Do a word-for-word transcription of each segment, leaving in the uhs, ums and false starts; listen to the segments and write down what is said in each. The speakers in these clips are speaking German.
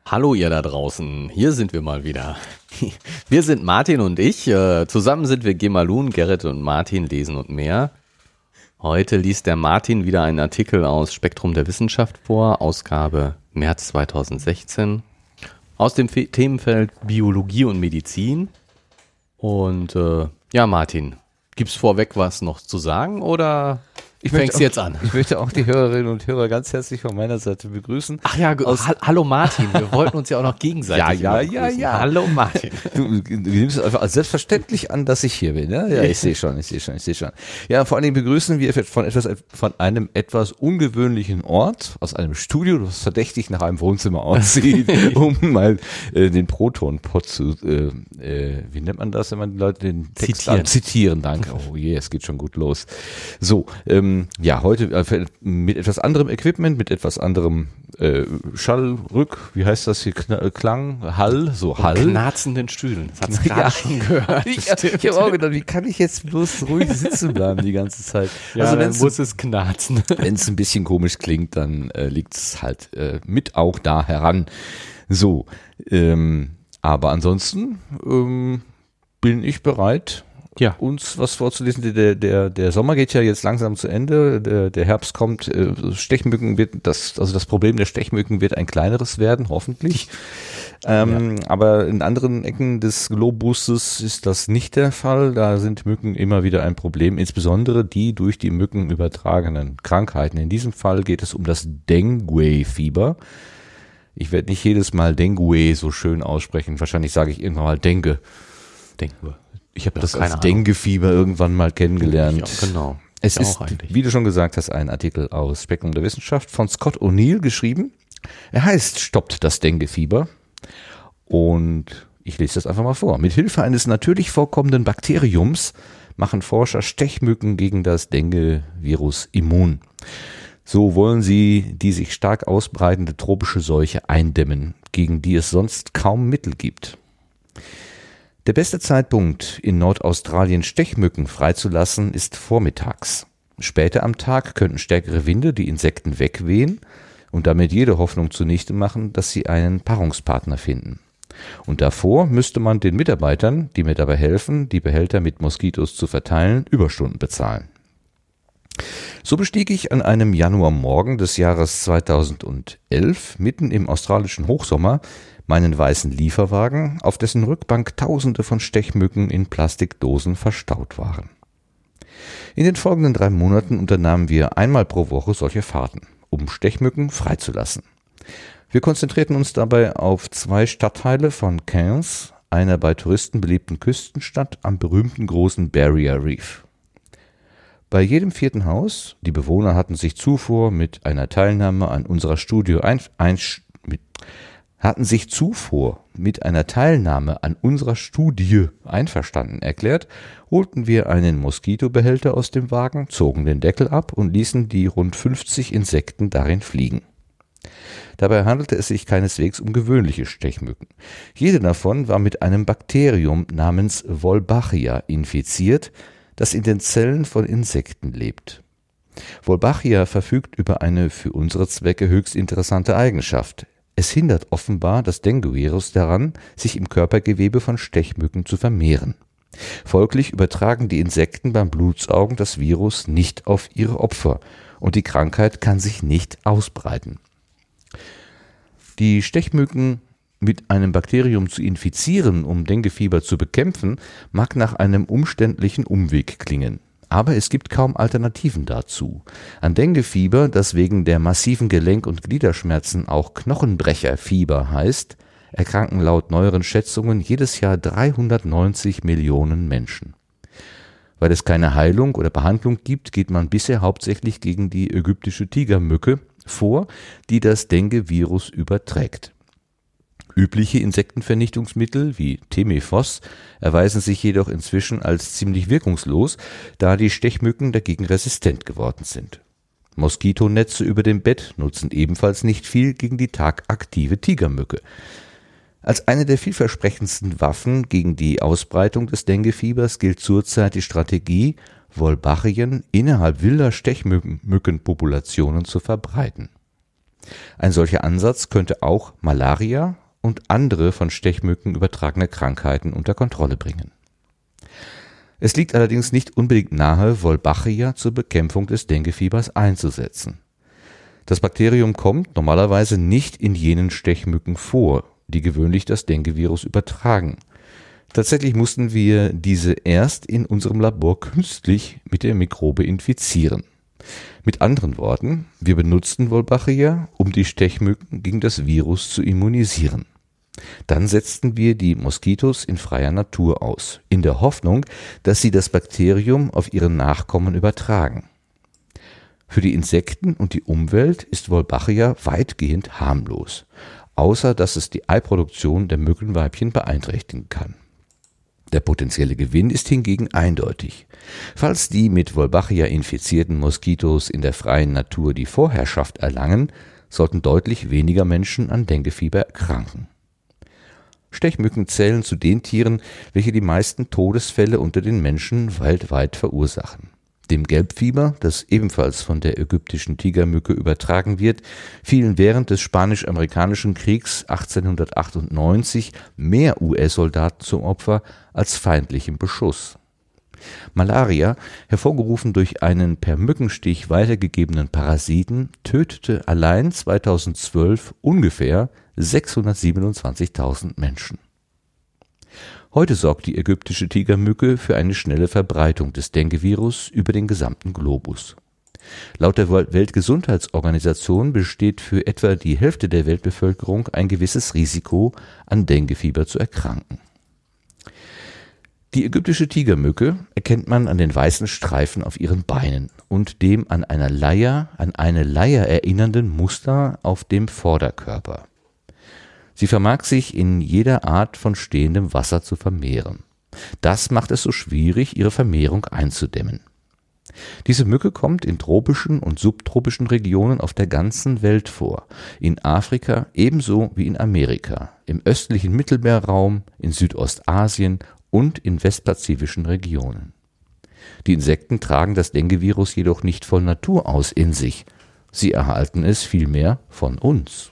Hallo ihr da draußen, hier sind wir mal wieder. Wir sind Martin und ich, äh, zusammen sind wir Gemalun, Gerrit und Martin, lesen und mehr. Heute liest der Martin wieder einen Artikel aus Spektrum der Wissenschaft vor, Ausgabe März zweitausendsechzehn, aus dem Fe- Themenfeld Biologie und Medizin. Und äh, ja Martin, gibt's vorweg was noch zu sagen oder... Ich fängst auch, jetzt an. Ich möchte auch die Hörerinnen und Hörer ganz herzlich von meiner Seite begrüßen. Ach ja, Aus ha- hallo Martin, wir wollten uns ja auch noch gegenseitig Ja, ja, begrüßen. ja, ja. Hallo Martin. Du, du nimmst es einfach als selbstverständlich an, dass ich hier bin. Ja, ja ich sehe schon, ich sehe schon, ich sehe schon. Ja, vor allen Dingen begrüßen wir von, etwas, von einem etwas ungewöhnlichen Ort, aus einem Studio, das verdächtig nach einem Wohnzimmer aussieht, um mal äh, den Proton-Pod zu, äh, äh, wie nennt man das, wenn man die Leute den Text Zitieren. An, zitieren, danke. Oh je, es geht schon gut los. So, ähm, ja, heute mit etwas anderem Equipment, mit etwas anderem äh, Schallrück, wie heißt das hier, Kn- Klang, Hall, so Hall. Knarzenden Stühlen, das hat's gerade Ja, schon gehört. Ich, ich habe auch gedacht, wie kann ich jetzt bloß ruhig sitzen bleiben die ganze Zeit? Ja, also dann wenn's, muss es knarzen. wenn es ein bisschen komisch klingt, dann äh, liegt es halt äh, mit auch da heran. So, ähm, aber ansonsten ähm, bin ich bereit, Ja. uns was vorzulesen. Der, der, der Sommer geht ja jetzt langsam zu Ende, der, der Herbst kommt, äh, Stechmücken wird, das, also das Problem der Stechmücken wird ein kleineres werden, hoffentlich. Ähm, ja. Aber in anderen Ecken des Globusses ist das nicht der Fall. Da sind Mücken immer wieder ein Problem, insbesondere die durch die Mücken übertragenen Krankheiten. In diesem Fall geht es um das Dengue-Fieber. Ich werde nicht jedes Mal Dengue so schön aussprechen. Wahrscheinlich sage ich irgendwann mal Dengue. Dengue. Ich habe Ja, das keine als Ahnung. Dengue-Fieber irgendwann mal kennengelernt. Ja, genau. Es Ja, ist, auch eigentlich. wie du schon gesagt hast, ein Artikel aus Spektrum der Wissenschaft von Scott O'Neill geschrieben. Er heißt Stoppt das Dengue-Fieber. Und ich lese das einfach mal vor. Mit Hilfe eines natürlich vorkommenden Bakteriums machen Forscher Stechmücken gegen das Dengue-Virus immun. So wollen sie die sich stark ausbreitende tropische Seuche eindämmen, gegen die es sonst kaum Mittel gibt. Der beste Zeitpunkt, in Nordaustralien Stechmücken freizulassen, ist vormittags. Später am Tag könnten stärkere Winde die Insekten wegwehen und damit jede Hoffnung zunichte machen, dass sie einen Paarungspartner finden. Und davor müsste man den Mitarbeitern, die mir dabei helfen, die Behälter mit Moskitos zu verteilen, Überstunden bezahlen. So bestieg ich an einem Januarmorgen des Jahres zweitausendelf, mitten im australischen Hochsommer, meinen weißen Lieferwagen, auf dessen Rückbank Tausende von Stechmücken in Plastikdosen verstaut waren. In den folgenden drei Monaten unternahmen wir einmal pro Woche solche Fahrten, um Stechmücken freizulassen. Wir konzentrierten uns dabei auf zwei Stadtteile von Cairns, einer bei Touristen beliebten Küstenstadt am berühmten großen Barrier Reef. Bei jedem vierten Haus, die Bewohner hatten sich zuvor mit einer Teilnahme an unserer Studie ein, ein, mit, hatten sich zuvor mit einer Teilnahme an unserer Studie einverstanden erklärt, holten wir einen Moskitobehälter aus dem Wagen, zogen den Deckel ab und ließen die rund fünfzig Insekten darin fliegen. Dabei handelte es sich keineswegs um gewöhnliche Stechmücken. Jede davon war mit einem Bakterium namens Wolbachia infiziert, das in den Zellen von Insekten lebt. Wolbachia verfügt über eine für unsere Zwecke höchst interessante Eigenschaft. Es hindert offenbar das Dengue-Virus daran, sich im Körpergewebe von Stechmücken zu vermehren. Folglich übertragen die Insekten beim Blutsaugen das Virus nicht auf ihre Opfer und die Krankheit kann sich nicht ausbreiten. Die Stechmücken mit einem Bakterium zu infizieren, um Denguefieber zu bekämpfen, mag nach einem umständlichen Umweg klingen. Aber es gibt kaum Alternativen dazu. An Denguefieber, das wegen der massiven Gelenk- und Gliederschmerzen auch Knochenbrecherfieber heißt, erkranken laut neueren Schätzungen jedes Jahr dreihundertneunzig Millionen Menschen. Weil es keine Heilung oder Behandlung gibt, geht man bisher hauptsächlich gegen die ägyptische Tigermücke vor, die das Dengue-Virus überträgt. Übliche Insektenvernichtungsmittel wie Temefos erweisen sich jedoch inzwischen als ziemlich wirkungslos, da die Stechmücken dagegen resistent geworden sind. Moskitonetze über dem Bett nutzen ebenfalls nicht viel gegen die tagaktive Tigermücke. Als eine der vielversprechendsten Waffen gegen die Ausbreitung des Denguefiebers gilt zurzeit die Strategie, Wolbachien innerhalb wilder Stechmückenpopulationen zu verbreiten. Ein solcher Ansatz könnte auch Malaria und andere von Stechmücken übertragene Krankheiten unter Kontrolle bringen. Es liegt allerdings nicht unbedingt nahe, Wolbachia zur Bekämpfung des Denguefiebers einzusetzen. Das Bakterium kommt normalerweise nicht in jenen Stechmücken vor, die gewöhnlich das Dengue-Virus übertragen. Tatsächlich mussten wir diese erst in unserem Labor künstlich mit der Mikrobe infizieren. Mit anderen Worten, wir benutzten Wolbachia, um die Stechmücken gegen das Virus zu immunisieren. Dann setzten wir die Moskitos in freier Natur aus, in der Hoffnung, dass sie das Bakterium auf ihre Nachkommen übertragen. Für die Insekten und die Umwelt ist Wolbachia weitgehend harmlos, außer dass es die Eiproduktion der Mückenweibchen beeinträchtigen kann. Der potenzielle Gewinn ist hingegen eindeutig. Falls die mit Wolbachia infizierten Moskitos in der freien Natur die Vorherrschaft erlangen, sollten deutlich weniger Menschen an Denguefieber erkranken. Stechmücken zählen zu den Tieren, welche die meisten Todesfälle unter den Menschen weltweit verursachen. Dem Gelbfieber, das ebenfalls von der ägyptischen Tigermücke übertragen wird, fielen während des Spanisch-Amerikanischen Kriegs achtzehnhundertachtundneunzig mehr U S-Soldaten zum Opfer als feindlichem Beschuss. Malaria, hervorgerufen durch einen per Mückenstich weitergegebenen Parasiten, tötete allein zweitausendzwölf ungefähr sechshundertsiebenundzwanzigtausend Menschen. Heute sorgt die ägyptische Tigermücke für eine schnelle Verbreitung des Dengue-Virus über den gesamten Globus. Laut der Weltgesundheitsorganisation besteht für etwa die Hälfte der Weltbevölkerung ein gewisses Risiko, an Denguefieber zu erkranken. Die ägyptische Tigermücke erkennt man an den weißen Streifen auf ihren Beinen und dem an einer Leier, an eine Leier erinnernden Muster auf dem Vorderkörper. Sie vermag sich in jeder Art von stehendem Wasser zu vermehren. Das macht es so schwierig, ihre Vermehrung einzudämmen. Diese Mücke kommt in tropischen und subtropischen Regionen auf der ganzen Welt vor, in Afrika ebenso wie in Amerika, im östlichen Mittelmeerraum, in Südostasien und in westpazifischen Regionen. Die Insekten tragen das Dengue-Virus jedoch nicht von Natur aus in sich, sie erhalten es vielmehr von uns.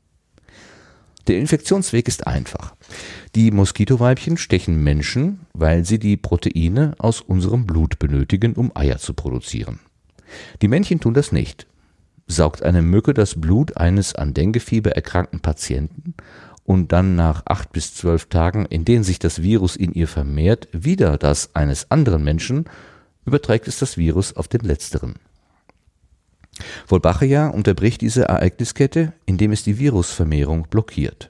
Der Infektionsweg ist einfach. Die Moskitoweibchen stechen Menschen, weil sie die Proteine aus unserem Blut benötigen, um Eier zu produzieren. Die Männchen tun das nicht. Saugt eine Mücke das Blut eines an Denguefieber erkrankten Patienten und dann nach acht bis zwölf Tagen, in denen sich das Virus in ihr vermehrt, wieder das eines anderen Menschen, überträgt es das Virus auf den letzteren. Wolbachia unterbricht diese Ereigniskette, indem es die Virusvermehrung blockiert.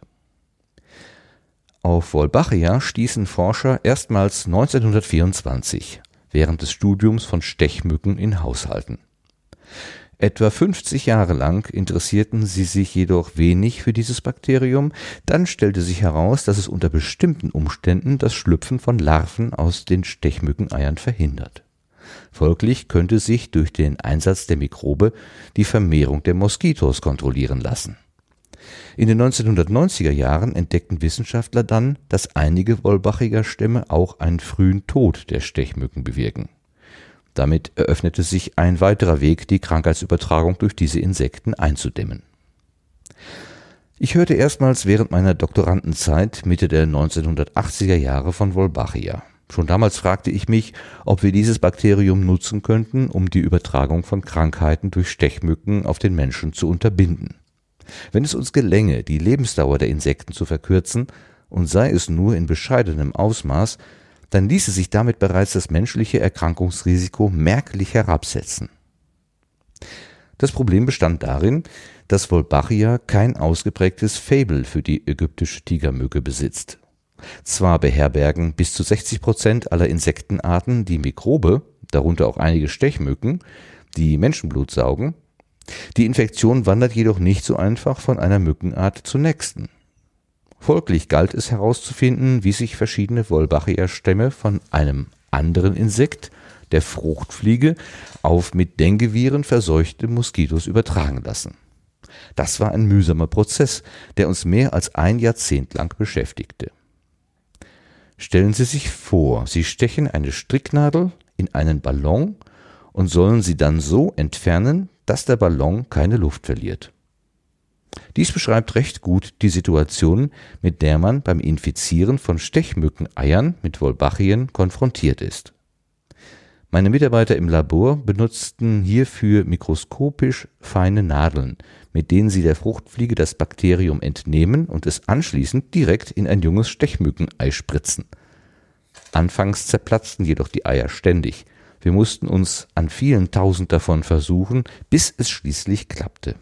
Auf Wolbachia stießen Forscher erstmals neunzehnhundertvierundzwanzig während des Studiums von Stechmücken in Haushalten. Etwa fünfzig Jahre lang interessierten sie sich jedoch wenig für dieses Bakterium, dann stellte sich heraus, dass es unter bestimmten Umständen das Schlüpfen von Larven aus den Stechmückeneiern verhindert. Folglich könnte sich durch den Einsatz der Mikrobe die Vermehrung der Moskitos kontrollieren lassen. In den neunzehnhundertneunziger Jahren entdeckten Wissenschaftler dann, dass einige Wolbachia-Stämme auch einen frühen Tod der Stechmücken bewirken. Damit eröffnete sich ein weiterer Weg, die Krankheitsübertragung durch diese Insekten einzudämmen. Ich hörte erstmals während meiner Doktorandenzeit Mitte der neunzehnhundertachtziger Jahre von Wolbachia. Schon damals fragte ich mich, ob wir dieses Bakterium nutzen könnten, um die Übertragung von Krankheiten durch Stechmücken auf den Menschen zu unterbinden. Wenn es uns gelänge, die Lebensdauer der Insekten zu verkürzen, und sei es nur in bescheidenem Ausmaß, dann ließe sich damit bereits das menschliche Erkrankungsrisiko merklich herabsetzen. Das Problem bestand darin, dass Wolbachia kein ausgeprägtes Faible für die ägyptische Tigermücke besitzt. Zwar beherbergen bis zu sechzig Prozent aller Insektenarten die Mikrobe, darunter auch einige Stechmücken, die Menschenblut saugen. Die Infektion wandert jedoch nicht so einfach von einer Mückenart zur nächsten. Folglich galt es herauszufinden, wie sich verschiedene Wolbachia-Stämme von einem anderen Insekt, der Fruchtfliege, auf mit Dengue-Viren verseuchte Moskitos übertragen lassen. Das war ein mühsamer Prozess, der uns mehr als ein Jahrzehnt lang beschäftigte. Stellen Sie sich vor, Sie stechen eine Stricknadel in einen Ballon und sollen sie dann so entfernen, dass der Ballon keine Luft verliert. Dies beschreibt recht gut die Situation, mit der man beim Infizieren von Stechmückeneiern mit Wolbachien konfrontiert ist. Meine Mitarbeiter im Labor benutzten hierfür mikroskopisch feine Nadeln, mit denen sie der Fruchtfliege das Bakterium entnehmen und es anschließend direkt in ein junges Stechmückenei spritzen. Anfangs zerplatzten jedoch die Eier ständig. Wir mussten uns an vielen tausend davon versuchen, bis es schließlich klappte.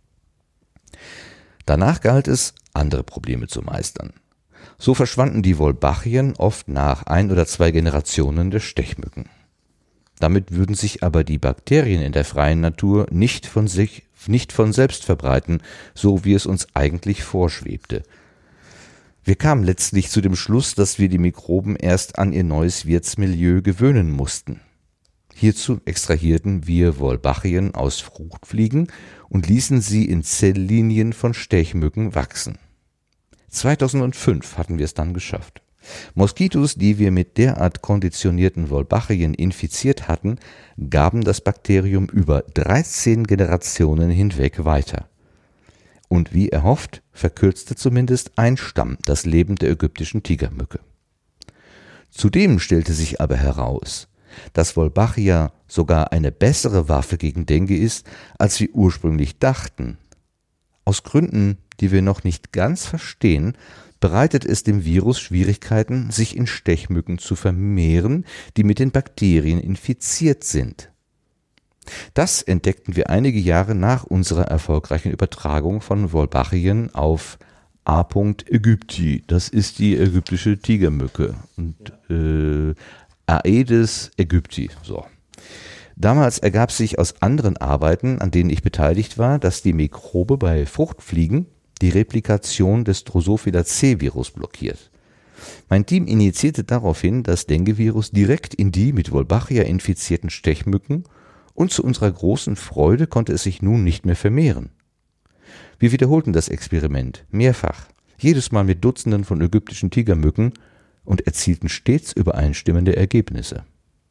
Danach galt es, andere Probleme zu meistern. So verschwanden die Wolbachien oft nach ein oder zwei Generationen der Stechmücken. Damit würden sich aber die Bakterien in der freien Natur nicht von sich, nicht von selbst verbreiten, so wie es uns eigentlich vorschwebte. Wir kamen letztlich zu dem Schluss, dass wir die Mikroben erst an ihr neues Wirtsmilieu gewöhnen mussten. Hierzu extrahierten wir Wolbachien aus Fruchtfliegen und ließen sie in Zelllinien von Stechmücken wachsen. zweitausendfünf hatten wir es dann geschafft. Moskitos, die wir mit derart konditionierten Wolbachien infiziert hatten, gaben das Bakterium über dreizehn Generationen hinweg weiter. Und wie erhofft, verkürzte zumindest ein Stamm das Leben der ägyptischen Tigermücke. Zudem stellte sich aber heraus, dass Wolbachia sogar eine bessere Waffe gegen Dengue ist, als wir ursprünglich dachten. Aus Gründen, die wir noch nicht ganz verstehen, bereitet es dem Virus Schwierigkeiten, sich in Stechmücken zu vermehren, die mit den Bakterien infiziert sind. Das entdeckten wir einige Jahre nach unserer erfolgreichen Übertragung von Wolbachien auf A. aegypti, das ist die ägyptische Tigermücke, und äh, Aedes aegypti. So. Damals ergab sich aus anderen Arbeiten, an denen ich beteiligt war, dass die Mikrobe bei Fruchtfliegen die Replikation des Drosophila C-Virus blockiert. Mein Team injizierte daraufhin das Dengue-Virus direkt in die mit Wolbachia infizierten Stechmücken und zu unserer großen Freude konnte es sich nun nicht mehr vermehren. Wir wiederholten das Experiment mehrfach, jedes Mal mit Dutzenden von ägyptischen Tigermücken und erzielten stets übereinstimmende Ergebnisse.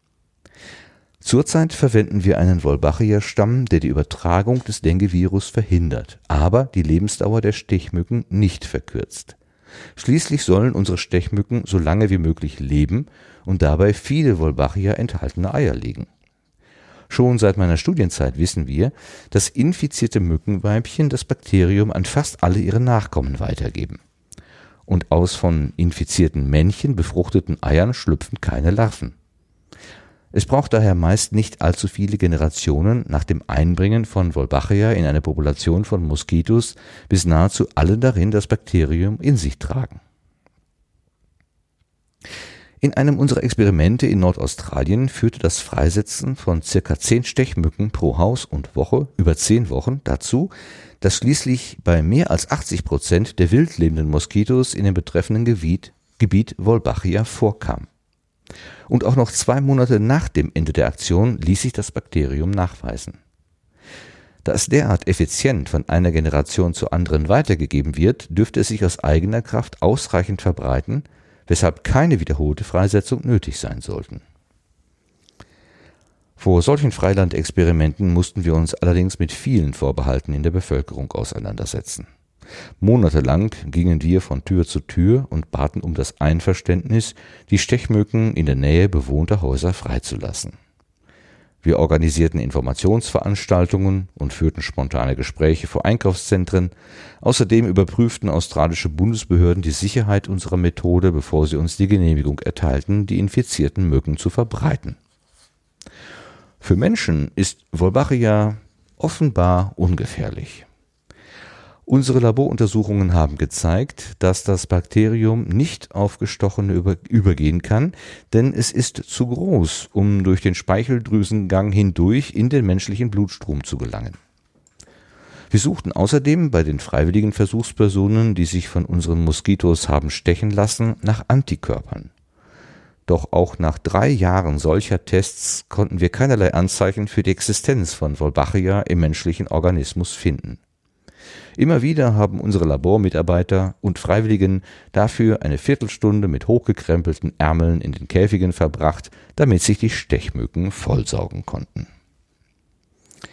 Zurzeit verwenden wir einen Wolbachia-Stamm, der die Übertragung des Dengue-Virus verhindert, aber die Lebensdauer der Stechmücken nicht verkürzt. Schließlich sollen unsere Stechmücken so lange wie möglich leben und dabei viele Wolbachia enthaltene Eier legen. Schon seit meiner Studienzeit wissen wir, dass infizierte Mückenweibchen das Bakterium an fast alle ihre Nachkommen weitergeben. Und aus von infizierten Männchen befruchteten Eiern schlüpfen keine Larven. Es braucht daher meist nicht allzu viele Generationen nach dem Einbringen von Wolbachia in eine Population von Moskitos, bis nahezu alle darin das Bakterium in sich tragen. In einem unserer Experimente in Nordaustralien führte das Freisetzen von circa zehn Stechmücken pro Haus und Woche über zehn Wochen dazu, dass schließlich bei mehr als achtzig Prozent der wild lebenden Moskitos in dem betreffenden Gebiet, Gebiet Wolbachia vorkam. Und auch noch zwei Monate nach dem Ende der Aktion ließ sich das Bakterium nachweisen. Da es derart effizient von einer Generation zur anderen weitergegeben wird, dürfte es sich aus eigener Kraft ausreichend verbreiten, weshalb keine wiederholte Freisetzung nötig sein sollten. Vor solchen Freilandexperimenten mussten wir uns allerdings mit vielen Vorbehalten in der Bevölkerung auseinandersetzen. Monatelang gingen wir von Tür zu Tür und baten um das Einverständnis, die Stechmücken in der Nähe bewohnter Häuser freizulassen. Wir organisierten Informationsveranstaltungen und führten spontane Gespräche vor Einkaufszentren. Außerdem überprüften australische Bundesbehörden die Sicherheit unserer Methode, bevor sie uns die Genehmigung erteilten, die infizierten Mücken zu verbreiten. Für Menschen ist Wolbachia offenbar ungefährlich. Unsere Laboruntersuchungen haben gezeigt, dass das Bakterium nicht auf Gestochene über, übergehen kann, denn es ist zu groß, um durch den Speicheldrüsengang hindurch in den menschlichen Blutstrom zu gelangen. Wir suchten außerdem bei den freiwilligen Versuchspersonen, die sich von unseren Moskitos haben stechen lassen, nach Antikörpern. Doch auch nach drei Jahren solcher Tests konnten wir keinerlei Anzeichen für die Existenz von Wolbachia im menschlichen Organismus finden. Immer wieder haben unsere Labormitarbeiter und Freiwilligen dafür eine Viertelstunde mit hochgekrempelten Ärmeln in den Käfigen verbracht, damit sich die Stechmücken vollsaugen konnten.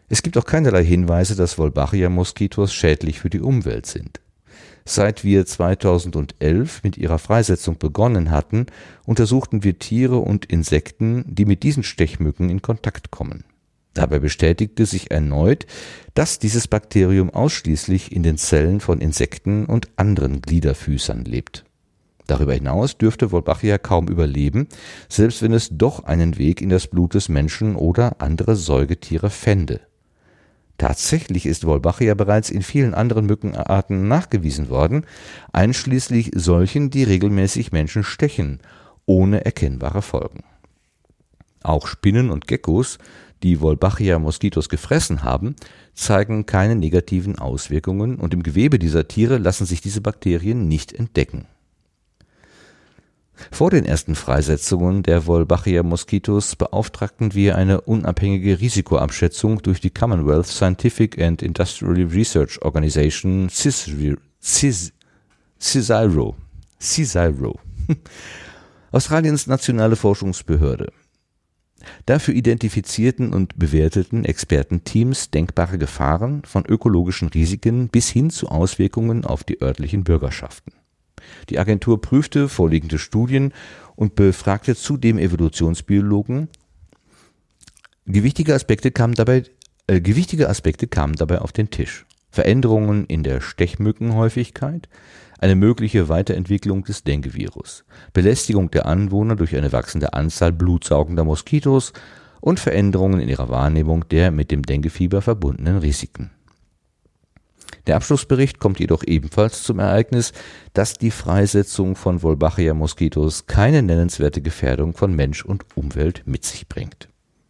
Es gibt auch keinerlei Hinweise, dass Wolbachia-Moskitos schädlich für die Umwelt sind. Seit wir zweitausendelf mit ihrer Freisetzung begonnen hatten, untersuchten wir Tiere und Insekten, die mit diesen Stechmücken in Kontakt kommen. Dabei bestätigte sich erneut, dass dieses Bakterium ausschließlich in den Zellen von Insekten und anderen Gliederfüßern lebt. Darüber hinaus dürfte Wolbachia kaum überleben, selbst wenn es doch einen Weg in das Blut des Menschen oder andere Säugetiere fände. Tatsächlich ist Wolbachia bereits in vielen anderen Mückenarten nachgewiesen worden, einschließlich solchen, die regelmäßig Menschen stechen, ohne erkennbare Folgen. Auch Spinnen und Geckos, die Wolbachia-Moskitos gefressen haben, zeigen keine negativen Auswirkungen und im Gewebe dieser Tiere lassen sich diese Bakterien nicht entdecken. Vor den ersten Freisetzungen der Wolbachia-Moskitos beauftragten wir eine unabhängige Risikoabschätzung durch die Commonwealth Scientific and Industrial Research Organization CISRO, CISRO, CISRO, Australiens nationale Forschungsbehörde. Dafür identifizierten und bewerteten Expertenteams denkbare Gefahren von ökologischen Risiken bis hin zu Auswirkungen auf die örtlichen Bürgerschaften. Die Agentur prüfte vorliegende Studien und befragte zudem Evolutionsbiologen. Gewichtige Aspekte kamen dabei, äh, gewichtige Aspekte kamen dabei auf den Tisch. Veränderungen in der Stechmückenhäufigkeit, eine mögliche Weiterentwicklung des Dengue-Virus, Belästigung der Anwohner durch eine wachsende Anzahl blutsaugender Moskitos und Veränderungen in ihrer Wahrnehmung der mit dem Denguefieber verbundenen Risiken. Der Abschlussbericht kommt jedoch ebenfalls zum Ereignis, dass die Freisetzung von Wolbachia-Moskitos keine nennenswerte Gefährdung von Mensch und Umwelt mit sich bringt.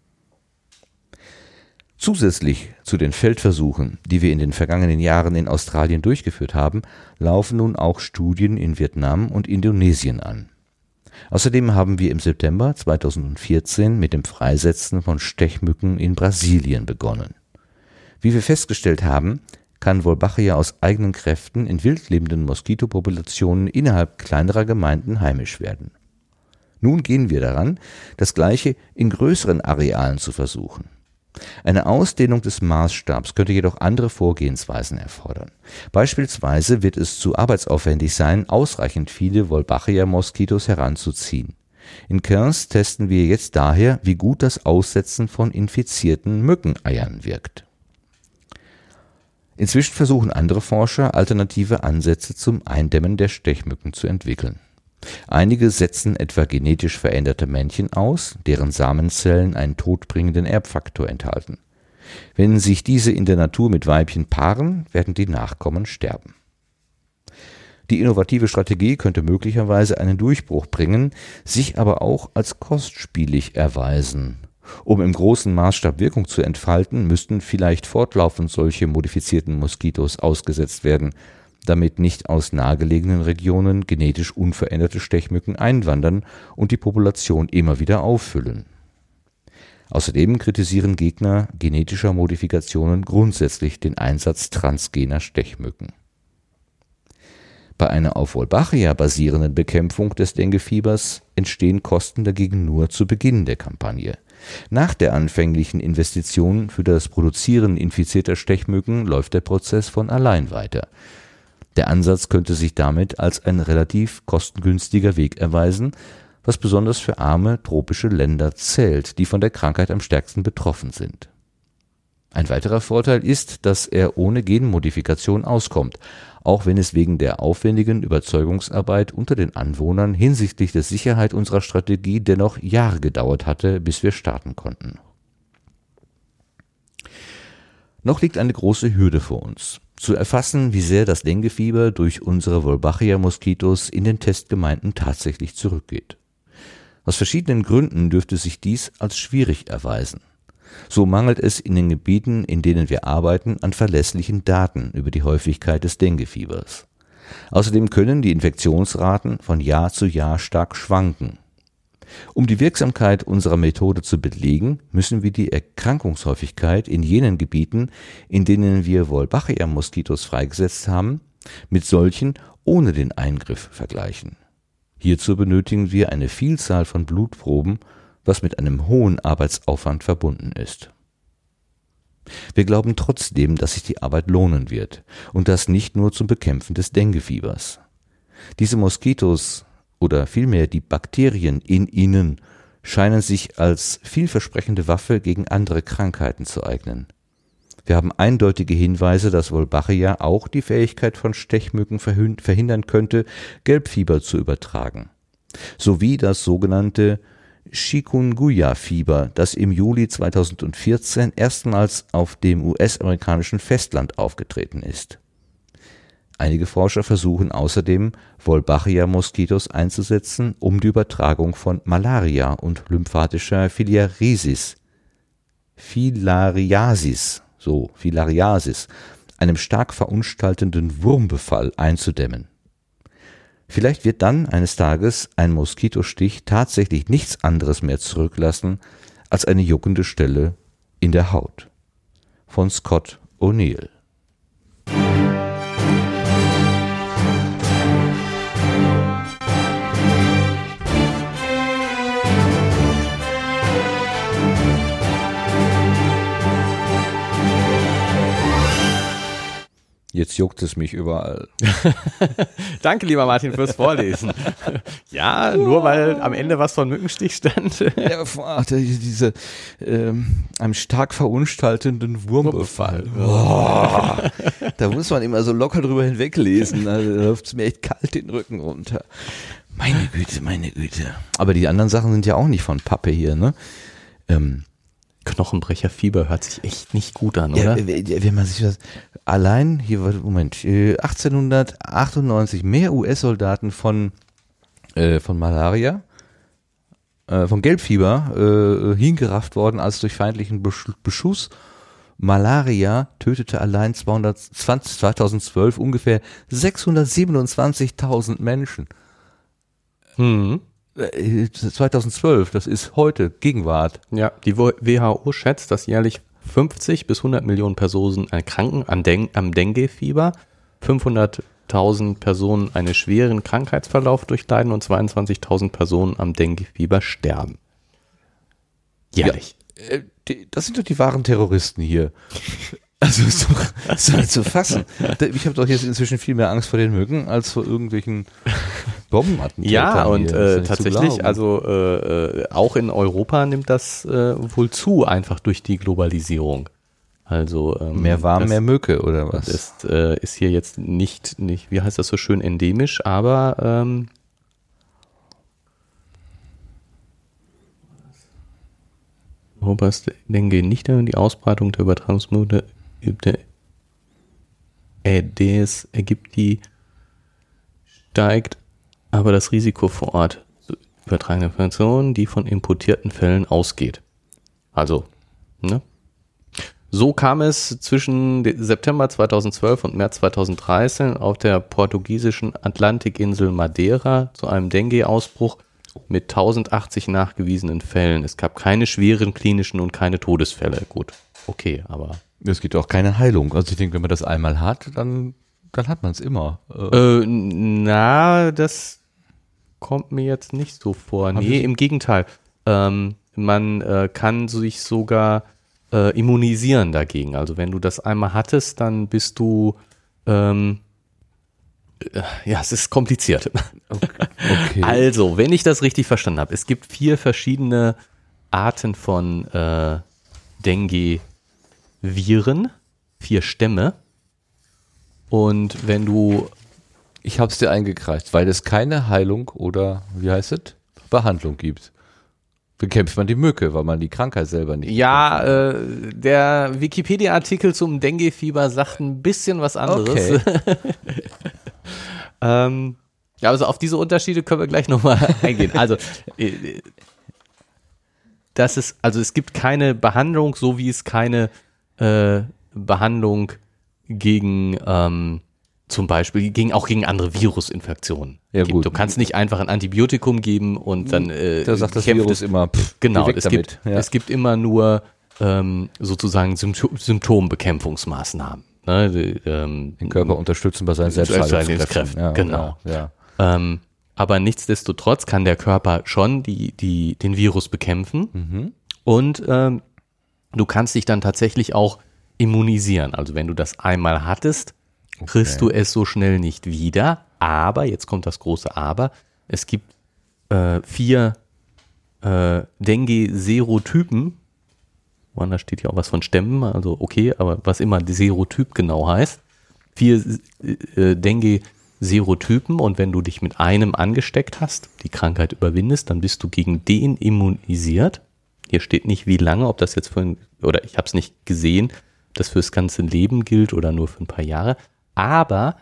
Zusätzlich zu den Feldversuchen, die wir in den vergangenen Jahren in Australien durchgeführt haben, laufen nun auch Studien in Vietnam und Indonesien an. Außerdem haben wir im September zweitausendvierzehn mit dem Freisetzen von Stechmücken in Brasilien begonnen. Wie wir festgestellt haben, kann Wolbachia aus eigenen Kräften in wild lebenden Moskitopopulationen innerhalb kleinerer Gemeinden heimisch werden. Nun gehen wir daran, das Gleiche in größeren Arealen zu versuchen. Eine Ausdehnung des Maßstabs könnte jedoch andere Vorgehensweisen erfordern. Beispielsweise wird es zu arbeitsaufwendig sein, ausreichend viele Wolbachia-Moskitos heranzuziehen. In Cairns testen wir jetzt daher, wie gut das Aussetzen von infizierten Mückeneiern wirkt. Inzwischen versuchen andere Forscher, alternative Ansätze zum Eindämmen der Stechmücken zu entwickeln. Einige setzen etwa genetisch veränderte Männchen aus, deren Samenzellen einen todbringenden Erbfaktor enthalten. Wenn sich diese in der Natur mit Weibchen paaren, werden die Nachkommen sterben. Die innovative Strategie könnte möglicherweise einen Durchbruch bringen, sich aber auch als kostspielig erweisen. Um im großen Maßstab Wirkung zu entfalten, müssten vielleicht fortlaufend solche modifizierten Moskitos ausgesetzt werden, damit nicht aus nahegelegenen Regionen genetisch unveränderte Stechmücken einwandern und die Population immer wieder auffüllen. Außerdem kritisieren Gegner genetischer Modifikationen grundsätzlich den Einsatz transgener Stechmücken. Bei einer auf Wolbachia basierenden Bekämpfung des Denguefiebers entstehen Kosten dagegen nur zu Beginn der Kampagne. Nach der anfänglichen Investition für das Produzieren infizierter Stechmücken läuft der Prozess von allein weiter. Der Ansatz könnte sich damit als ein relativ kostengünstiger Weg erweisen, was besonders für arme tropische Länder zählt, die von der Krankheit am stärksten betroffen sind. Ein weiterer Vorteil ist, dass er ohne Genmodifikation auskommt, auch wenn es wegen der aufwendigen Überzeugungsarbeit unter den Anwohnern hinsichtlich der Sicherheit unserer Strategie dennoch Jahre gedauert hatte, bis wir starten konnten. Noch liegt eine große Hürde vor uns: zu erfassen, wie sehr das Denguefieber durch unsere Wolbachia-Moskitos in den Testgemeinden tatsächlich zurückgeht. Aus verschiedenen Gründen dürfte sich dies als schwierig erweisen. So mangelt es in den Gebieten, in denen wir arbeiten, an verlässlichen Daten über die Häufigkeit des Denguefiebers. Außerdem können die Infektionsraten von Jahr zu Jahr stark schwanken. Um die Wirksamkeit unserer Methode zu belegen, müssen wir die Erkrankungshäufigkeit in jenen Gebieten, in denen wir Wolbachia-Moskitos freigesetzt haben, mit solchen ohne den Eingriff vergleichen. Hierzu benötigen wir eine Vielzahl von Blutproben, was mit einem hohen Arbeitsaufwand verbunden ist. Wir glauben trotzdem, dass sich die Arbeit lohnen wird und das nicht nur zum Bekämpfen des Denguefiebers. Diese Moskitos oder vielmehr die Bakterien in ihnen scheinen sich als vielversprechende Waffe gegen andere Krankheiten zu eignen. Wir haben eindeutige Hinweise, dass Wolbachia auch die Fähigkeit von Stechmücken verhindern könnte, Gelbfieber zu übertragen, sowie das sogenannte Chikungunya-Fieber, das im Juli zweitausendvierzehn erstmals auf dem U S-amerikanischen Festland aufgetreten ist. Einige Forscher versuchen außerdem, Wolbachia-Moskitos einzusetzen, um die Übertragung von Malaria und lymphatischer Filariasis, Filariasis, so Filariasis, einem stark verunstaltenden Wurmbefall einzudämmen. Vielleicht wird dann eines Tages ein Moskitostich tatsächlich nichts anderes mehr zurücklassen als eine juckende Stelle in der Haut. Von Scott O'Neill. Jetzt juckt es mich überall. Danke, lieber Martin, fürs Vorlesen. Ja, nur weil am Ende was von Mückenstich stand. Ja, ach, diese ähm, einem stark verunstaltenden Wurmbefall. Oh, da muss man immer so locker drüber hinweglesen. Da läuft es mir echt kalt den Rücken runter. Meine Güte, meine Güte. Aber die anderen Sachen sind ja auch nicht von Pappe hier, ne? Ähm, Knochenbrecherfieber hört sich echt nicht gut an, oder? Ja, wenn man sich das allein, hier, Moment, achtzehnhundertachtundneunzig mehr U S-Soldaten von, äh, von Malaria, äh, von Gelbfieber, äh, hingerafft worden als durch feindlichen Beschuss. Malaria tötete allein zweitausendzwölf ungefähr sechshundertsiebenundzwanzigtausend Menschen. Mhm. zweitausendzwölf, das ist heute, Gegenwart. Ja, die W H O schätzt, dass jährlich fünfzig bis hundert Millionen Personen erkranken an Den- am Dengue-Fieber, fünfhunderttausend Personen einen schweren Krankheitsverlauf durchleiden und zweiundzwanzigtausend Personen am Dengue-Fieber sterben. Jährlich. Ja, äh, die, das sind doch die wahren Terroristen hier. Also ist doch, ist doch nicht zu fassen. Ich habe doch jetzt inzwischen viel mehr Angst vor den Mücken als vor irgendwelchen Bombenattentätern. Ja, und hier. äh, tatsächlich, also äh, auch in Europa nimmt das äh, wohl zu, einfach durch die Globalisierung. Also ähm, mehr warm, das, mehr Mücke oder was? Das ist, äh, ist hier jetzt nicht, nicht, wie heißt das so schön, endemisch, aber ähm, Europas Dengue nicht in die Ausbreitung der Übertragungsmöglichkeiten der Aedes aegypti steigt, aber das Risiko vor Ort zu übertragender Infektionen, die von importierten Fällen ausgeht. Also, ne? So kam es zwischen September zweitausendzwölf und März zweitausenddreizehn auf der portugiesischen Atlantikinsel Madeira zu einem Dengue-Ausbruch mit tausendachtzig nachgewiesenen Fällen. Es gab keine schweren klinischen und keine Todesfälle. Gut, okay, aber... Es gibt auch keine Heilung. Also ich denke, wenn man das einmal hat, dann, dann hat man es immer. Äh, na, das kommt mir jetzt nicht so vor. Nee, im Gegenteil. Ähm, man äh, kann sich sogar äh, immunisieren dagegen. Also wenn du das einmal hattest, dann bist du... Ähm, ja, es ist kompliziert. Okay. Okay. Also, wenn ich das richtig verstanden habe, es gibt vier verschiedene Arten von äh, Dengue-Viren, vier Stämme. Und wenn du... Ich habe es dir eingekreist, weil es keine Heilung oder, wie heißt es, Behandlung gibt. Bekämpft man die Mücke, weil man die Krankheit selber nicht Ja, äh, der Wikipedia-Artikel zum Dengue-Fieber sagt ein bisschen was anderes. Okay. ähm, ja, also auf diese Unterschiede können wir gleich nochmal eingehen. Also, äh, das ist, also es gibt keine Behandlung, so wie es keine äh, Behandlung gegen ähm, zum Beispiel gegen auch gegen andere Virusinfektionen. Ja, gibt. gut. Du kannst nicht einfach ein Antibiotikum geben und dann äh, da sagt das kämpft Virus es, immer, pff, genau, geh weg es damit. gibt Ja. es gibt immer nur ähm, sozusagen Symptom- Symptombekämpfungsmaßnahmen. Ne? Die, ähm, Den Körper unterstützen bei seinen Selbstheilungskräften. Selbstheilungskräften, Ja, genau. Ja. Ähm, aber nichtsdestotrotz kann der Körper schon die, die, den Virus bekämpfen Mhm. und ähm, du kannst dich dann tatsächlich auch immunisieren. Also wenn du das einmal hattest, kriegst Okay. du es so schnell nicht wieder. Aber, jetzt kommt das große Aber, es gibt äh, vier äh, Dengue-Serotypen. Woanders steht ja auch was von Stämmen, also okay, aber was immer Serotyp genau heißt. Vier äh, Dengue-Serotypen, und wenn du dich mit einem angesteckt hast, die Krankheit überwindest, dann bist du gegen den immunisiert. Hier steht nicht, wie lange, ob das jetzt für, oder ich habe es nicht gesehen, das fürs ganze Leben gilt oder nur für ein paar Jahre. Aber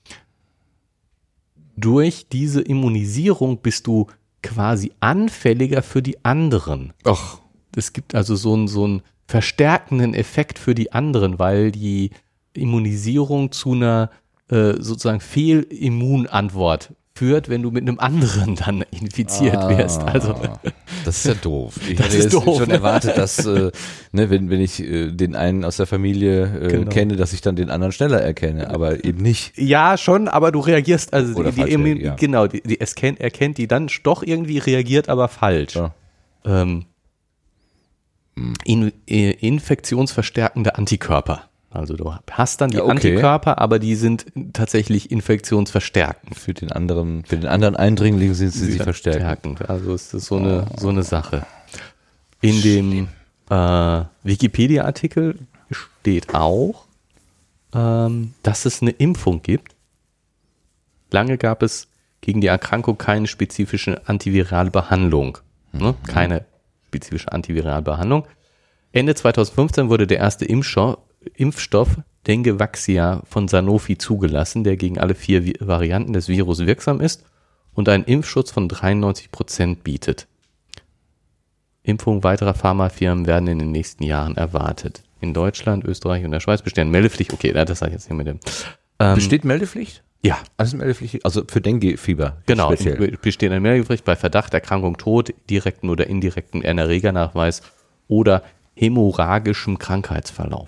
durch diese Immunisierung bist du quasi anfälliger für die anderen. Ach, Es gibt also so einen, so einen verstärkenden Effekt für die anderen, weil die Immunisierung zu einer äh, sozusagen Fehlimmunantwort führt, wenn du mit einem anderen dann infiziert Ah, wirst. Also das ist ja doof. Ich Das hatte ist jetzt doof, schon ne? erwartet, dass, äh, ne, wenn, wenn ich äh, den einen aus der Familie äh, Genau. kenne, dass ich dann den anderen schneller erkenne, aber eben nicht. ja, schon, aber du reagierst, also Oder die, falsch die, reagiert, ja. genau, die, die es kennt, erkennt die dann doch irgendwie, reagiert aber falsch. Ja. Ähm, in, äh, infektionsverstärkende Antikörper. Also du hast dann die Ja, okay. Antikörper, aber die sind tatsächlich infektionsverstärkend. Für den anderen, für den anderen Eindringling sind sie, sie verstärken. Verstärkend. Also ist das so eine, so eine Sache. In dem äh, Wikipedia-Artikel steht auch, ähm, dass es eine Impfung gibt. Lange gab es gegen die Erkrankung keine spezifische antivirale Behandlung. Ne? Keine spezifische antivirale Behandlung. Ende zweitausendfünfzehn wurde der erste Impfstoff, Impfstoff Dengue-Vaxia von Sanofi zugelassen, der gegen alle vier Vi- Varianten des Virus wirksam ist und einen Impfschutz von dreiundneunzig Prozent bietet. Impfungen weiterer Pharmafirmen werden in den nächsten Jahren erwartet. In Deutschland, Österreich und der Schweiz bestehen Meldepflicht. Okay, das sage ich jetzt nicht mit dem. Ähm, Besteht Meldepflicht? ja, Alles Meldepflicht? Also für Dengue-Fieber genau. speziell. Besteht eine Meldepflicht bei Verdacht, Erkrankung, Tod, direkten oder indirekten Erregernachweis oder hämorrhagischem Krankheitsverlauf.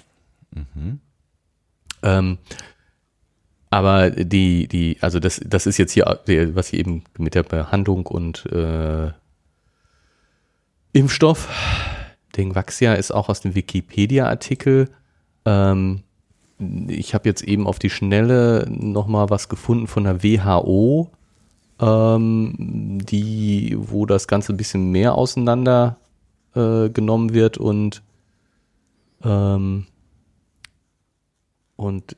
Ähm, aber die, die, also das, das ist jetzt hier, der- was hier eben mit der Behandlung und äh, Impfstoff. Dengue-Vaxia ist auch aus dem Wikipedia-Artikel. Ähm, ich habe jetzt eben auf die Schnelle nochmal was gefunden von der W H O, ähm, die, wo das Ganze ein bisschen mehr auseinander äh, genommen wird und ähm, und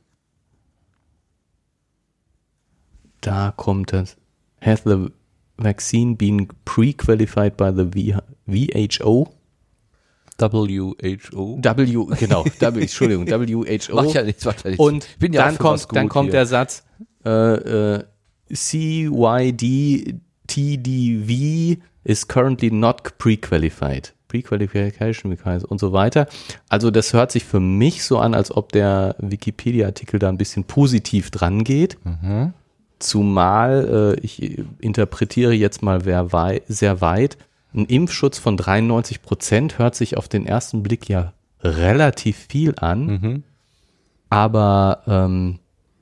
da kommt das. Has the vaccine been pre-qualified by the V H O? W H O. W, genau, w, Entschuldigung, W H O. Macht ja nichts, macht ja nichts. Und Bin ja auch dann für was kommt, dann gut kommt hier. der Satz, äh, äh, C Y D T D V is currently not pre-qualified. Pre-qualification und so weiter. Also das hört sich für mich so an, als ob der Wikipedia-Artikel da ein bisschen positiv dran geht. Mhm. Zumal, äh, ich interpretiere jetzt mal wer wei- sehr weit, ein Impfschutz von dreiundneunzig Prozent hört sich auf den ersten Blick ja relativ viel an, Mhm. aber ähm,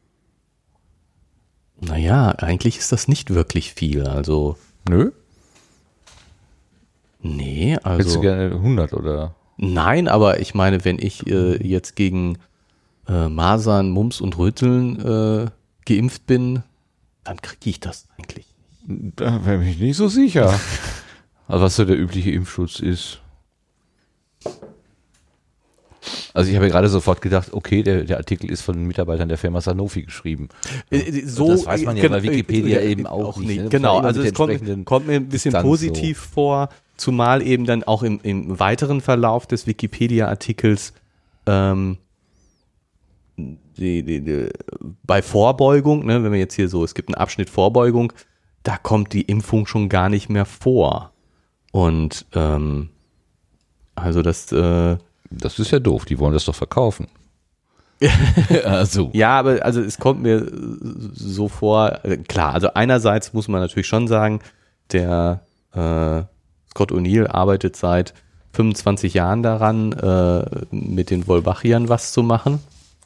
naja, eigentlich ist das nicht wirklich viel. Also, Nö. nee, Hättest du also gerne hundert oder? nein, aber ich meine, wenn ich äh, jetzt gegen äh, Masern, Mumps und Röteln äh, geimpft bin, dann kriege ich das eigentlich. Da wäre ich nicht so sicher. Also was so der übliche Impfschutz ist. Also ich habe ja gerade sofort gedacht, okay, der, der Artikel ist von Mitarbeitern der Firma Sanofi geschrieben. Äh, So, das weiß man ja bei äh, Wikipedia äh, eben auch nicht, ne? Genau, Immer also mit es kommt, entsprechenden kommt mir ein bisschen Distanz positiv vor, zumal eben dann auch im, im weiteren Verlauf des Wikipedia-Artikels ähm, die, die, die, bei Vorbeugung, ne, wenn wir jetzt hier so, es gibt einen Abschnitt Vorbeugung, da kommt die Impfung schon gar nicht mehr vor. Und ähm, also das äh, Das ist ja doof, die wollen das doch verkaufen. also. ja, aber also es kommt mir so vor, äh, klar, also einerseits muss man natürlich schon sagen, der äh, Scott O'Neill arbeitet seit fünfundzwanzig Jahren daran, äh, mit den Wolbachiern was zu machen.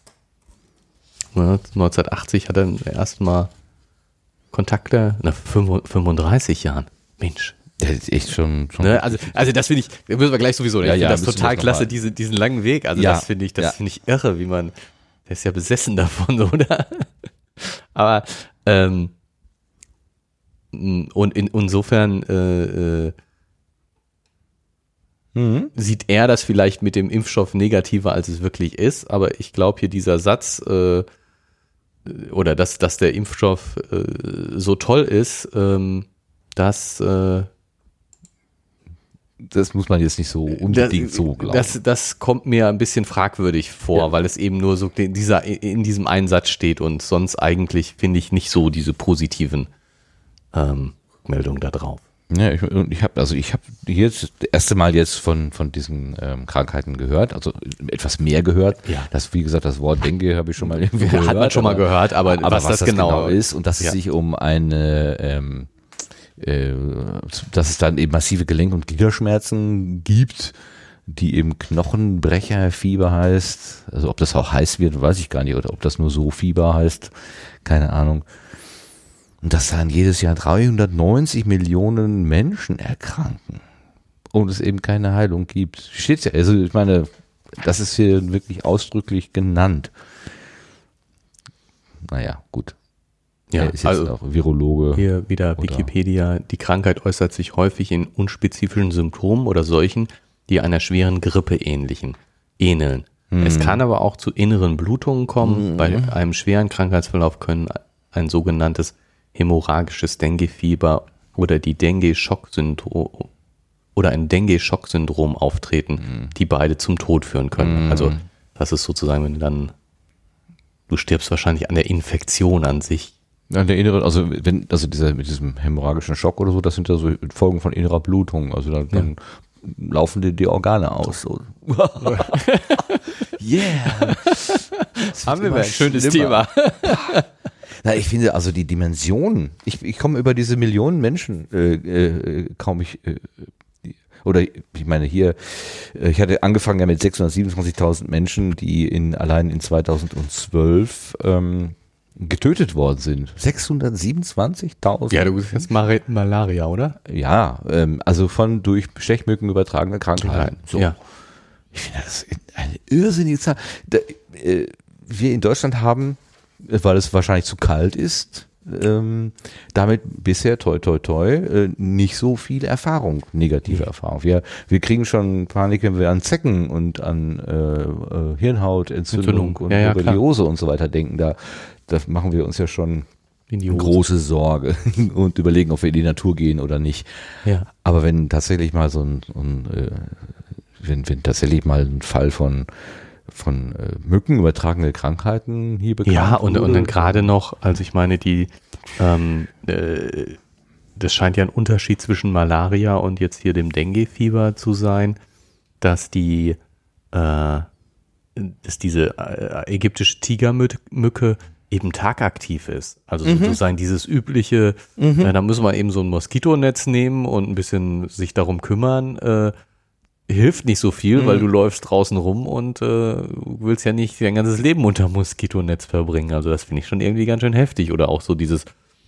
Ne, neunzehnhundertachtzig hat er erstmal Kontakte, na, fünfunddreißig Jahren. Mensch, Der ist echt schon. schon Ne? Also, also das finde ich, da müssen wir gleich sowieso. Ja, ich ja, finde das müssen total wir klasse, noch mal. diese, diesen langen Weg. Also Ja, das finde ich, das ja. finde ich irre, wie man, der ist ja besessen davon, oder? Aber ähm, und in, insofern äh, äh, Mhm. sieht er das vielleicht mit dem Impfstoff negativer, als es wirklich ist. Aber ich glaube hier dieser Satz äh, oder dass, dass der Impfstoff äh, so toll ist, ähm, dass äh, Das muss man jetzt nicht so unbedingt das, so glauben. Das, das kommt mir ein bisschen fragwürdig vor, Ja. weil es eben nur so in, dieser, in diesem einen Satz steht und sonst eigentlich finde ich nicht so diese positiven ähm, Rückmeldungen da drauf. Ja, ich, und ich habe also ich habe jetzt das erste Mal jetzt von von diesen ähm, Krankheiten gehört, also etwas mehr gehört. Ja. Das, wie gesagt, das Wort Dengue habe ich schon mal irgendwo Hat gehört. man schon mal aber, gehört, aber, aber was, das, genau ist und dass Ja. es sich um eine ähm, äh, dass es dann eben massive Gelenk- und Gliederschmerzen gibt, die eben Knochenbrecherfieber heißt. Also ob das auch heiß wird, weiß ich gar nicht, oder ob das nur so Fieber heißt, keine Ahnung. Und dass dann jedes Jahr dreihundertneunzig Millionen Menschen erkranken und es eben keine Heilung gibt. Steht's ja, also ich meine, das ist hier wirklich ausdrücklich genannt. Naja, gut. Ja, Er ist jetzt also auch Virologe. hier wieder Oder- Wikipedia. Die Krankheit äußert sich häufig in unspezifischen Symptomen oder Seuchen, die einer schweren Grippe ähnlichen, ähneln. Hm. Es kann aber auch zu inneren Blutungen kommen. Bei einem schweren Krankheitsverlauf können ein sogenanntes hämorrhagisches Dengue-Fieber oder die Dengue-Schock-Syndrom oder ein Dengue-Schock-Syndrom auftreten, die beide zum Tod führen können. Also das ist sozusagen, wenn du dann, du stirbst wahrscheinlich an der Infektion an sich. Ja, der innere, also wenn, also dieser mit diesem hämorrhagischen Schock oder so, das sind ja so Folgen von innerer Blutung. Also dann, dann laufen dir die Organe aus. So. Yeah. Haben wir immer ein schönes schlimmer. Thema. Na, ich finde also die Dimensionen, ich, ich komme über diese Millionen Menschen äh, äh, kaum ich, äh, oder ich meine hier, äh, ich hatte angefangen ja mit sechshundertsiebenundzwanzigtausend Menschen, die in allein in zweitausendzwölf ähm, getötet worden sind. sechshundertsiebenundzwanzigtausend? Ja, du bist jetzt Mar- Malaria, oder? Ja, ähm, also von durch Stechmücken übertragene Krankheiten. So. Ja. Ich finde das eine irrsinnige Zahl. Da, äh, wir in Deutschland haben, weil es wahrscheinlich zu kalt ist, ähm, damit bisher toi toi toi äh, nicht so viel Erfahrung, negative Erfahrung. Wir, wir kriegen schon Panik, wenn wir an Zecken und an äh, äh, Hirnhautentzündung Entzündung. und Ja, ja, Borreliose und so weiter denken. Da, da machen wir uns ja schon In die Hose. große Sorge und überlegen, ob wir in die Natur gehen oder nicht. Ja. Aber wenn tatsächlich mal so ein, so ein äh, wenn, wenn tatsächlich mal ein Fall von von äh, Mücken übertragene Krankheiten hier bekannt Ja, und, wurde, und dann gerade noch, also ich meine, die, ähm, äh, das scheint ja ein Unterschied zwischen Malaria und jetzt hier dem Dengue-Fieber zu sein, dass die, äh, dass diese äh, ägyptische Tigermücke eben tagaktiv ist. Also sozusagen dieses übliche, äh, da müssen wir eben so ein Moskitonetz nehmen und ein bisschen sich darum kümmern, äh, hilft nicht so viel, weil du läufst draußen rum und äh, willst ja nicht dein ganzes Leben unter Moskitonetz verbringen. Also das finde ich schon irgendwie ganz schön heftig. Oder auch so dieses,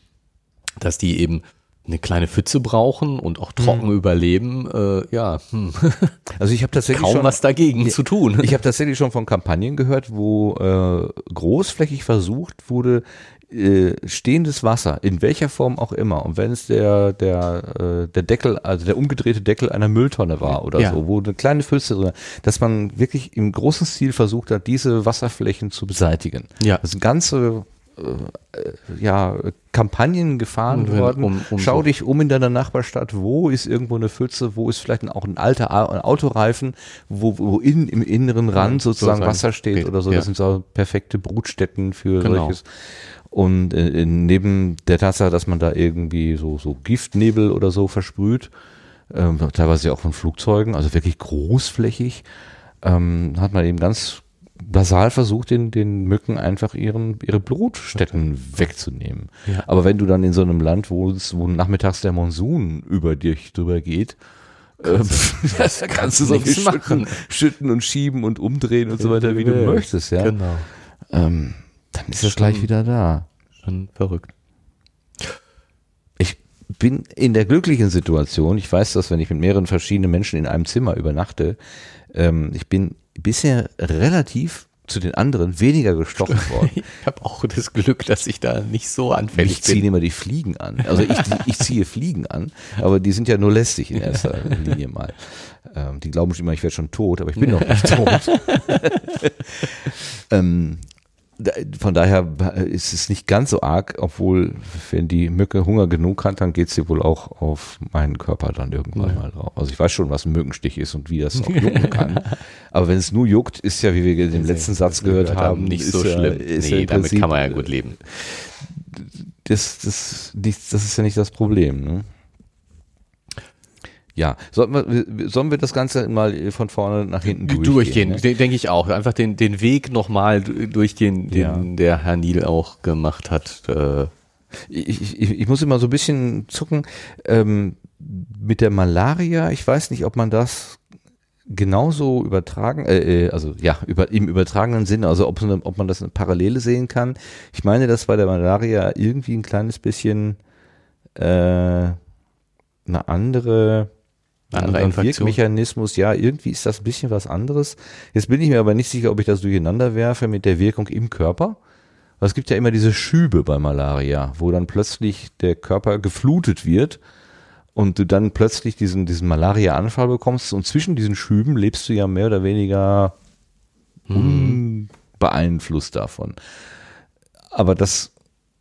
dass die eben eine kleine Pfütze brauchen und auch trocken überleben. Äh, ja, hm. Also ich habe tatsächlich kaum schon, was dagegen Ja, zu tun. Ich habe tatsächlich schon von Kampagnen gehört, wo äh, großflächig versucht wurde, äh, stehendes Wasser, in welcher Form auch immer, und wenn es der der äh, der Deckel, also der umgedrehte Deckel einer Mülltonne war oder Ja. so, wo eine kleine Pfütze drin, dass man wirklich im großen Stil versucht hat, diese Wasserflächen zu beseitigen. Ja. Das sind ganze äh, ja, Kampagnen gefahren Um- worden. um- um Schau so- dich um in deiner Nachbarstadt, wo ist irgendwo eine Pfütze, wo ist vielleicht auch ein alter A- ein Autoreifen, wo, wo in, im inneren Rand sozusagen sozusagen Wasser steht steht, oder so. ja. Das sind so perfekte Brutstätten für Genau. solches. Und äh, neben der Tatsache, dass man da irgendwie so, so Giftnebel oder so versprüht, ähm, teilweise auch von Flugzeugen, also wirklich großflächig, ähm, hat man eben ganz basal versucht, den, den Mücken einfach ihren, ihre Brutstätten wegzunehmen. Ja. Aber wenn du dann in so einem Land, wo es, wo nachmittags der Monsun über dich drüber geht, ähm, das kannst du so viel nichts schütten, machen. schütten und schieben und umdrehen und so weiter, wie du Ja. möchtest, ja. Genau. Ähm, dann ist das Schon- gleich wieder da. Schon verrückt. Ich bin in der glücklichen Situation, ich weiß das, wenn ich mit mehreren verschiedenen Menschen in einem Zimmer übernachte, ähm, ich bin bisher relativ zu den anderen weniger gestochen worden. Ich habe auch das Glück, dass ich da nicht so anfällig ich bin. Ich ziehe immer die Fliegen an. Also ich, ich ziehe Fliegen an, aber die sind ja nur lästig in erster Linie mal. Ähm, die glauben schon immer, ich werde schon tot, aber ich bin noch nicht tot. ähm, Von daher ist es nicht ganz so arg, obwohl, wenn die Mücke Hunger genug hat, dann geht sie wohl auch auf meinen Körper dann irgendwann ja. mal drauf. Also ich weiß schon, was ein Mückenstich ist und wie das auch jucken kann. Aber wenn es nur juckt, ist ja, wie wir den letzten Satz gehört haben, nicht so schlimm. Ja, ist nee, ja damit Prinzip, kann man ja gut leben. Das, das, das ist ja nicht das Problem, ne? Ja, sollen wir, sollen wir das Ganze mal von vorne nach hinten durchgehen? Durchgehen, ne? denke ich auch. Einfach den, den Weg nochmal durchgehen, den ja. der Herr Niel auch gemacht hat. Äh. Ich, ich, ich muss immer so ein bisschen zucken. Ähm, mit der Malaria, ich weiß nicht, ob man das genauso übertragen, äh, also ja, über, im übertragenen Sinne, also ob, eine, ob man das eine Parallele sehen kann. Ich meine, dass bei der Malaria irgendwie ein kleines bisschen äh, eine andere Ein anderer Wirkmechanismus, ja, irgendwie ist das ein bisschen was anderes. Jetzt bin ich mir aber nicht sicher, ob ich das durcheinander werfe mit der Wirkung im Körper. Weil es gibt ja immer diese Schübe bei Malaria, wo dann plötzlich der Körper geflutet wird und du dann plötzlich diesen, diesen Malaria-Anfall bekommst und zwischen diesen Schüben lebst du ja mehr oder weniger hm. unbeeinflusst davon. Aber das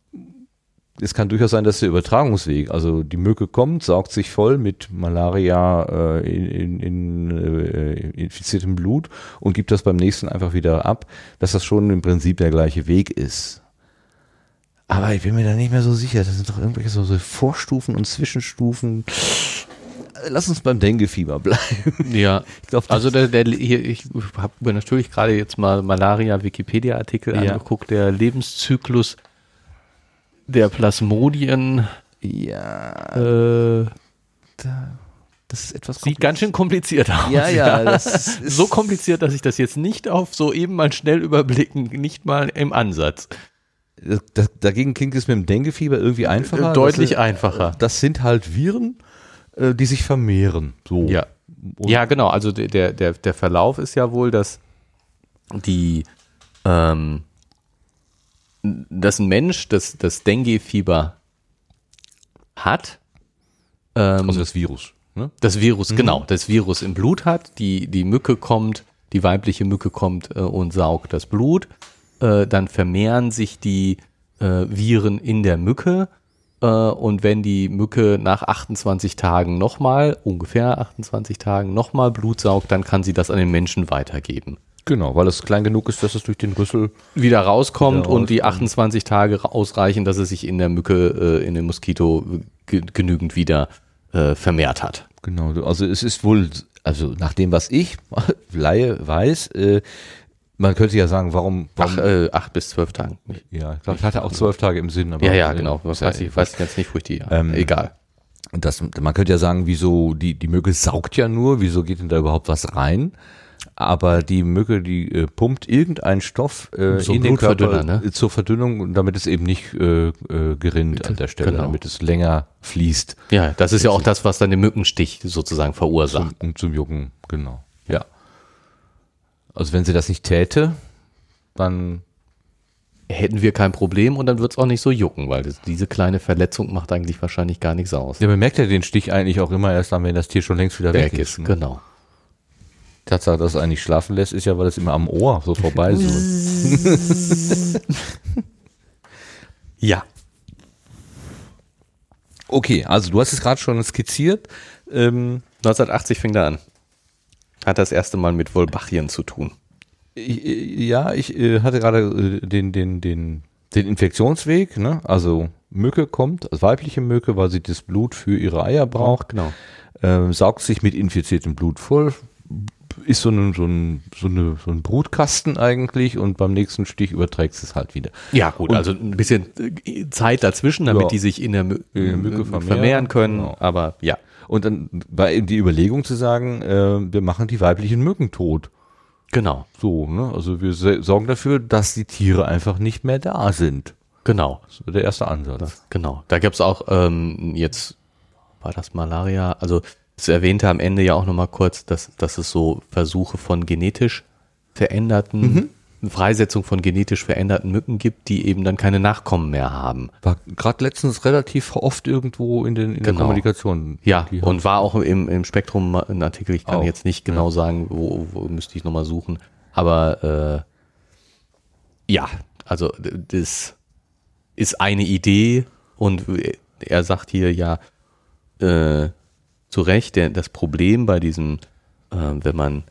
Es kann durchaus sein, dass der Übertragungsweg, also die Mücke kommt, saugt sich voll mit Malaria äh, in, in, in äh, infiziertem Blut und gibt das beim nächsten einfach wieder ab, dass das schon im Prinzip der gleiche Weg ist. Aber ich bin mir da nicht mehr so sicher. Das sind doch irgendwelche so, so Vorstufen und Zwischenstufen. Lass uns beim Dengue-Fieber bleiben. Ja, ich glaub, also der, der, hier, ich habe mir natürlich gerade jetzt mal Malaria-Wikipedia-Artikel ja. angeguckt, der Lebenszyklus der Plasmodien, ja, äh, da, das ist etwas sieht ganz schön kompliziert aus. Ja, ja, das ist so kompliziert, dass ich das jetzt nicht auf so eben mal schnell überblicken, nicht mal im Ansatz. Das, dagegen klingt es mit dem Dengue-Fieber irgendwie einfacher. Deutlich das, einfacher. Das sind halt Viren, die sich vermehren. So. Ja. Ja, genau. Also der, der, der Verlauf ist ja wohl, dass die ähm, dass ein Mensch das, das Dengue-Fieber hat. Ähm, also das Virus. Ne? Das Virus, mhm. genau. Das Virus im Blut hat. Die, die Mücke kommt, die weibliche Mücke kommt äh, und saugt das Blut. Äh, dann vermehren sich die äh, Viren in der Mücke. Äh, und wenn die Mücke nach achtundzwanzig Tagen nochmal, ungefähr achtundzwanzig Tagen nochmal Blut saugt, dann kann sie das an den Menschen weitergeben. Genau, weil es klein genug ist, dass es durch den Rüssel wieder rauskommt wieder und die achtundzwanzig Tage ausreichen, dass es sich in der Mücke, äh, in dem Moskito ge- genügend wieder äh, vermehrt hat. Genau, also es ist wohl, also nach dem, was ich, Laie, weiß, äh, man könnte ja sagen, warum... warum Ach, äh, acht bis zwölf Tage. Ja, ich glaube, ich hatte auch zwölf Tage im Sinn. Aber ja, ja, genau. Was heißt, ich weiß jetzt nicht, wo ich die... Ähm, egal. Das, man könnte ja sagen, wieso, die, die Mücke saugt ja nur, wieso geht denn da überhaupt was rein? Aber die Mücke, die äh, pumpt irgendeinen Stoff äh, so in den Körper ne? zur Verdünnung, damit es eben nicht äh, äh, gerinnt an der Stelle, genau. damit es länger fließt. Ja, das ist ja auch das, was dann den Mückenstich sozusagen verursacht. Zum, zum Jucken, genau. Ja. Also wenn sie das nicht täte, dann hätten wir kein Problem und dann wird es auch nicht so jucken, weil das, diese kleine Verletzung macht eigentlich wahrscheinlich gar nichts aus. Ja, man merkt ja den Stich eigentlich auch immer erst dann, wenn das Tier schon längst wieder weg, weg ist. ist ne? Genau. Tatsache, dass es eigentlich schlafen lässt, ist ja, weil es immer am Ohr so vorbei ist. Ja. Okay, also du hast es gerade schon skizziert. Ähm, neunzehnhundertachtzig fing da an. Hat das erste Mal mit Wolbachien zu tun. Ich, ja, ich äh, hatte gerade äh, den, den, den, den Infektionsweg, ne? Also Mücke kommt, also weibliche Mücke, weil sie das Blut für ihre Eier braucht, genau. äh, saugt sich mit infiziertem Blut voll, ist so ein, so ein, so eine, so ein Brutkasten eigentlich und beim nächsten Stich überträgt es halt wieder. Ja, gut, und, also ein bisschen Zeit dazwischen, damit ja, die sich in der, Mü- in der Mücke vermehren, vermehren können, genau. Aber ja. Und dann war eben die Überlegung zu sagen, äh, wir machen die weiblichen Mücken tot. Genau. So, ne? Also wir sorgen dafür, dass die Tiere einfach nicht mehr da sind. Genau. Das war der erste Ansatz. Das, genau. Da gab es auch ähm, jetzt war das Malaria? Also es erwähnte am Ende ja auch nochmal kurz, dass, dass es so Versuche von genetisch veränderten, mhm. Freisetzung von genetisch veränderten Mücken gibt, die eben dann keine Nachkommen mehr haben. War gerade letztens relativ oft irgendwo in, den, in der Genau. Kommunikation. Ja, und war auch im, im Spektrum ein Artikel, ich kann auch. jetzt nicht genau ja. sagen, wo, wo müsste ich nochmal suchen, aber äh, ja, also das ist eine Idee und er sagt hier ja äh, zu Recht, der, das Problem bei diesem, äh, wenn man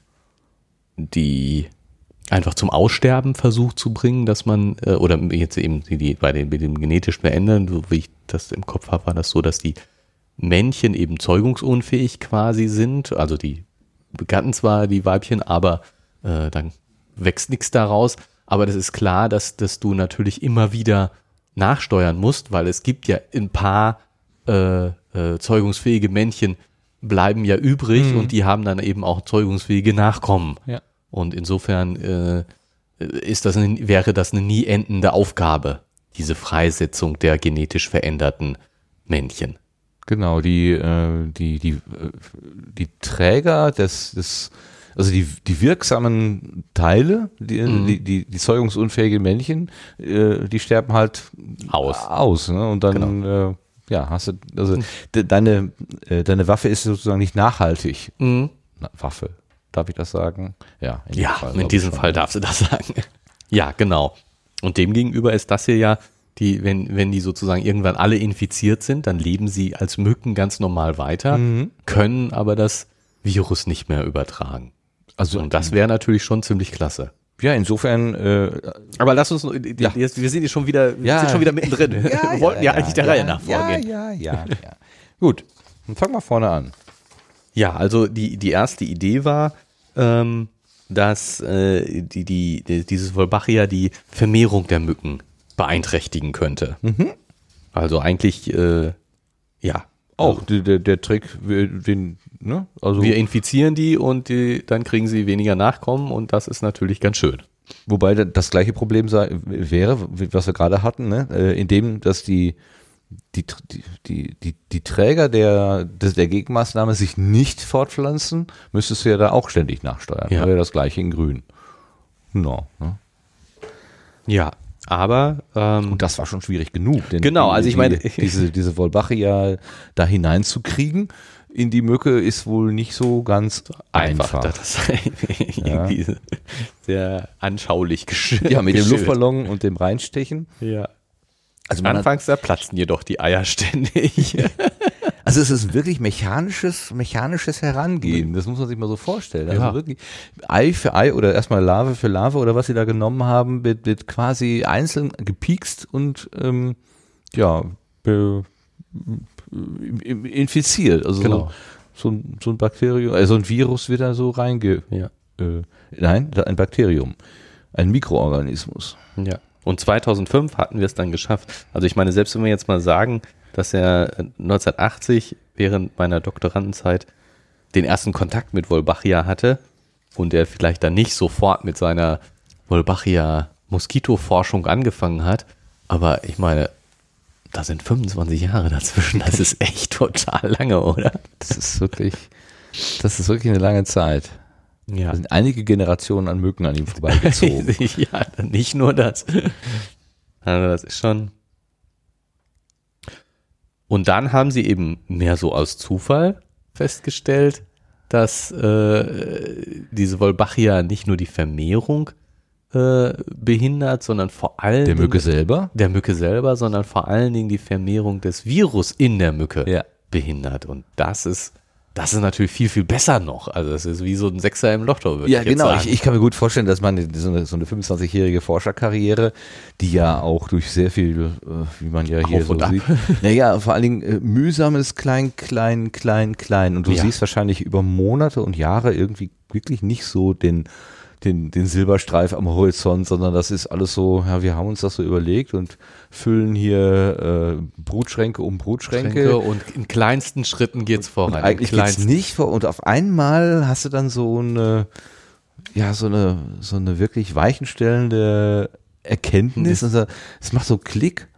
die einfach zum Aussterben versucht zu bringen, dass man, äh, oder jetzt eben die, bei den, bei dem genetisch verändern, so wie ich das im Kopf habe, war das so, dass die Männchen eben zeugungsunfähig quasi sind, also die begatten zwar die Weibchen, aber äh, dann wächst nichts daraus, aber das ist klar, dass, dass du natürlich immer wieder nachsteuern musst, weil es gibt ja ein paar äh, äh, zeugungsfähige Männchen bleiben ja übrig mhm. und die haben dann eben auch zeugungsfähige Nachkommen. Ja. Und insofern äh, ist das eine, wäre das eine nie endende Aufgabe, diese Freisetzung der genetisch veränderten Männchen. Genau, die, äh, die, die, äh, die Träger des, des also die, die wirksamen Teile, die, mhm. die, die, die zeugungsunfähigen Männchen, äh, die sterben halt aus. aus ne? Und dann genau. äh, ja, hast du, also mhm. de, deine, äh, deine Waffe ist sozusagen nicht nachhaltig. Mhm. Na, Waffe. Darf ich das sagen? Ja, in, ja, Fall, in diesem Fall darfst du das sagen. Ja, genau. Und demgegenüber ist das hier ja, die, wenn, wenn die sozusagen irgendwann alle infiziert sind, dann leben sie als Mücken ganz normal weiter, mhm. können aber das Virus nicht mehr übertragen. Also, und das wäre natürlich schon ziemlich klasse. Ja, insofern. Äh, aber lass uns, ja. jetzt, wir sind hier schon wieder, wir ja. sind schon wieder mittendrin. Ja, wir wollten ja, ja eigentlich der ja, Reihe nach vorgehen. Ja, ja, ja, ja. Gut, dann fangen wir vorne an. Ja, also die, die erste Idee war, ähm, dass äh, die, die, die, dieses Wolbachia die Vermehrung der Mücken beeinträchtigen könnte. Mhm. Also eigentlich, äh, ja. Auch also, der, der Trick, den, ne? Also wir infizieren die und die, dann kriegen sie weniger Nachkommen und das ist natürlich ganz schön. Wobei das gleiche Problem sei, wäre, was wir gerade hatten, ne? In dem, dass die Die, die, die, die Träger der, der Gegenmaßnahme sich nicht fortpflanzen, müsstest du ja da auch ständig nachsteuern. Ja. Wäre das gleiche in Grün. No, ne? Ja, aber ähm, und das war schon schwierig genug. Denn genau, die, also ich meine, die, diese, diese Wolbachia da hineinzukriegen in die Mücke ist wohl nicht so ganz einfach. einfach. Das ist irgendwie ja. sehr anschaulich geschildert. Ja, mit dem Luftballon und dem Reinstechen. Ja. Also anfangs da platzten jedoch die Eier ständig. Also es ist wirklich mechanisches, mechanisches Herangehen. Das muss man sich mal so vorstellen. Also ja. wirklich Ei für Ei oder erstmal Larve für Larve oder was sie da genommen haben, wird, wird quasi einzeln gepiekst und ähm, ja be, infiziert. Also genau. so, so, ein, so ein Bakterium, also ein Virus wird da so reinge... Ja. Äh, nein, ein Bakterium. Ein Mikroorganismus. Ja. Und zweitausendfünf hatten wir es dann geschafft. Also ich meine, selbst wenn wir jetzt mal sagen, dass er neunzehnhundertachtzig während meiner Doktorandenzeit den ersten Kontakt mit Wolbachia hatte und er vielleicht dann nicht sofort mit seiner Wolbachia-Moskito-Forschung angefangen hat, aber ich meine, da sind fünfundzwanzig Jahre dazwischen, das ist echt total lange, oder? Das ist wirklich, das ist wirklich eine lange Zeit. Ja. Da sind einige Generationen an Mücken an ihm vorbeigezogen. Ja, nicht nur das. Also das ist schon. Und dann haben sie eben mehr so aus Zufall festgestellt, dass äh, diese Wolbachia nicht nur die Vermehrung äh, behindert, sondern vor allen der Dingen Mücke selber, der Mücke selber, sondern vor allen Dingen die Vermehrung des Virus in der Mücke ja. behindert. Und das ist Das ist natürlich viel, viel besser noch. Also das ist wie so ein Sechser im Lotto, würde ja, ich jetzt genau. sagen. Ich, ich kann mir gut vorstellen, dass man so eine, so eine fünfundzwanzigjährige Forscherkarriere, die ja auch durch sehr viel, wie man ja hier Auf so und ab. sieht, naja, vor allen Dingen äh, mühsames Klein, Klein, Klein, Klein. Und du Ja. siehst wahrscheinlich über Monate und Jahre irgendwie wirklich nicht so den Den, den Silberstreif am Horizont, sondern das ist alles so, ja, wir haben uns das so überlegt und füllen hier äh, Brutschränke um Brutschränke. Schränke und in kleinsten Schritten geht's voran. Und eigentlich geht's nicht vor und auf einmal hast du dann so eine, ja, so eine, so eine wirklich weichenstellende Erkenntnis. Also, es macht so Klick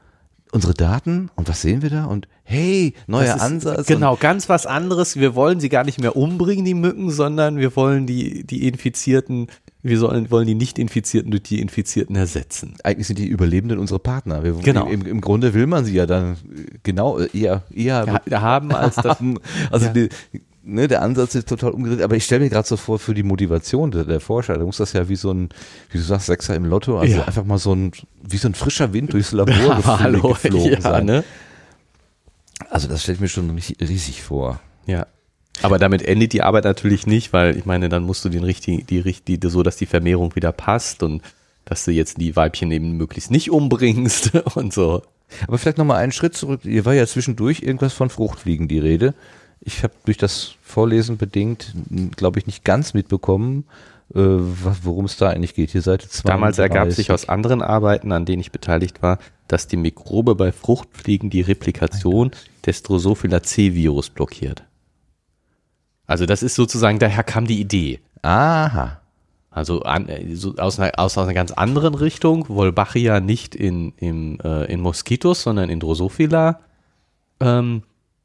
unsere Daten und was sehen wir da? Und hey, neuer Das ist Ansatz. Genau, ganz was anderes. Wir wollen sie gar nicht mehr umbringen, die Mücken, sondern wir wollen die, die Infizierten, wir sollen, wollen die Nicht-Infizierten durch die Infizierten ersetzen. Eigentlich sind die Überlebenden unsere Partner. Wir, Genau. Im, Im Grunde will man sie ja dann genau eher, eher Ja, haben als das. haben. Also Ja. die, ne, der Ansatz ist total umgedreht, aber ich stelle mir gerade so vor, für die Motivation der, der Forscher, da muss das ja wie so ein, wie du sagst, Sechser im Lotto, also Ja. einfach mal so ein, wie so ein frischer Wind durchs Labor gefl- Hallo, geflogen ja, sein. ne? Also das stelle ich mir schon riesig, riesig vor. Ja. Aber damit endet die Arbeit natürlich nicht, weil ich meine, dann musst du den richtigen, die richtige, so dass die Vermehrung wieder passt und dass du jetzt die Weibchen eben möglichst nicht umbringst und so. Aber vielleicht nochmal einen Schritt zurück, hier war ja zwischendurch irgendwas von Fruchtfliegen die Rede. Ich habe durch das Vorlesen bedingt, glaube ich, nicht ganz mitbekommen, äh, worum es da eigentlich geht. Hier Seite zwei. Damals ergab sich aus anderen Arbeiten, an denen ich beteiligt war, dass die Mikrobe bei Fruchtfliegen die Replikation des Drosophila C-Virus blockiert. Also das ist sozusagen, daher kam die Idee. Aha. Also an, so aus, einer, aus einer ganz anderen Richtung, Wolbachia nicht in, im, äh, in Moskitos, sondern in Drosophila, ähm,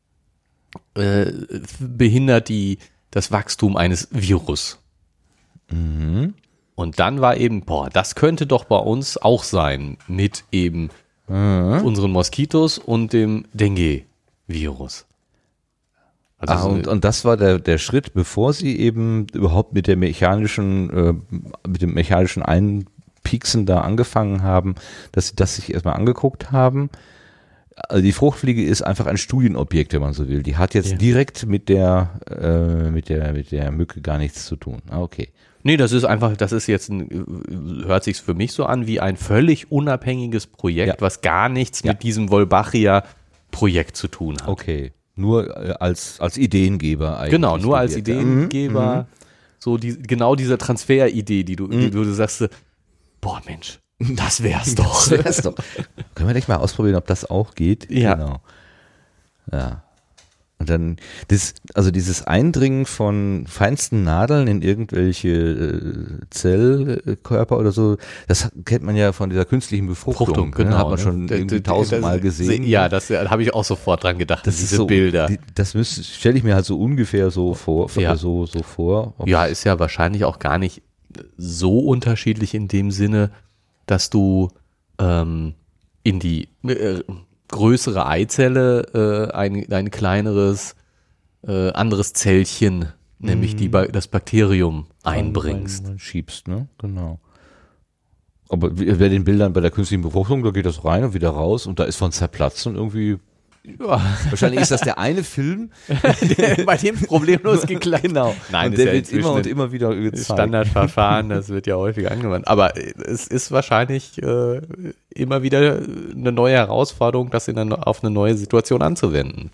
äh, behindert die, das Wachstum eines Virus. Mhm. Und dann war eben, boah, das könnte doch bei uns auch sein, mit eben Mhm. unseren Moskitos und dem Dengue-Virus. Also Ah, so- und, und das war der, der Schritt, bevor sie eben überhaupt mit der mechanischen, äh, mit dem mechanischen Einpieksen da angefangen haben, dass sie das sich erstmal angeguckt haben. Also die Fruchtfliege ist einfach ein Studienobjekt, wenn man so will. Die hat jetzt Ja. direkt mit der, äh, mit der, mit der Mücke gar nichts zu tun. Ah, okay. Nee, das ist einfach, das ist jetzt, ein, hört sich für mich so an wie ein völlig unabhängiges Projekt, Ja. was gar nichts Ja. mit diesem Wolbachia-Projekt zu tun hat. Okay. Nur äh, als, als Ideengeber eigentlich. Genau, nur als studiert, ja. Ideengeber, Mhm, so die, genau diese Transferidee, die du, die du sagst, so, boah Mensch, das wär's doch. Das wär's doch. Können wir gleich mal ausprobieren, ob das auch geht? Ja. Genau. Ja. Und dann, das, also dieses Eindringen von feinsten Nadeln in irgendwelche äh, Zellkörper oder so, das kennt man ja von dieser künstlichen Befruchtung. Fruchtung, ne? genau. Hat man ne? schon D- irgendwie d- tausendmal das- gesehen. Ja, das da habe ich auch sofort dran gedacht, das diese ist so, Bilder. die- Das stelle ich mir halt so ungefähr so vor, Ja. so, so vor. Ob- Ja, ist ja wahrscheinlich auch gar nicht so unterschiedlich in dem Sinne, dass du ähm, in die äh, größere Eizelle äh, ein, ein kleineres, äh, anderes Zellchen, nämlich die, Ba- das Bakterium einbringst. Rein, rein schiebst, ne? Genau. Aber wie- bei den Bildern bei der künstlichen Befruchtung, da geht das rein und wieder raus und da ist von zerplatzt und irgendwie. Ja, wahrscheinlich ist das der eine Film, Bei dem problemlos geklappt. Genau. Nein, und ist der ja wird inzwischen immer und ein immer wieder gezeigt. Standardverfahren, das wird ja häufig angewandt. Aber es ist wahrscheinlich äh, immer wieder eine neue Herausforderung, das in eine, auf eine neue Situation anzuwenden.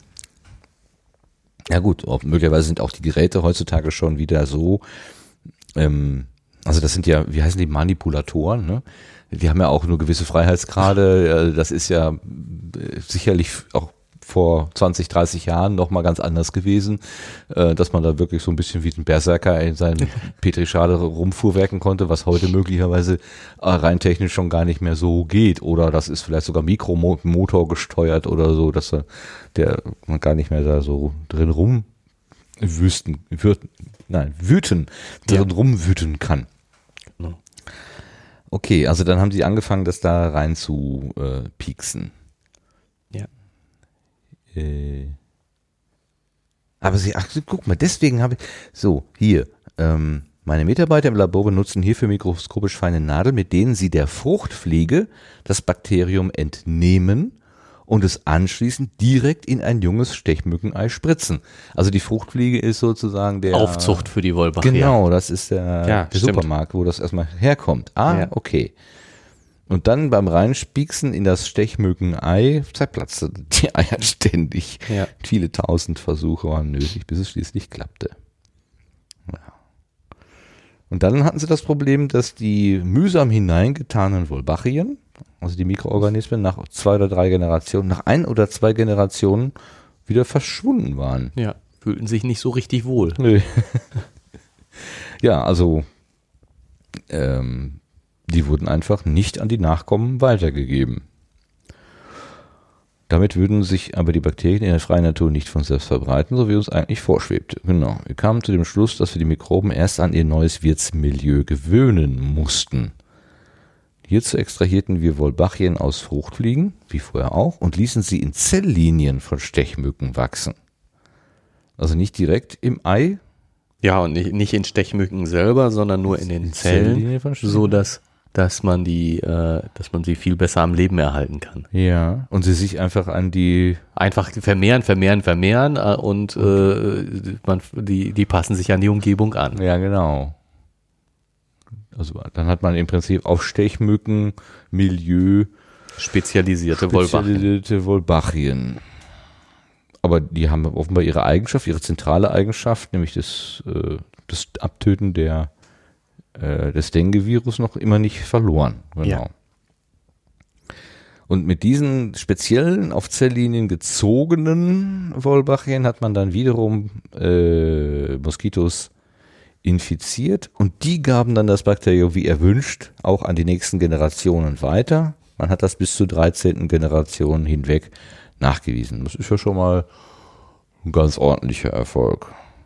Ja gut, auch, möglicherweise sind auch die Geräte heutzutage schon wieder so, ähm, also das sind ja, wie heißen die, Manipulatoren, ne? Die haben ja auch nur gewisse Freiheitsgrade, äh, das ist ja äh, sicherlich auch vor zwanzig, dreißig Jahren noch mal ganz anders gewesen, äh, dass man da wirklich so ein bisschen wie ein Berserker in seinen Petrischale rumfuhrwerken konnte, was heute möglicherweise äh, rein technisch schon gar nicht mehr so geht. Oder das ist vielleicht sogar Mikromotor gesteuert oder so, dass er, der man gar nicht mehr da so drin rumwüsten, würden, nein, wüten, drin Ja. rumwüten kann. Genau. Okay, also dann haben sie angefangen, das da rein zu äh, pieksen. Ja. Äh, aber sie, ach, guck mal, deswegen habe ich, so, hier, ähm, meine Mitarbeiter im Labor benutzen hierfür mikroskopisch feine Nadeln, mit denen sie der Fruchtfliege das Bakterium entnehmen und es anschließend direkt in ein junges Stechmückenei spritzen. Also die Fruchtfliege ist sozusagen der Aufzucht für die Wolbachia. Genau, das ist der, Ja, der stimmt. Supermarkt, wo das erstmal herkommt. Ah, Ja. okay. Und dann beim Reinspieksen in das Stechmückenei zerplatzte die Eier ständig. Ja. Viele tausend Versuche waren nötig, bis es schließlich klappte. Ja. Und dann hatten sie das Problem, dass die mühsam hineingetanen Wolbachien, also die Mikroorganismen, nach zwei oder drei Generationen, nach ein oder zwei Generationen wieder verschwunden waren. Ja, fühlten sich nicht so richtig wohl. Nö. Ja, also ähm, die wurden einfach nicht an die Nachkommen weitergegeben. Damit würden sich aber die Bakterien in der freien Natur nicht von selbst verbreiten, so wie uns eigentlich vorschwebte. Genau. Wir kamen zu dem Schluss, dass wir die Mikroben erst an ihr neues Wirtsmilieu gewöhnen mussten. Hierzu extrahierten wir Wolbachien aus Fruchtfliegen, wie vorher auch, und ließen sie in Zelllinien von Stechmücken wachsen. Also nicht direkt im Ei. Ja, und nicht, nicht in Stechmücken selber, sondern nur in den Zellen, so dass, dass man die, äh, dass man sie viel besser am Leben erhalten kann. Ja. Und sie sich einfach an die Einfach vermehren, vermehren, vermehren äh, und äh, man, die, die passen sich an die Umgebung an. Ja, genau. Also dann hat man im Prinzip auf Stechmücken, Milieu, Spezialisierte Wolbachien. spezialisierte Wolbachien. Aber die haben offenbar ihre Eigenschaft, ihre zentrale Eigenschaft, nämlich das, äh, das Abtöten der, äh, des Dengue-Virus noch immer nicht verloren. Genau. Ja. Und mit diesen speziellen auf Zelllinien gezogenen Wolbachien hat man dann wiederum äh, Moskitos infiziert und die gaben dann das Bakterium wie erwünscht auch an die nächsten Generationen weiter. Man hat das bis zur dreizehnten Generation hinweg nachgewiesen. Das ist ja schon mal ein ganz ordentlicher Erfolg.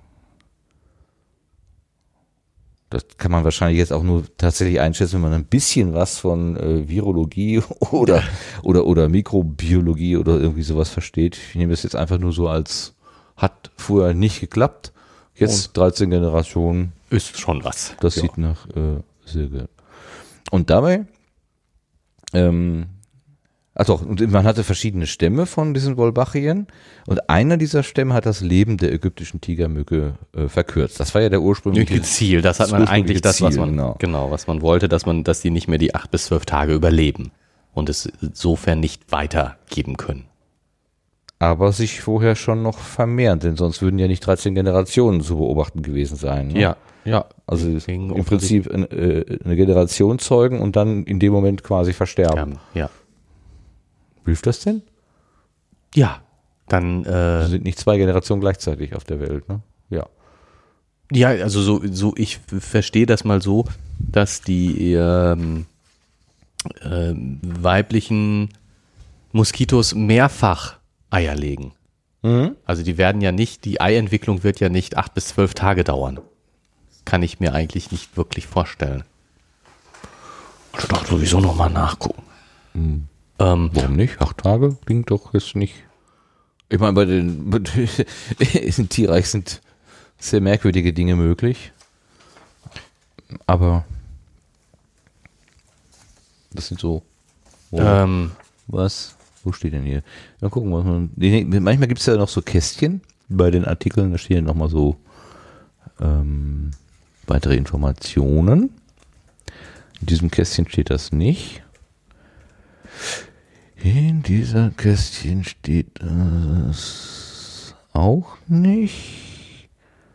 Das kann man wahrscheinlich jetzt auch nur tatsächlich einschätzen, wenn man ein bisschen was von äh, Virologie oder, oder, oder Mikrobiologie oder irgendwie sowas versteht. Ich nehme das jetzt einfach nur so als hat vorher nicht geklappt. Jetzt und dreizehn Generationen. Ist schon was. Das ja. sieht nach äh, sehr gut. Und dabei, ähm, ach doch, und man hatte verschiedene Stämme von diesen Wolbachien und einer dieser Stämme hat das Leben der ägyptischen Tigermücke äh, verkürzt. Das war ja der ursprüngliche Ziel. Das hat das man eigentlich das, was Ziel, man genau. genau, was man wollte, dass man, dass die nicht mehr die acht bis zwölf Tage überleben und es insofern nicht weitergeben können. Aber sich vorher schon noch vermehren, denn sonst würden ja nicht dreizehn Generationen zu beobachten gewesen sein. Ne? Ja, ja. Also Deswegen im Prinzip eine, eine Generation zeugen und dann in dem Moment quasi versterben. Ja. Hilft das denn? Ja. Dann äh, also sind nicht zwei Generationen gleichzeitig auf der Welt, ne? Ja. Ja, also so, so ich verstehe das mal so, dass die ähm, äh, weiblichen Moskitos mehrfach Eier legen. Mhm. Also die werden ja nicht, die Eientwicklung wird ja nicht acht bis zwölf Tage dauern. Das kann ich mir eigentlich nicht wirklich vorstellen. Ich dachte sowieso nochmal nachgucken. Mhm. Ähm, Warum nicht? Acht Tage klingt doch jetzt nicht. Ich meine, bei den, bei den im Tierreich sind sehr merkwürdige Dinge möglich. Aber das sind so. Oh, ähm, was? Wo steht denn hier? Mal gucken, was man. Manchmal gibt es ja noch so Kästchen bei den Artikeln, da stehen nochmal so ähm, weitere Informationen. In diesem Kästchen steht das nicht. In dieser Kästchen steht das auch nicht.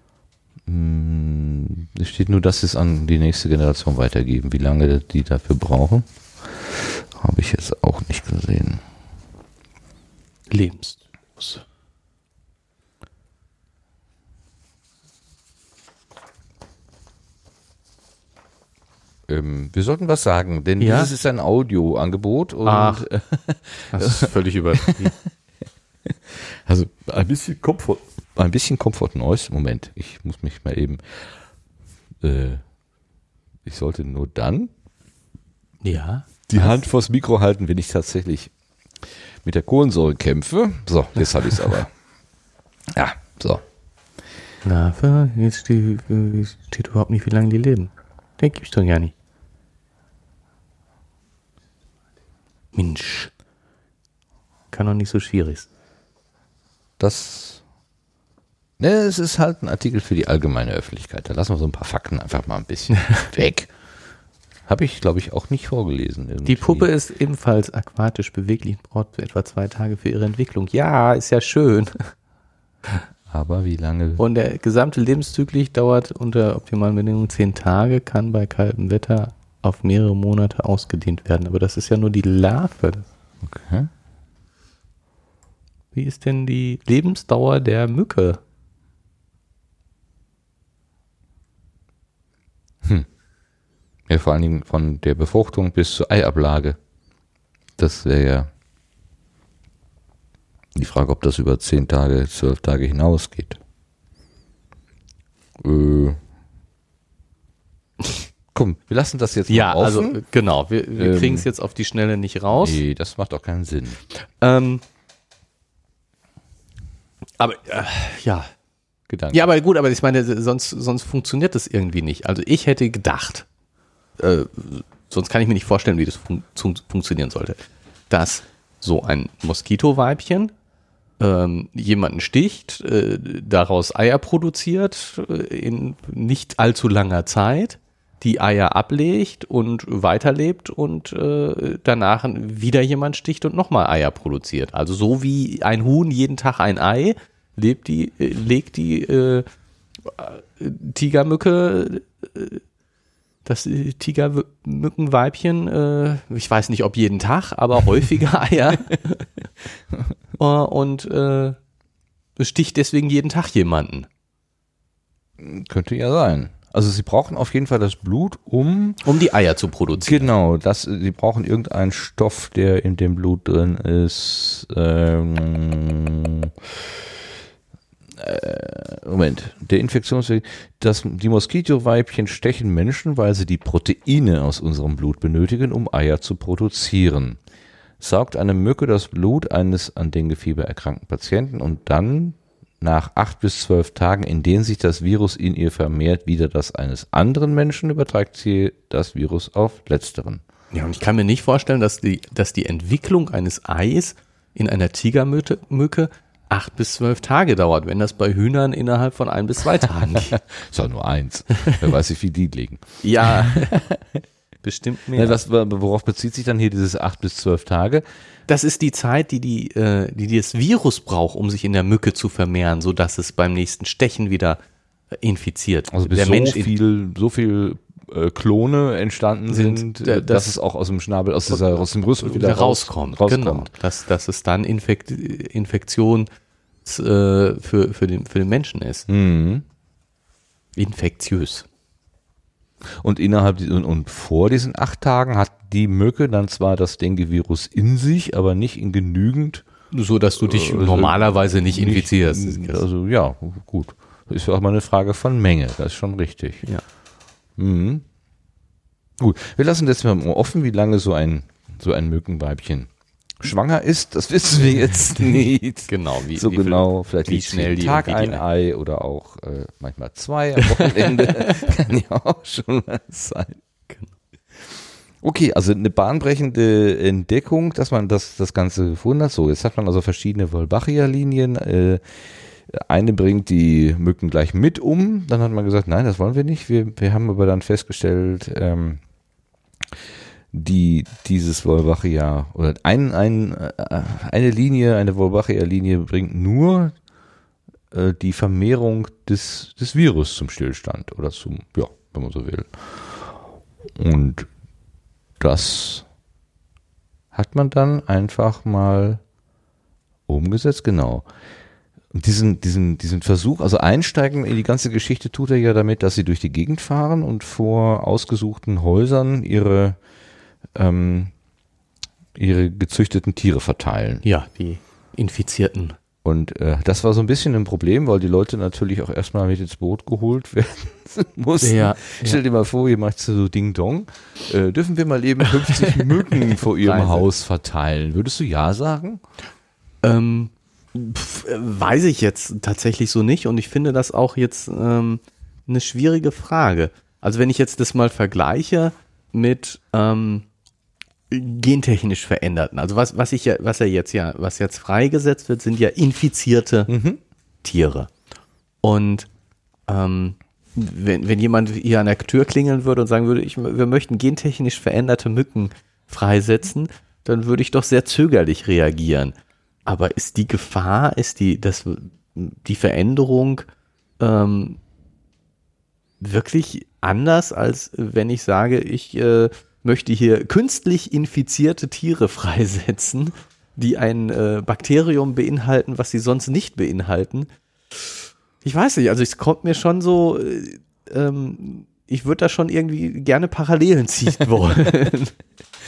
Es steht nur, dass sie es an die nächste Generation weitergeben. Wie lange die dafür brauchen, habe ich jetzt auch nicht gesehen. Lebenszyklus. Ähm, wir sollten was sagen, denn ja? Dieses ist ein Audioangebot und Ach, das ist völlig übertrieben. Also ein bisschen Komfort, ein bisschen Comfort Noise. Moment, ich muss mich mal eben. Äh, ich sollte nur dann ja, die was? Hand vors Mikro halten, wenn ich tatsächlich mit der Kohlensäure kämpfe. So, jetzt habe ich es aber. Ja, so. Na, jetzt steht, steht überhaupt nicht, wie lange die leben. Den gibt's doch gar nicht. Mensch. Kann doch nicht so schwierig sein. Das. Ne, es ist halt ein Artikel für die allgemeine Öffentlichkeit. Da lassen wir so ein paar Fakten einfach mal ein bisschen weg. Habe ich, glaube ich, auch nicht vorgelesen. Irgendwie. Die Puppe ist ebenfalls aquatisch beweglich und braucht etwa zwei Tage für ihre Entwicklung. Ja, ist ja schön. Aber wie lange? Und der gesamte Lebenszyklus dauert unter optimalen Bedingungen zehn Tage, kann bei kaltem Wetter auf mehrere Monate ausgedehnt werden. Aber das ist ja nur die Larve. Okay. Wie ist denn die Lebensdauer der Mücke? Hm. Ja, vor allen Dingen von der Befruchtung bis zur Eiablage. Das wäre ja. Die Frage, ob das über zehn Tage, zwölf Tage hinausgeht. Äh. Komm, wir lassen das jetzt ja, mal offen. also genau, wir, wir Ähm, kriegen es jetzt auf die Schnelle nicht raus. Nee, das macht auch keinen Sinn. Ähm, aber äh, ja. Gedanke. Ja, aber gut, aber ich meine, sonst, sonst funktioniert das irgendwie nicht. Also ich hätte gedacht, äh, sonst kann ich mir nicht vorstellen, wie das fun- fun- funktionieren sollte, dass so ein Moskitoweibchen ähm, jemanden sticht, äh, daraus Eier produziert äh, in nicht allzu langer Zeit, die Eier ablegt und weiterlebt und äh, danach wieder jemand sticht und nochmal Eier produziert. Also so wie ein Huhn jeden Tag ein Ei, lebt die, äh, legt die äh, Tigermücke, äh, das Tigermückenweibchen, äh, ich weiß nicht, ob jeden Tag, aber häufiger Eier äh, und äh, sticht deswegen jeden Tag jemanden. Könnte ja sein. Also sie brauchen auf jeden Fall das Blut, um... Um die Eier zu produzieren. Genau, das, sie brauchen irgendeinen Stoff, der in dem Blut drin ist. Ähm, äh, Moment, der Infektionsweg. Das, die Moskitoweibchen stechen Menschen, weil sie die Proteine aus unserem Blut benötigen, um Eier zu produzieren. Saugt eine Mücke das Blut eines an Denguefieber erkrankten Patienten und dann nach acht bis zwölf Tagen, in denen sich das Virus in ihr vermehrt, wieder das eines anderen Menschen, überträgt sie das Virus auf letzteren. Ja, und ich kann mir nicht vorstellen, dass die, dass die Entwicklung eines Eis in einer Tigermücke acht bis zwölf Tage dauert, wenn das bei Hühnern innerhalb von ein bis zwei Tagen geht. Ist ja nur eins. Wer weiß, wie viel die legen. Ja, bestimmt mehr. Ja, was, worauf bezieht sich dann hier dieses acht bis zwölf Tage? Das ist die Zeit, die, die, äh, die das Virus braucht, um sich in der Mücke zu vermehren, sodass es beim nächsten Stechen wieder äh, infiziert. Also bis der so Mensch viel, so viel äh, Klone entstanden sind, Sind, äh, äh, dass das- es auch aus dem Schnabel, aus, dieser, aus dem Rüssel wieder wieder raus- rauskommt. rauskommt. Genau. Dass, dass es dann Infekt, Infektion äh, für, für, den, für den Menschen ist. Mhm. Infektiös. Und innerhalb die- und, und vor diesen acht Tagen hat die Mücke dann zwar das Dengue-Virus in sich, aber nicht in genügend. So, dass du dich Äh, normalerweise nicht infizierst. Nicht, also ja, gut. Das ist ja auch mal eine Frage von Menge, das ist schon richtig. Ja. Mhm. Gut, wir lassen das mal offen, wie lange so ein, so ein Mückenweibchen schwanger ist. Das wissen wir jetzt nicht. Genau, wie, so wie viel- genau, vielleicht wie liegt schnell jeden die Tag irgendwie ein die- Ei oder auch äh, manchmal zwei am Wochenende. Kann ja auch schon mal sein. Okay, also eine bahnbrechende Entdeckung, dass man das, das Ganze gefunden hat. So, jetzt hat man also verschiedene Wolbachia-Linien. Äh, eine bringt die Mücken gleich mit um. Dann hat man gesagt, nein, das wollen wir nicht. Wir, wir haben aber dann festgestellt, ähm, die dieses Wolbachia oder ein, ein, äh, eine Linie, eine Wolbachia-Linie bringt nur äh, die Vermehrung des, des Virus zum Stillstand oder zum, ja, wenn man so will. Und das hat man dann einfach mal umgesetzt, genau. Und diesen, diesen, diesen Versuch, also einsteigen in die ganze Geschichte tut er ja damit, dass sie durch die Gegend fahren und vor ausgesuchten Häusern ihre, ähm, ihre gezüchteten Tiere verteilen. Ja, die Infizierten. Und äh, das war so ein bisschen ein Problem, weil die Leute natürlich auch erstmal mit ins Boot geholt werden mussten. Ja, Stell ja. dir mal vor, ihr macht so Ding Dong. Äh, dürfen wir mal eben fünfzig Mücken vor ihrem Reise. Haus verteilen? Würdest du ja sagen? Ähm, pf, äh, weiß ich jetzt tatsächlich so nicht und ich finde das auch jetzt ähm, eine schwierige Frage. Also wenn ich jetzt das mal vergleiche mit ähm, gentechnisch veränderten, also was, was ich ja, was ja jetzt ja, was jetzt freigesetzt wird, sind ja infizierte Mhm. Tiere. Und ähm, wenn, wenn jemand hier an der Tür klingeln würde und sagen würde, ich, wir möchten gentechnisch veränderte Mücken freisetzen, dann würde ich doch sehr zögerlich reagieren. Aber ist die Gefahr, ist die, das, die Veränderung ähm, wirklich anders, als wenn ich sage, ich äh, möchte hier künstlich infizierte Tiere freisetzen, die ein äh, Bakterium beinhalten, was sie sonst nicht beinhalten? Ich weiß nicht, also es kommt mir schon so, äh, ähm, ich würde da schon irgendwie gerne Parallelen ziehen wollen.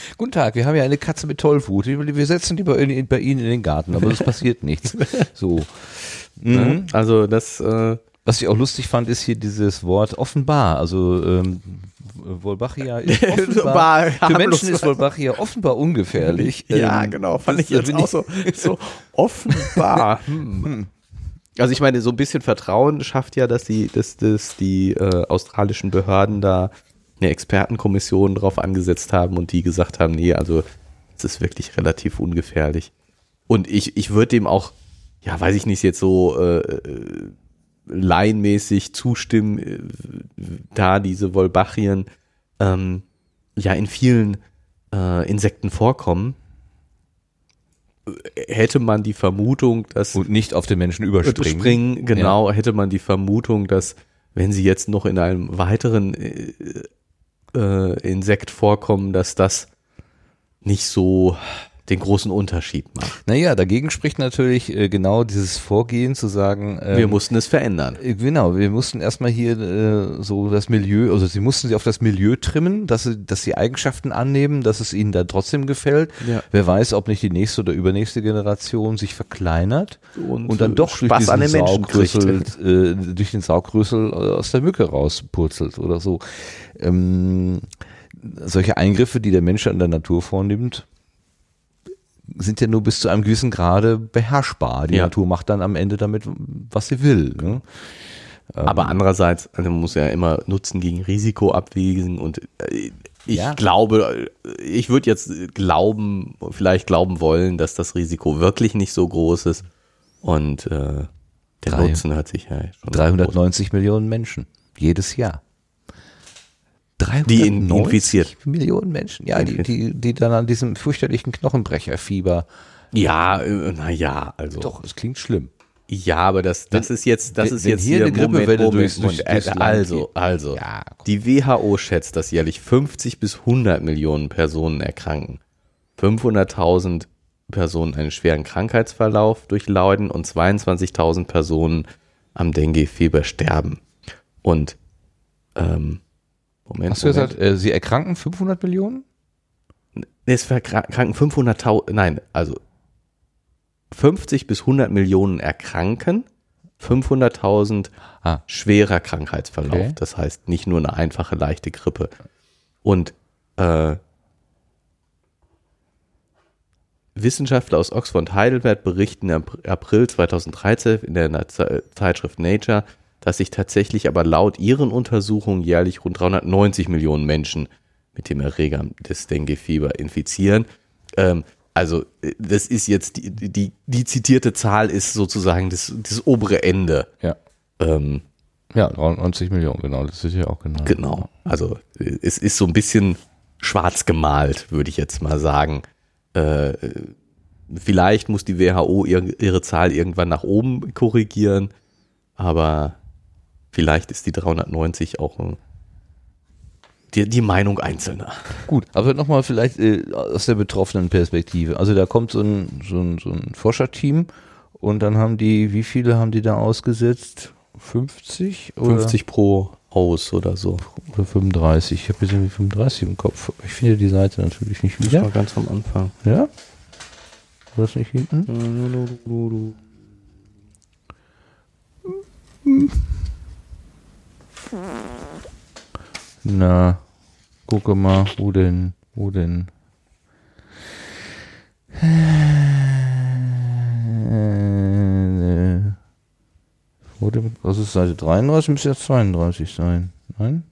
Guten Tag, wir haben ja eine Katze mit Tollwut. Wir setzen die bei, in, bei Ihnen in den Garten, aber es passiert nichts. So. Mhm. Also das... Äh Was ich auch lustig fand, ist hier dieses Wort offenbar. Also ähm, Wolbachia ist offenbar, für Menschen ist Wolbachia offenbar ungefährlich. Ja, ähm, genau, fand ich jetzt auch so, so offenbar. Hm. Also ich meine, so ein bisschen Vertrauen schafft ja, dass die, dass, dass die äh, australischen Behörden da eine Expertenkommission drauf angesetzt haben und die gesagt haben, nee, also es ist wirklich relativ ungefährlich. Und ich, ich würde dem auch, ja, weiß ich nicht, jetzt so äh, laienmäßig zustimmen, äh, da diese Wolbachien ähm, ja in vielen äh, Insekten vorkommen, hätte man die Vermutung, dass... Und nicht auf den Menschen überspringen. Springen, genau, ja. Hätte man die Vermutung, dass wenn sie jetzt noch in einem weiteren äh, äh, Insekt vorkommen, dass das nicht so den großen Unterschied macht. Naja, dagegen spricht natürlich äh, genau dieses Vorgehen zu sagen, ähm, wir mussten es verändern. Äh, genau, wir mussten erstmal hier äh, so das Milieu, also sie mussten sie auf das Milieu trimmen, dass sie, dass sie Eigenschaften annehmen, dass es ihnen da trotzdem gefällt. Ja. Wer weiß, ob nicht die nächste oder übernächste Generation sich verkleinert und, und dann doch Spaß durch, an den Saugrüssel, äh, durch den Saugrüssel aus der Mücke rauspurzelt oder so. Ähm, solche Eingriffe, die der Mensch an der Natur vornimmt, sind ja nur bis zu einem gewissen Grade beherrschbar. Die ja. Natur macht dann am Ende damit, was sie will. Ne? Aber ähm, andererseits, also man muss ja immer Nutzen gegen Risiko abwägen und ich ja. glaube, ich würde jetzt glauben, vielleicht glauben wollen, dass das Risiko wirklich nicht so groß ist und äh, der Drei, Nutzen hat sich ja schon dreihundertneunzig Millionen Menschen jedes Jahr. Die infiziert. Millionen Menschen, ja, die, die, die dann an diesem fürchterlichen Knochenbrecherfieber. Ja, äh, naja, also. Doch, es klingt schlimm. Ja, aber das, das wenn, ist jetzt, das wenn, ist jetzt hier hier eine Grippewelle Moment, durchs, Moment, durchs, durchs also, also, ja, die W H O schätzt, dass jährlich fünfzig bis hundert Millionen Personen erkranken, fünfhunderttausend Personen einen schweren Krankheitsverlauf durchleiden und zweiundzwanzigtausend Personen am Dengue-Fieber sterben. Und, ähm, Moment, Hast du Moment. gesagt, äh, sie erkranken fünfhundert Millionen? Nee, es erkranken fünfhunderttausend, nein, also fünfzig bis hundert Millionen erkranken, fünfhunderttausend ah. schwerer Krankheitsverlauf. Okay. Das heißt nicht nur eine einfache, leichte Grippe. Und äh, Wissenschaftler aus Oxford und Heidelberg berichten im April zweitausenddreizehn in der Zeitschrift Nature, dass sich tatsächlich aber laut ihren Untersuchungen jährlich rund dreihundertneunzig Millionen Menschen mit dem Erreger des Dengue-Fieber infizieren. Ähm, also das ist jetzt, die, die, die zitierte Zahl ist sozusagen das, das obere Ende. Ja. Ähm, ja, neunzig Millionen, genau, das ist ja auch genau. Genau, also es ist so ein bisschen schwarz gemalt, würde ich jetzt mal sagen. Äh, vielleicht muss die W H O ihre, ihre Zahl irgendwann nach oben korrigieren, aber vielleicht ist die dreihundertneunzig auch die, die Meinung Einzelner. Gut, aber nochmal vielleicht äh, aus der betroffenen Perspektive. Also da kommt so ein, so ein, so ein Forscherteam und dann haben die, wie viele haben die da ausgesetzt? fünfzig? Oder? fünfzig pro Haus oder so. Oder fünfunddreißig. Ich habe jetzt irgendwie fünfunddreißig im Kopf. Ich finde die Seite natürlich nicht wieder. Das war ganz am Anfang. Ja? War das nicht hinten? Na, gucke mal, wo denn, wo denn? Äh, wo denn? Was ist Seite dreiunddreißig? Müsste ja zweiunddreißig sein. Nein?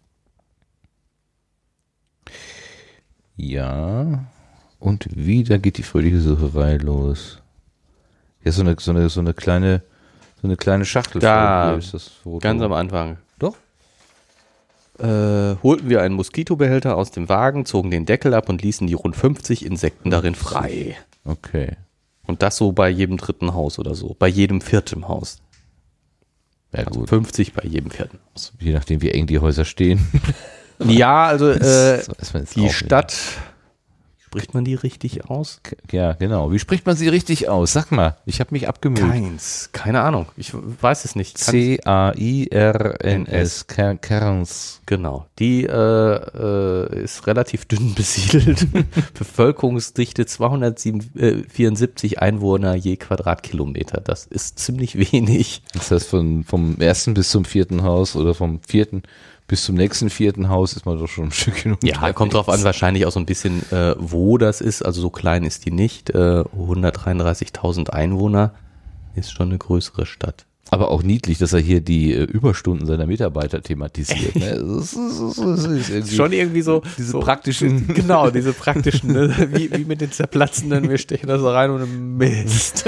Ja. Und wieder geht die fröhliche Sucherei los. Ja, so eine, so eine, so eine kleine, so eine kleine Schachtel. Da, ist das Foto. Ganz am Anfang. Doch? Äh, holten wir einen Moskitobehälter aus dem Wagen, zogen den Deckel ab und ließen die rund fünfzig Insekten darin frei. Okay. Und das so bei jedem dritten Haus oder so. Bei jedem vierten Haus. Ja, also gut. fünfzig bei jedem vierten Haus. Je nachdem, wie eng die Häuser stehen. Ja, also äh, das, das die Stadt Spricht man die richtig aus? Ja, genau. Wie spricht man sie richtig aus? Sag mal, ich habe mich abgemüht. Keins. Keine Ahnung. Ich weiß es nicht. C A I R N S. Cairns. Genau. Die äh, äh, ist relativ dünn besiedelt. Bevölkerungsdichte zweihundertvierundsiebzig Einwohner je Quadratkilometer. Das ist ziemlich wenig. Das heißt, von, vom ersten bis zum vierten Haus oder vom vierten bis zum nächsten vierten Haus ist man doch schon ein Stückchen unterwegs. Ja, kommt drauf an, wahrscheinlich auch so ein bisschen, äh, wo das ist. Also so klein ist die nicht. Äh, hundertdreiunddreißigtausend Einwohner ist schon eine größere Stadt. Aber auch niedlich, dass er hier die äh, Überstunden seiner Mitarbeiter thematisiert. Ne? Das ist, das ist, das ist schon irgendwie so diese so, praktischen. Genau, diese praktischen, ne? wie, wie mit den zerplatzenden, wir stechen das rein und Mist.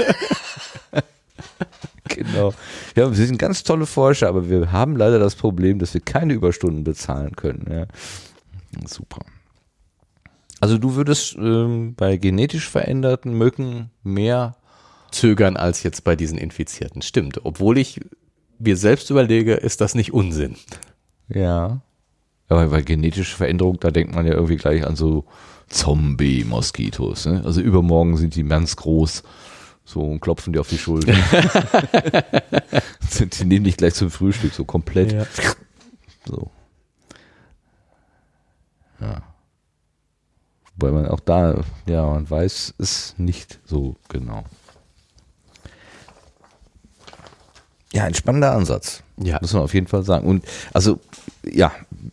Genau. Ja, wir sind ganz tolle Forscher, aber wir haben leider das Problem, dass wir keine Überstunden bezahlen können. Ja. Super. Also du würdest ähm, bei genetisch veränderten Mücken mehr zögern als jetzt bei diesen Infizierten. Stimmt. Obwohl ich mir selbst überlege, ist das nicht Unsinn. Ja. Aber bei genetischer Veränderung, da denkt man ja irgendwie gleich an so Zombie-Moskitos. Ne? Also übermorgen sind die ganz groß. So und klopfen dir auf die Schulter. Die nehmen dich gleich zum Frühstück, so komplett. Ja. So. Ja. Wobei man auch da, ja, man weiß es nicht so genau. Ja, ein spannender Ansatz. Ja. Muss man auf jeden Fall sagen. Und also, ja,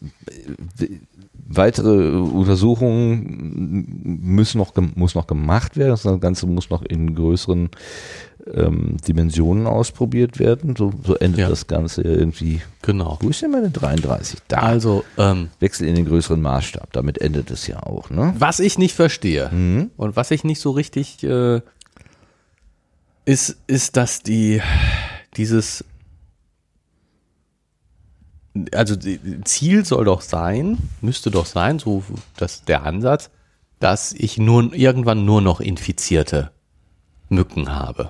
weitere Untersuchungen müssen noch, muss noch gemacht werden. Das Ganze muss noch in größeren ähm, Dimensionen ausprobiert werden. So, so endet ja. das Ganze irgendwie. Genau. Wo ist denn meine dreiunddreißig? Da. Also, ähm, Wechsel in den größeren Maßstab. Damit endet es ja auch, ne? was ich nicht verstehe Mhm. und was ich nicht so richtig äh, ist, ist, dass die dieses also Ziel soll doch sein, müsste doch sein, so dass der Ansatz, dass ich nur irgendwann nur noch infizierte Mücken habe.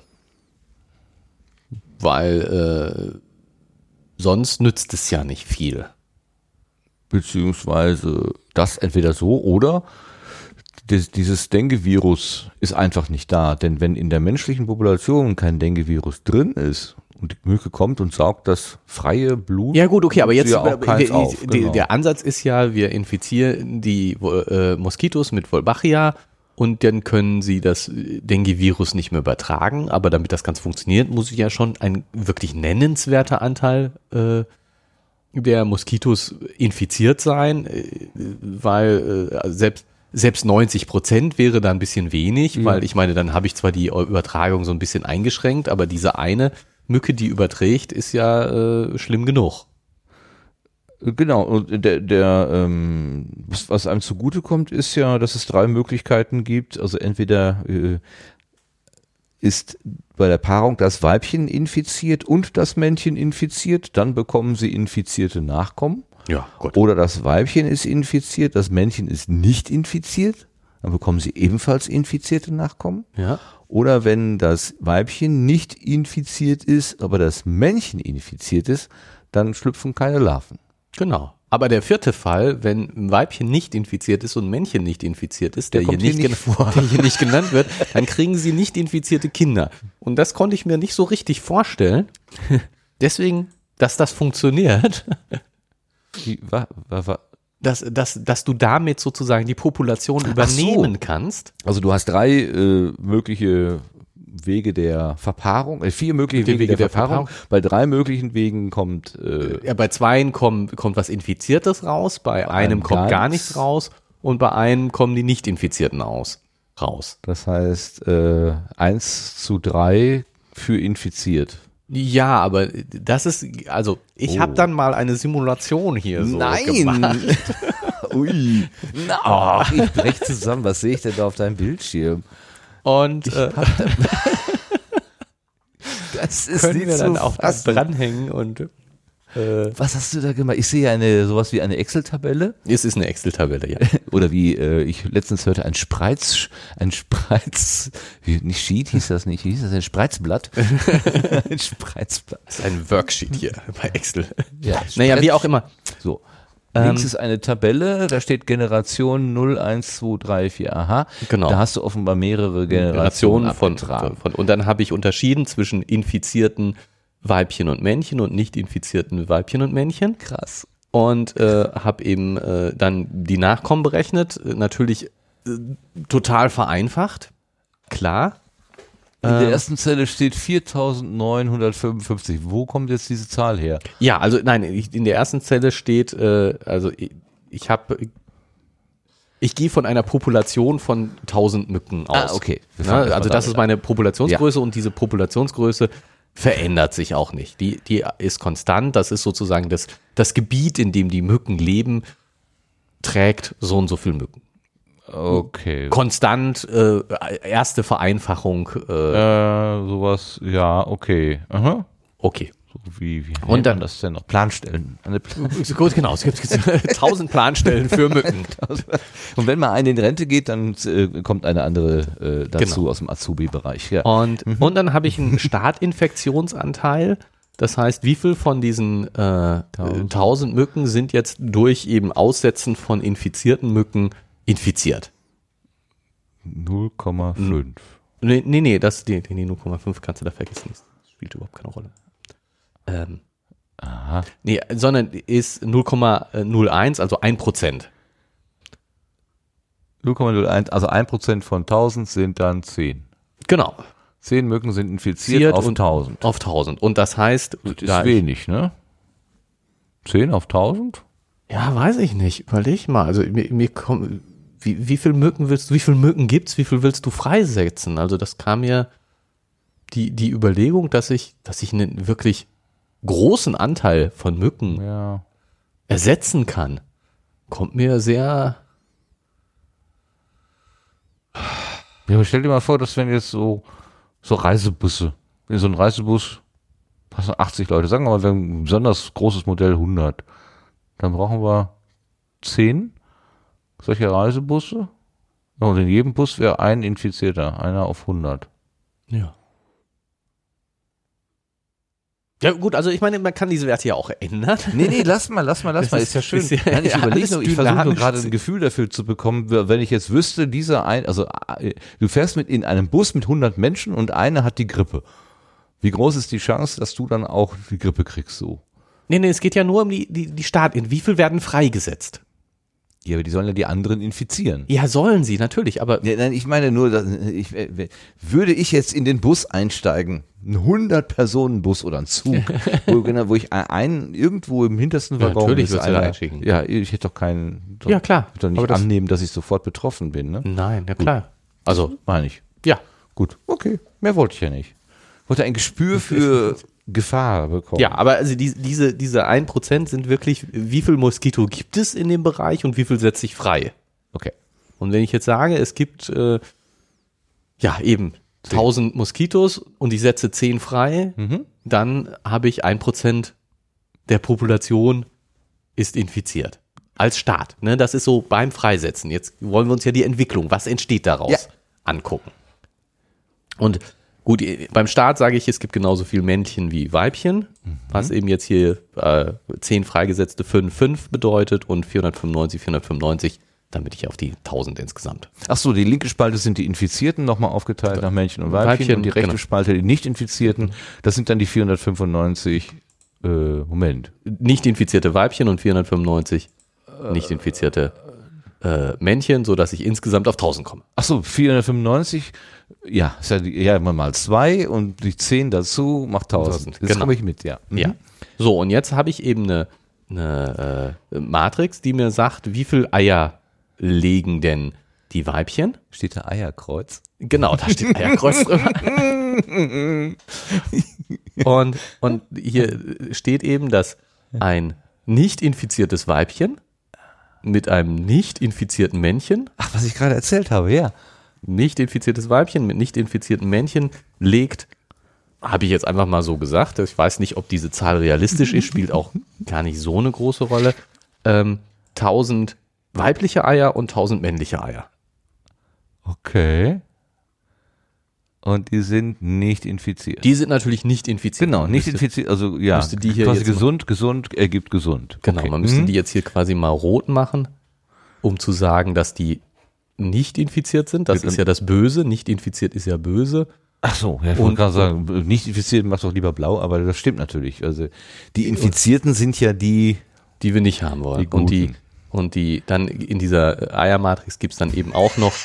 Weil äh, sonst nützt es ja nicht viel. Beziehungsweise das entweder so oder das, dieses Dengue-Virus ist einfach nicht da. Denn wenn in der menschlichen Population kein Dengue-Virus drin ist, und die Mücke kommt und saugt das freie Blut. Ja gut, okay, aber jetzt ja auch keins wir, auf, die, genau. der Ansatz ist ja, wir infizieren die äh, Moskitos mit Wolbachia und dann können sie das Dengue-Virus nicht mehr übertragen. Aber damit das Ganze funktioniert, muss ja schon ein wirklich nennenswerter Anteil äh, der Moskitos infiziert sein, äh, weil äh, selbst Selbst neunzig Prozent wäre da ein bisschen wenig, Mhm. weil ich meine, dann habe ich zwar die Übertragung so ein bisschen eingeschränkt, aber diese eine Mücke, die überträgt, ist ja äh, schlimm genug. Genau, und der, der ähm, was, was einem zugutekommt, ist ja, dass es drei Möglichkeiten gibt. Also entweder äh, ist bei der Paarung das Weibchen infiziert und das Männchen infiziert, dann bekommen sie infizierte Nachkommen. Ja, gut. Oder das Weibchen ist infiziert, das Männchen ist nicht infiziert, dann bekommen sie ebenfalls infizierte Nachkommen. Ja. Oder wenn das Weibchen nicht infiziert ist, aber das Männchen infiziert ist, dann schlüpfen keine Larven. Genau. Aber der vierte Fall, wenn ein Weibchen nicht infiziert ist und ein Männchen nicht infiziert ist, der, Der hier kommt hier nicht, nicht gen- vor. der hier nicht genannt wird, dann kriegen sie nicht infizierte Kinder. Und das konnte ich mir nicht so richtig vorstellen. Deswegen, dass das funktioniert, Wie, wa, wa, wa. dass, dass, dass du damit sozusagen die Population übernehmen so. kannst. Also du hast drei äh, mögliche Wege der Verpaarung, äh, vier mögliche Die Wege, Wege der, der Verpaarung. Bei drei möglichen Wegen kommt äh, Ja, bei zweien kommt, kommt was Infiziertes raus, bei einem einem kommt gar gar nichts. nichts raus und bei einem kommen die Nicht-Infizierten aus, raus. das heißt äh, eins zu drei für infiziert. Ja, aber das ist, also ich Oh. habe dann mal eine Simulation hier so gemacht. Ui. Na, oh, ich brech zusammen. Was sehe ich denn da auf deinem Bildschirm? Und äh, Das ist können nicht wir zu dann auch da fassen. dranhängen und äh, Was hast du da gemacht? Ich sehe ja eine, sowas wie eine Excel-Tabelle. es ist eine Excel-Tabelle, ja. Oder wie äh, ich letztens hörte, ein Spreiz, ein Spreiz, wie, nicht Sheet hieß das nicht, wie hieß das, ein Spreizblatt? Ein Spreizblatt. Das ist ein Worksheet hier bei Excel. Ja, Naja, Spreiz- wie auch immer. So. Links ist eine Tabelle, da steht Generation null, eins, zwei, drei, vier. Aha. Genau. Da hast du offenbar mehrere Generationen von, von, von. Und dann habe ich unterschieden zwischen infizierten Weibchen und Männchen und nicht infizierten Weibchen und Männchen. Krass. Und äh, habe eben äh, dann die Nachkommen berechnet. Natürlich äh, total vereinfacht. Klar. In der ersten Zelle steht viertausendneunhundertfünfundfünfzig. Wo kommt jetzt diese Zahl her? Ja, also nein, ich, in der ersten Zelle steht, äh, also ich, ich habe, ich gehe von einer Population von tausend Mücken aus. Ah, okay. Ne? Also das ist meine Populationsgröße Ja. und diese Populationsgröße verändert sich auch nicht. Die, die ist konstant, das ist sozusagen das, das Gebiet, in dem die Mücken leben, trägt so und so viel Mücken. Okay. Konstant, äh, erste Vereinfachung. Äh, Äh, sowas, ja, okay. Aha. okay. So wie, wie Und dann- nennt man das denn noch? Planstellen. Eine Pl- Gut, genau, es gibt tausend Planstellen für Mücken. Und wenn man einen in Rente geht, dann äh, kommt eine andere äh, dazu Genau. aus dem Azubi-Bereich. Ja. Und, und dann habe ich einen Startinfektionsanteil. Das heißt, wie viel von diesen äh, tausend Mücken sind jetzt durch eben Aussetzen von infizierten Mücken infiziert? null Komma fünf. Nee, nee, nee, das, die, die null Komma fünf kannst du da vergessen. Das spielt überhaupt keine Rolle. Ähm, Aha. nee, sondern ist null Komma null eins, also ein Prozent. null Komma null eins, also ein Prozent von tausend sind dann zehn. Genau. zehn Mücken sind infiziert Infiziert auf und- tausend. Auf tausend. Und das heißt, Das ist da ich- wenig, ne? zehn auf tausend? Ja, weiß ich nicht. Überleg mal. Also mir, mir kommt, wie, wie viel Mücken willst du, wie viel Mücken gibt's, wie viel willst du freisetzen? Also das kam mir die, die Überlegung, dass ich, dass ich einen wirklich großen Anteil von Mücken Ja. ersetzen kann, kommt mir sehr. Ja, aber stell dir mal vor, dass wenn jetzt so, so Reisebusse, in so einen Reisebus passen achtzig Leute, sagen wir mal, wir haben ein besonders großes Modell hundert, dann brauchen wir zehn solche Reisebusse. Und in jedem Bus wäre ein Infizierter, einer auf hundert. Ja. Ja gut, also ich meine, man kann diese Werte ja auch ändern. Nee, nee, lass mal, lass mal, lass Das mal, ist- ist ja schön. ist ja Nein, ich alles überlege nur, ich versuche nur dynamisch. gerade ein Gefühl dafür zu bekommen, wenn ich jetzt wüsste, dieser ein, also äh, du fährst mit in einem Bus mit hundert Menschen und einer hat die Grippe. Wie groß ist die Chance, dass du dann auch die Grippe kriegst so? Nee, nee, es geht ja nur um die, die, die Start. Wie viel werden freigesetzt? Ja, aber die sollen ja die anderen infizieren. Ja, sollen sie, natürlich, aber Ja, nein, ich meine nur, dass ich, äh, würde ich jetzt in den Bus einsteigen, ein hundert-Personen-Bus oder ein Zug, wo, genau, wo ich einen irgendwo im hintersten Ja, Waggon natürlich ist würdest du da einer- einschicken. Ja, ich hätte doch keinen, doch, Ja, klar. Ich doch nicht Aber das- annehmen, dass ich sofort betroffen bin, ne? nein, ja klar. Also, Meine ich. ja. Gut, okay, mehr wollte ich ja nicht. Ich wollte ein Gespür für Gefahr bekommen. Ja, aber also die, diese, diese ein Prozent sind wirklich, wie viel Moskito gibt es in dem Bereich und wie viel setze ich frei? Okay. Und wenn ich jetzt sage, es gibt, äh, ja, eben tausend Moskitos und ich setze zehn frei, dann habe ich ein Prozent der Population ist infiziert. Als Start. Ne? Das ist so beim Freisetzen. Jetzt wollen wir uns ja die Entwicklung, was entsteht daraus, Ja. angucken. Und gut, beim Start sage ich, es gibt genauso viel Männchen wie Weibchen, was eben jetzt hier äh, zehn freigesetzte fünf, fünf bedeutet und vierhundertfünfundneunzig, vierhundertfünfundneunzig, damit ich auf die tausend insgesamt. Ach so, die linke Spalte sind die Infizierten, nochmal aufgeteilt nach Männchen und Weibchen, Weibchen, und die rechte genau. Spalte die Nicht-Infizierten, das sind dann die vierhundertfünfundneunzig, äh, Moment. Nicht infizierte Weibchen und vierhundertfünfundneunzig nicht infizierte äh, Männchen, sodass ich insgesamt auf tausend komme. Ach so, vierhundertfünfundneunzig, ja, ist ja, die- ja mal zwei und die zehn dazu macht tausend. Das Genau. komme ich mit, ja. Mhm. Ja. So, und jetzt habe ich eben eine, eine äh, Matrix, die mir sagt, wie viel Eier legen denn die Weibchen? Steht da Eierkreuz? Genau, da steht Eierkreuz drüber. Und, und hier steht eben, dass ein nicht infiziertes Weibchen mit einem nicht infizierten Männchen, Ach, was ich gerade erzählt habe, ja. nicht infiziertes Weibchen mit nicht infizierten Männchen legt, habe ich jetzt einfach mal so gesagt, ich weiß nicht, ob diese Zahl realistisch ist, spielt auch gar nicht so eine große Rolle, ähm, tausend weibliche Eier und tausend männliche Eier. Okay. Und die sind nicht infiziert. Die sind natürlich nicht infiziert. Genau, nicht müsste, infiziert, also ja, müsste die hier quasi jetzt gesund, gesund ergibt gesund. Genau, Okay. man müsste Mhm. die jetzt hier quasi mal rot machen, um zu sagen, dass die nicht infiziert sind. Das Mit- ist ja das Böse, nicht infiziert ist ja böse. Ach so, ja, ich Und- wollte gerade sagen, nicht infiziert macht doch lieber blau, aber das stimmt natürlich. Also die Infizierten sind ja die, Die wir nicht haben wollen. Die und die Guten. und die dann in dieser Eiermatrix gibt es dann eben auch noch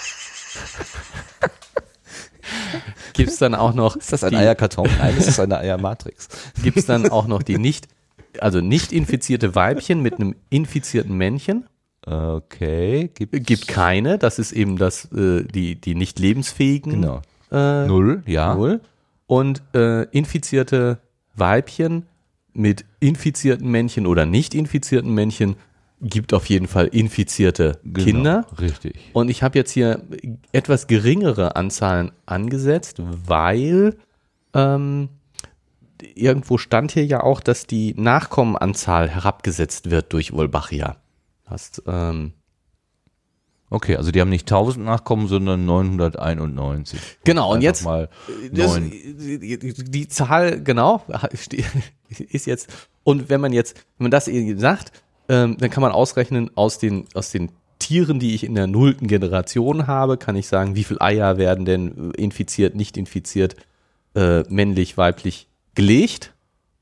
gibt es dann auch noch ist das ein die, Eierkarton? Nein, das ist eine Eiermatrix. gibt es dann auch noch die nicht also nicht infizierte Weibchen mit einem infizierten Männchen. Okay, gibt, Gibt keine, das ist eben das äh, die die nicht lebensfähigen genau. äh, Null, ja. Null. Und äh, infizierte Weibchen mit infizierten Männchen oder nicht infizierten Männchen gibt auf jeden Fall infizierte Genau, Kinder. richtig. Und ich habe jetzt hier etwas geringere Anzahlen angesetzt, weil ähm, irgendwo stand hier ja auch, dass die Nachkommenanzahl herabgesetzt wird durch Wolbachia. Hast, ähm, Okay, also die haben nicht tausend Nachkommen, sondern neunhunderteinundneunzig. genau, und Einfach jetzt mal Das, neun. die, die, die Zahl, genau, ist jetzt, und wenn man jetzt, wenn man das irgendwie sagt, ähm, dann kann man ausrechnen, aus den, aus den Tieren, die ich in der nullten Generation habe, kann ich sagen, wie viele Eier werden denn infiziert, nicht infiziert, äh, männlich, weiblich gelegt.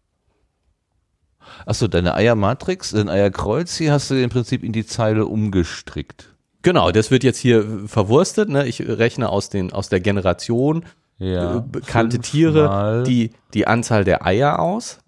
Achso, deine Eiermatrix, dein Eierkreuz, hier hast du im Prinzip in die Zeile umgestrickt. Genau, das wird jetzt hier verwurstet, ne? Ich rechne aus, den, aus der Generation Ja. äh, bekannte Fünfmal. Tiere die, die Anzahl der Eier aus.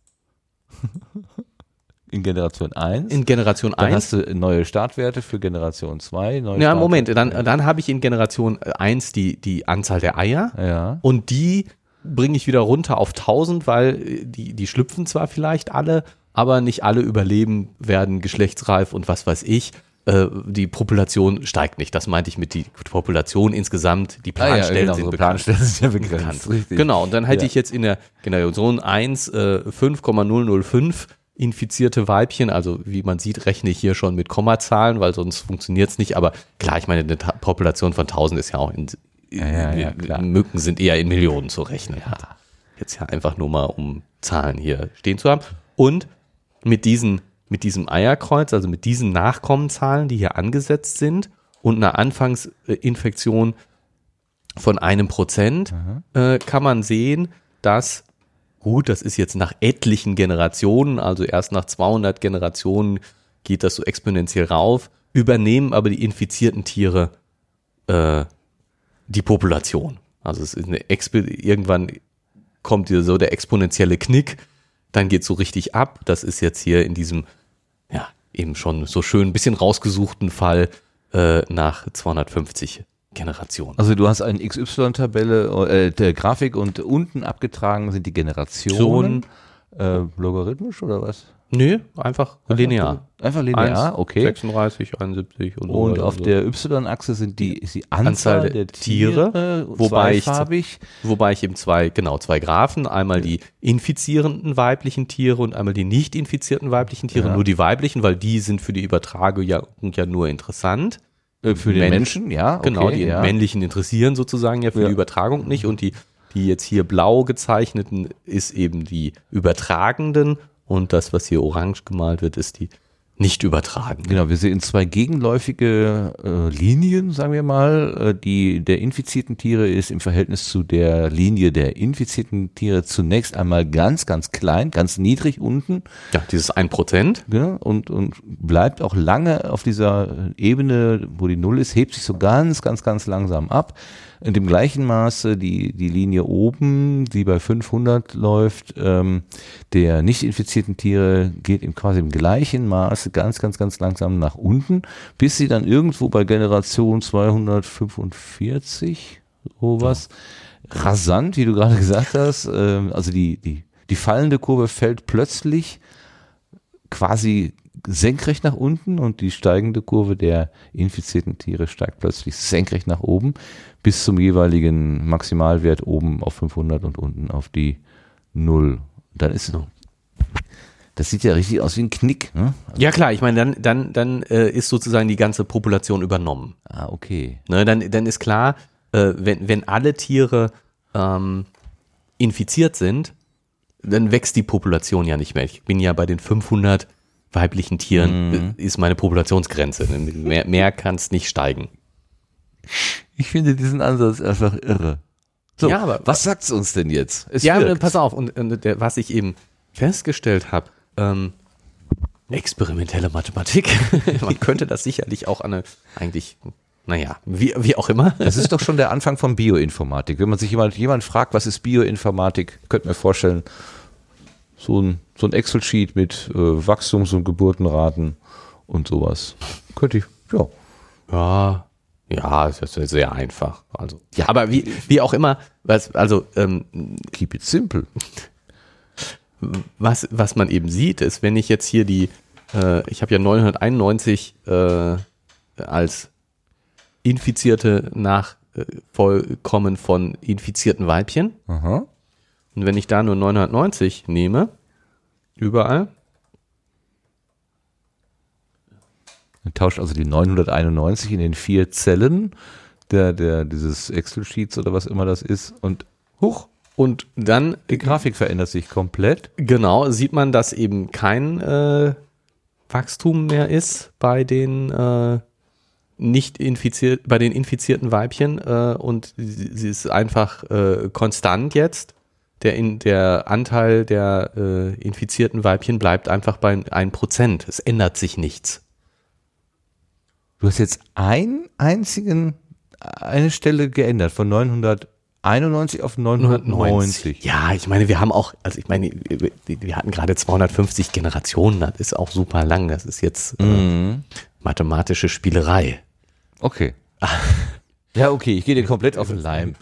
In Generation eins. In Generation Dann eins. hast du neue Startwerte für Generation zwei. Neue Ja, Moment, Startwerte dann, dann habe ich in Generation eins die, die Anzahl der Eier für- Ja. und die bringe ich wieder runter auf tausend, weil äh, die, die schlüpfen zwar vielleicht alle, aber nicht alle überleben, werden geschlechtsreif und was weiß ich. Äh, Die Population steigt nicht. Das meinte ich mit die Population insgesamt. Die Planstellen genau, sind so bekannt. Planstellen sind ja begrenzt, bekannt. richtig. Genau, und dann hätte Ja. ich jetzt in der Generation eins äh, fünf Komma null null fünf infizierte Weibchen, also wie man sieht, rechne ich hier schon mit Kommazahlen, weil sonst funktioniert es nicht, aber klar, ich meine, eine Ta- Population von tausend ist ja auch in, Ja, ja, ja, klar. Mücken sind eher in Millionen zu rechnen. Jetzt ja einfach nur mal, um Zahlen hier stehen zu haben. Und mit diesen, mit diesem Eierkreuz, also mit diesen Nachkommenzahlen, die hier angesetzt sind und einer Anfangsinfektion von einem Prozent, äh, kann man sehen, dass gut, das ist jetzt nach etlichen Generationen, also erst nach zweihundert Generationen geht das so exponentiell rauf, übernehmen aber die infizierten Tiere äh, die Population. Also es ist eine Expo- irgendwann kommt hier so der exponentielle Knick, dann geht es so richtig ab. Das ist jetzt hier in diesem, ja, eben schon so schön ein bisschen rausgesuchten Fall äh, nach zweihundertfünfzig Generationen. Also du hast eine X Y-Tabelle, äh, der Grafik und unten abgetragen sind die Generationen. Äh, logarithmisch oder was? Nö, einfach linear. Einfach linear, eins, okay. sechsunddreißig, einundsiebzig und so Und weiter auf so. der Y-Achse sind die, ist die Anzahl, Anzahl der der Tiere, Tiere, wobei ich- zweifarbig. Wobei ich eben zwei, genau, zwei Graphen, einmal die infizierenden weiblichen Tiere und einmal die nicht infizierten weiblichen Tiere, Ja. nur die weiblichen, weil die sind für die Übertragung ja, ja nur interessant. Äh, für den Mensch- Menschen, ja. Okay, Genau, die ja. männlichen interessieren sozusagen ja für Ja. die Übertragung nicht und die, die jetzt hier blau gezeichneten ist eben die übertragenden und das, was hier orange gemalt wird, ist die nicht übertragenden. Genau, wir sehen zwei gegenläufige äh, Linien, sagen wir mal. Äh, die der infizierten Tiere ist im Verhältnis zu der Linie der infizierten Tiere zunächst einmal ganz, ganz klein, ganz niedrig unten. Ja, dieses ein Prozent. Ja, und, und bleibt auch lange auf dieser Ebene, wo die Null ist, hebt sich so ganz, ganz, ganz langsam ab. In dem gleichen Maße die, die Linie oben, die bei fünfhundert läuft, ähm, der nicht infizierten Tiere geht im quasi im gleichen Maße ganz, ganz, ganz langsam nach unten, bis sie dann irgendwo bei Generation zweihundertfünfundvierzig, sowas, rasant, wie du gerade gesagt hast, ähm, also die, die, die fallende Kurve fällt plötzlich quasi senkrecht nach unten und die steigende Kurve der infizierten Tiere steigt plötzlich senkrecht nach oben bis zum jeweiligen Maximalwert oben auf fünfhundert und unten auf die Null. Dann ist das sieht ja richtig aus wie ein Knick, ne? Ja klar, ich meine, dann, dann, dann äh, ist sozusagen die ganze Population übernommen. Ah, okay. Ne, dann, dann ist klar, äh, wenn, wenn alle Tiere ähm, infiziert sind, dann wächst die Population ja nicht mehr. Ich bin ja bei den fünfhundert weiblichen Tieren, Mhm. ist meine Populationsgrenze. Mehr, mehr kann es nicht steigen. Ich finde diesen Ansatz einfach irre. So, Ja, aber- was sagt's uns denn jetzt? Es Ja, wirkt. pass auf, und, und der, was ich eben festgestellt habe, ähm, experimentelle Mathematik, man könnte das sicherlich auch an eine, eigentlich, naja, wie, wie auch immer. Das ist doch schon der Anfang von Bioinformatik. Wenn man sich jemand, jemand fragt, was ist Bioinformatik, könnte mir vorstellen, so ein, so ein Excel-Sheet mit äh, Wachstums- und Geburtenraten und sowas. Könnte ich, ja. Ja, ja, das ist sehr einfach. Also, ja, aber wie, wie auch immer, was, also, ähm, Keep it simple. was, was man eben sieht, ist, wenn ich jetzt hier die, äh, ich habe ja neunhunderteinundneunzig äh, als Infizierte Nachfolkommen von infizierten Weibchen. Aha. Und wenn ich da nur neunhundertneunzig nehme, überall, Man tauscht also die neunhunderteinundneunzig in den vier Zellen der, der, dieses Excel-Sheets oder was immer das ist und huch, und dann, die Grafik verändert sich komplett. genau, sieht man, dass eben kein äh, Wachstum mehr ist bei den äh, nicht infiziert, bei den infizierten Weibchen äh, und sie, sie ist einfach äh, konstant jetzt. Der, in, der Anteil der äh, infizierten Weibchen bleibt einfach bei ein Prozent. Es ändert sich nichts. Du hast jetzt einen einzigen, eine Stelle geändert von neunhunderteinundneunzig auf neunhundertneunzig. Ja, ich meine, wir haben auch, also ich meine, wir, wir hatten gerade zweihundertfünfzig Generationen, das ist auch super lang. Das ist jetzt äh, Mhm. mathematische Spielerei. Okay. Ja, okay, ich gehe dir komplett auf den Leim.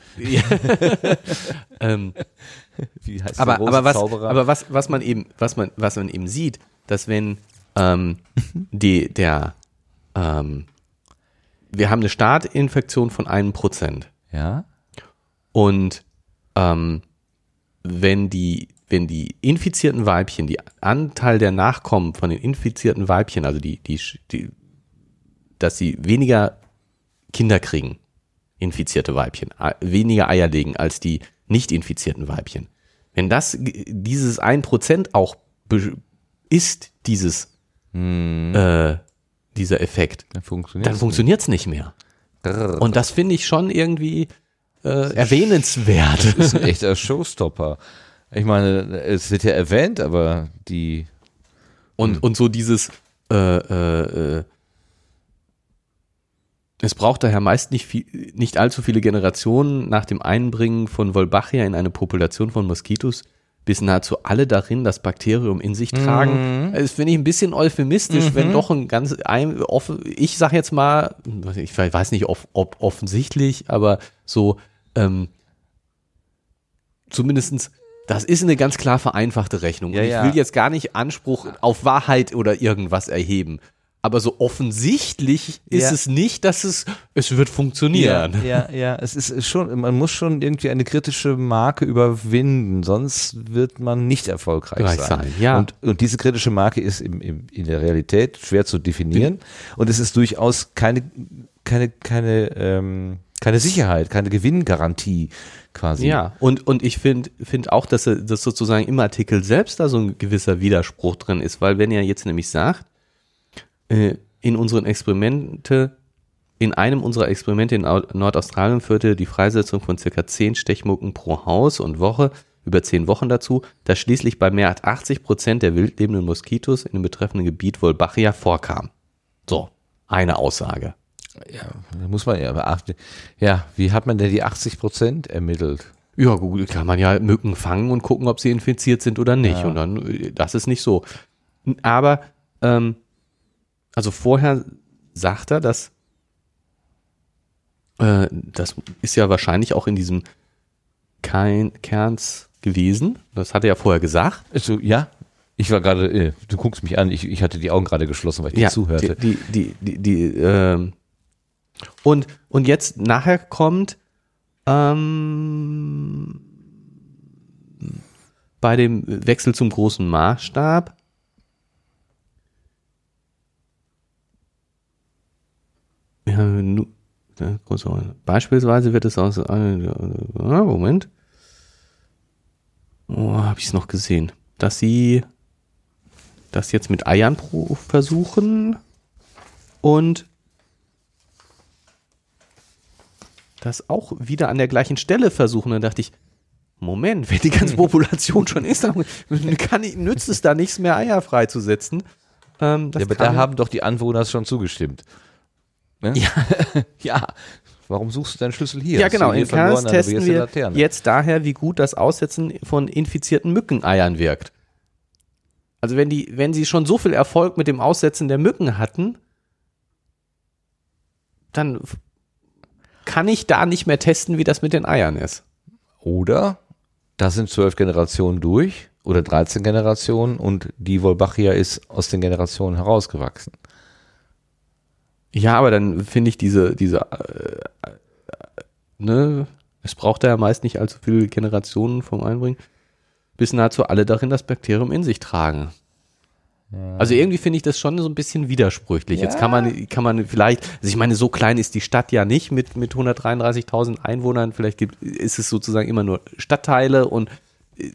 ähm, Wie heißt aber der große aber, was, Zauberer? aber was, was man eben, was man, was man eben sieht, dass wenn ähm, die, der, ähm, wir haben eine Startinfektion von einem Prozent Ja? und ähm, wenn die, wenn die infizierten Weibchen, die Anteil der Nachkommen von den infizierten Weibchen, also die, die, die, dass sie weniger Kinder kriegen, infizierte Weibchen, a- weniger Eier legen als die nicht infizierten Weibchen. Wenn das, g- dieses ein Prozent auch be- ist, dieses, äh, dieser Effekt, Dann funktioniert dann funktioniert es nicht mehr. Und Und das finde ich schon irgendwie äh, erwähnenswert. das ist ein echter Showstopper. Ich meine, es wird ja erwähnt, aber die Und, und so dieses, äh, äh, äh, es braucht daher meist nicht, viel, nicht allzu viele Generationen nach dem Einbringen von Wolbachia in eine Population von Moskitos, bis nahezu alle darin das Bakterium in sich tragen. Das finde ich ein bisschen euphemistisch, wenn doch ein ganz, ein, offen, ich sage jetzt mal, ich weiß nicht, ob, ob offensichtlich, aber so ähm, zumindestens, das ist eine ganz klar vereinfachte Rechnung. Ja, und ich ja. will jetzt gar nicht Anspruch auf Wahrheit oder irgendwas erheben. Aber so offensichtlich ist Ja. es nicht, dass es, es wird funktionieren. Ja, ja, ja, es ist schon, man muss schon irgendwie eine kritische Marke überwinden, sonst wird man nicht erfolgreich Reich sein. sein, ja. Und, und diese kritische Marke ist im, im, in der Realität schwer zu definieren und es ist durchaus keine, keine, keine, ähm, keine Sicherheit, keine Gewinngarantie quasi. Ja, und, und ich finde find auch, dass, er- dass sozusagen im Artikel selbst da so ein gewisser Widerspruch drin ist, weil wenn er jetzt nämlich sagt, äh, in unseren Experimente, in einem unserer Experimente in Au- Nordaustralien führte die Freisetzung von circa zehn Stechmücken pro Haus und Woche über zehn Wochen dazu, dass schließlich bei mehr als achtzig Prozent der wild lebenden Moskitos in dem betreffenden Gebiet Wolbachia vorkam. So, eine Aussage. Ja, da muss man ja beachten. Ja, wie hat man denn die achtzig Prozent ermittelt? Ja, gut, kann man ja Mücken fangen und gucken, ob sie infiziert sind oder nicht. Ja. Und dann, äh, das ist nicht so. Aber, ähm, also vorher sagt er, dass, äh, das ist ja wahrscheinlich auch in diesem kein Kerns gewesen. Das hat er ja vorher gesagt. Also, ja, ich war gerade, äh, du guckst mich an, ich, ich hatte die Augen gerade geschlossen, weil ich dir zuhörte. Die, die, die, die, die ähm, und, und jetzt nachher kommt, ähm, bei dem Wechsel zum großen Maßstab ja, nu- Beispielsweise wird es aus, Moment, oh, habe ich es noch gesehen, dass sie das jetzt mit Eiern versuchen und das auch wieder an der gleichen Stelle versuchen. Dann dachte ich, Moment, wenn die ganze Population schon ist, dann kann ich, nützt es da nichts mehr, Eier freizusetzen. Ähm, das ja, aber da haben doch die Anwohner schon zugestimmt. Ne? Ja. Ja. Warum suchst du deinen Schlüssel hier? Ja, genau. In In Cairns testen wir jetzt daher, wie gut das Aussetzen von infizierten Mückeneiern wirkt. Also wenn die, wenn sie schon so viel Erfolg mit dem Aussetzen der Mücken hatten, dann kann ich da nicht mehr testen, wie das mit den Eiern ist. Oder da sind zwölf Generationen durch oder dreizehn Generationen und die Wolbachia ist aus den Generationen herausgewachsen. Ja, aber dann finde ich diese, diese, äh, äh, ne, es braucht ja meist nicht allzu viele Generationen vom Einbringen, bis nahezu alle darin das Bakterium in sich tragen. Ja. Also irgendwie finde ich das schon so ein bisschen widersprüchlich. Ja. Jetzt kann man, kann man vielleicht, also ich meine, so klein ist die Stadt ja nicht mit, mit hundertdreiunddreißigtausend Einwohnern, vielleicht gibt, ist es sozusagen immer nur Stadtteile und äh,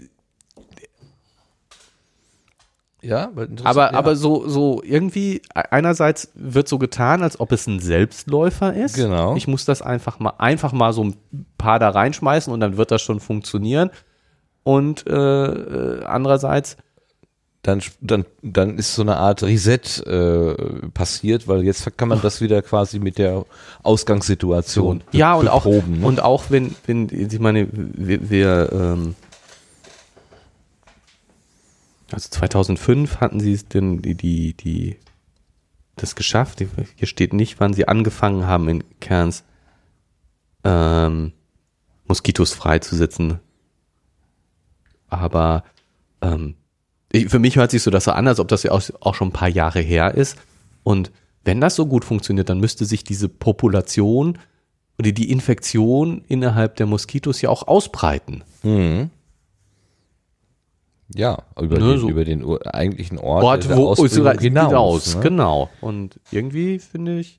Ja, aber, ja. aber so, so irgendwie, einerseits wird so getan, als ob es ein Selbstläufer ist. Genau. Ich muss das einfach mal, einfach mal so ein paar da reinschmeißen und dann wird das schon funktionieren. Und äh, andererseits Dann, dann, dann ist so eine Art Reset äh, passiert, weil jetzt kann man das wieder quasi mit der Ausgangssituation be- ja, und beproben. Auch, ne? und auch wenn, wenn, ich meine, wir, wir ähm, also zweitausendfünf hatten sie es denn die, die, die, das geschafft. Hier steht nicht, wann sie angefangen haben in Cairns ähm, Moskitos freizusetzen. Aber ähm, ich, für mich hört sich so das so an, als ob das ja auch, auch schon ein paar Jahre her ist. Und wenn das so gut funktioniert, dann müsste sich diese Population oder die Infektion innerhalb der Moskitos ja auch ausbreiten. Mhm. Ja, über, Ne, den, so über den ur- eigentlichen Ort, Ort, der wo Ausbildung es hinaus. hinaus Ne? Genau. Und irgendwie finde ich,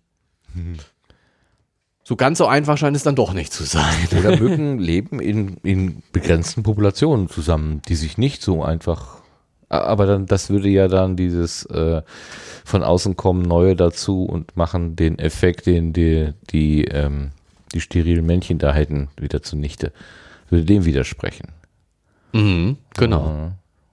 so ganz so einfach scheint es dann doch nicht zu sein. Oder Mücken leben in, in begrenzten Populationen zusammen, die sich nicht so einfach, aber dann, das würde ja dann dieses äh, von außen kommen Neue dazu und machen den Effekt, den die, die, ähm, die sterilen Männchen da hätten, wieder zunichte. Würde dem widersprechen. Mhm, genau. Äh,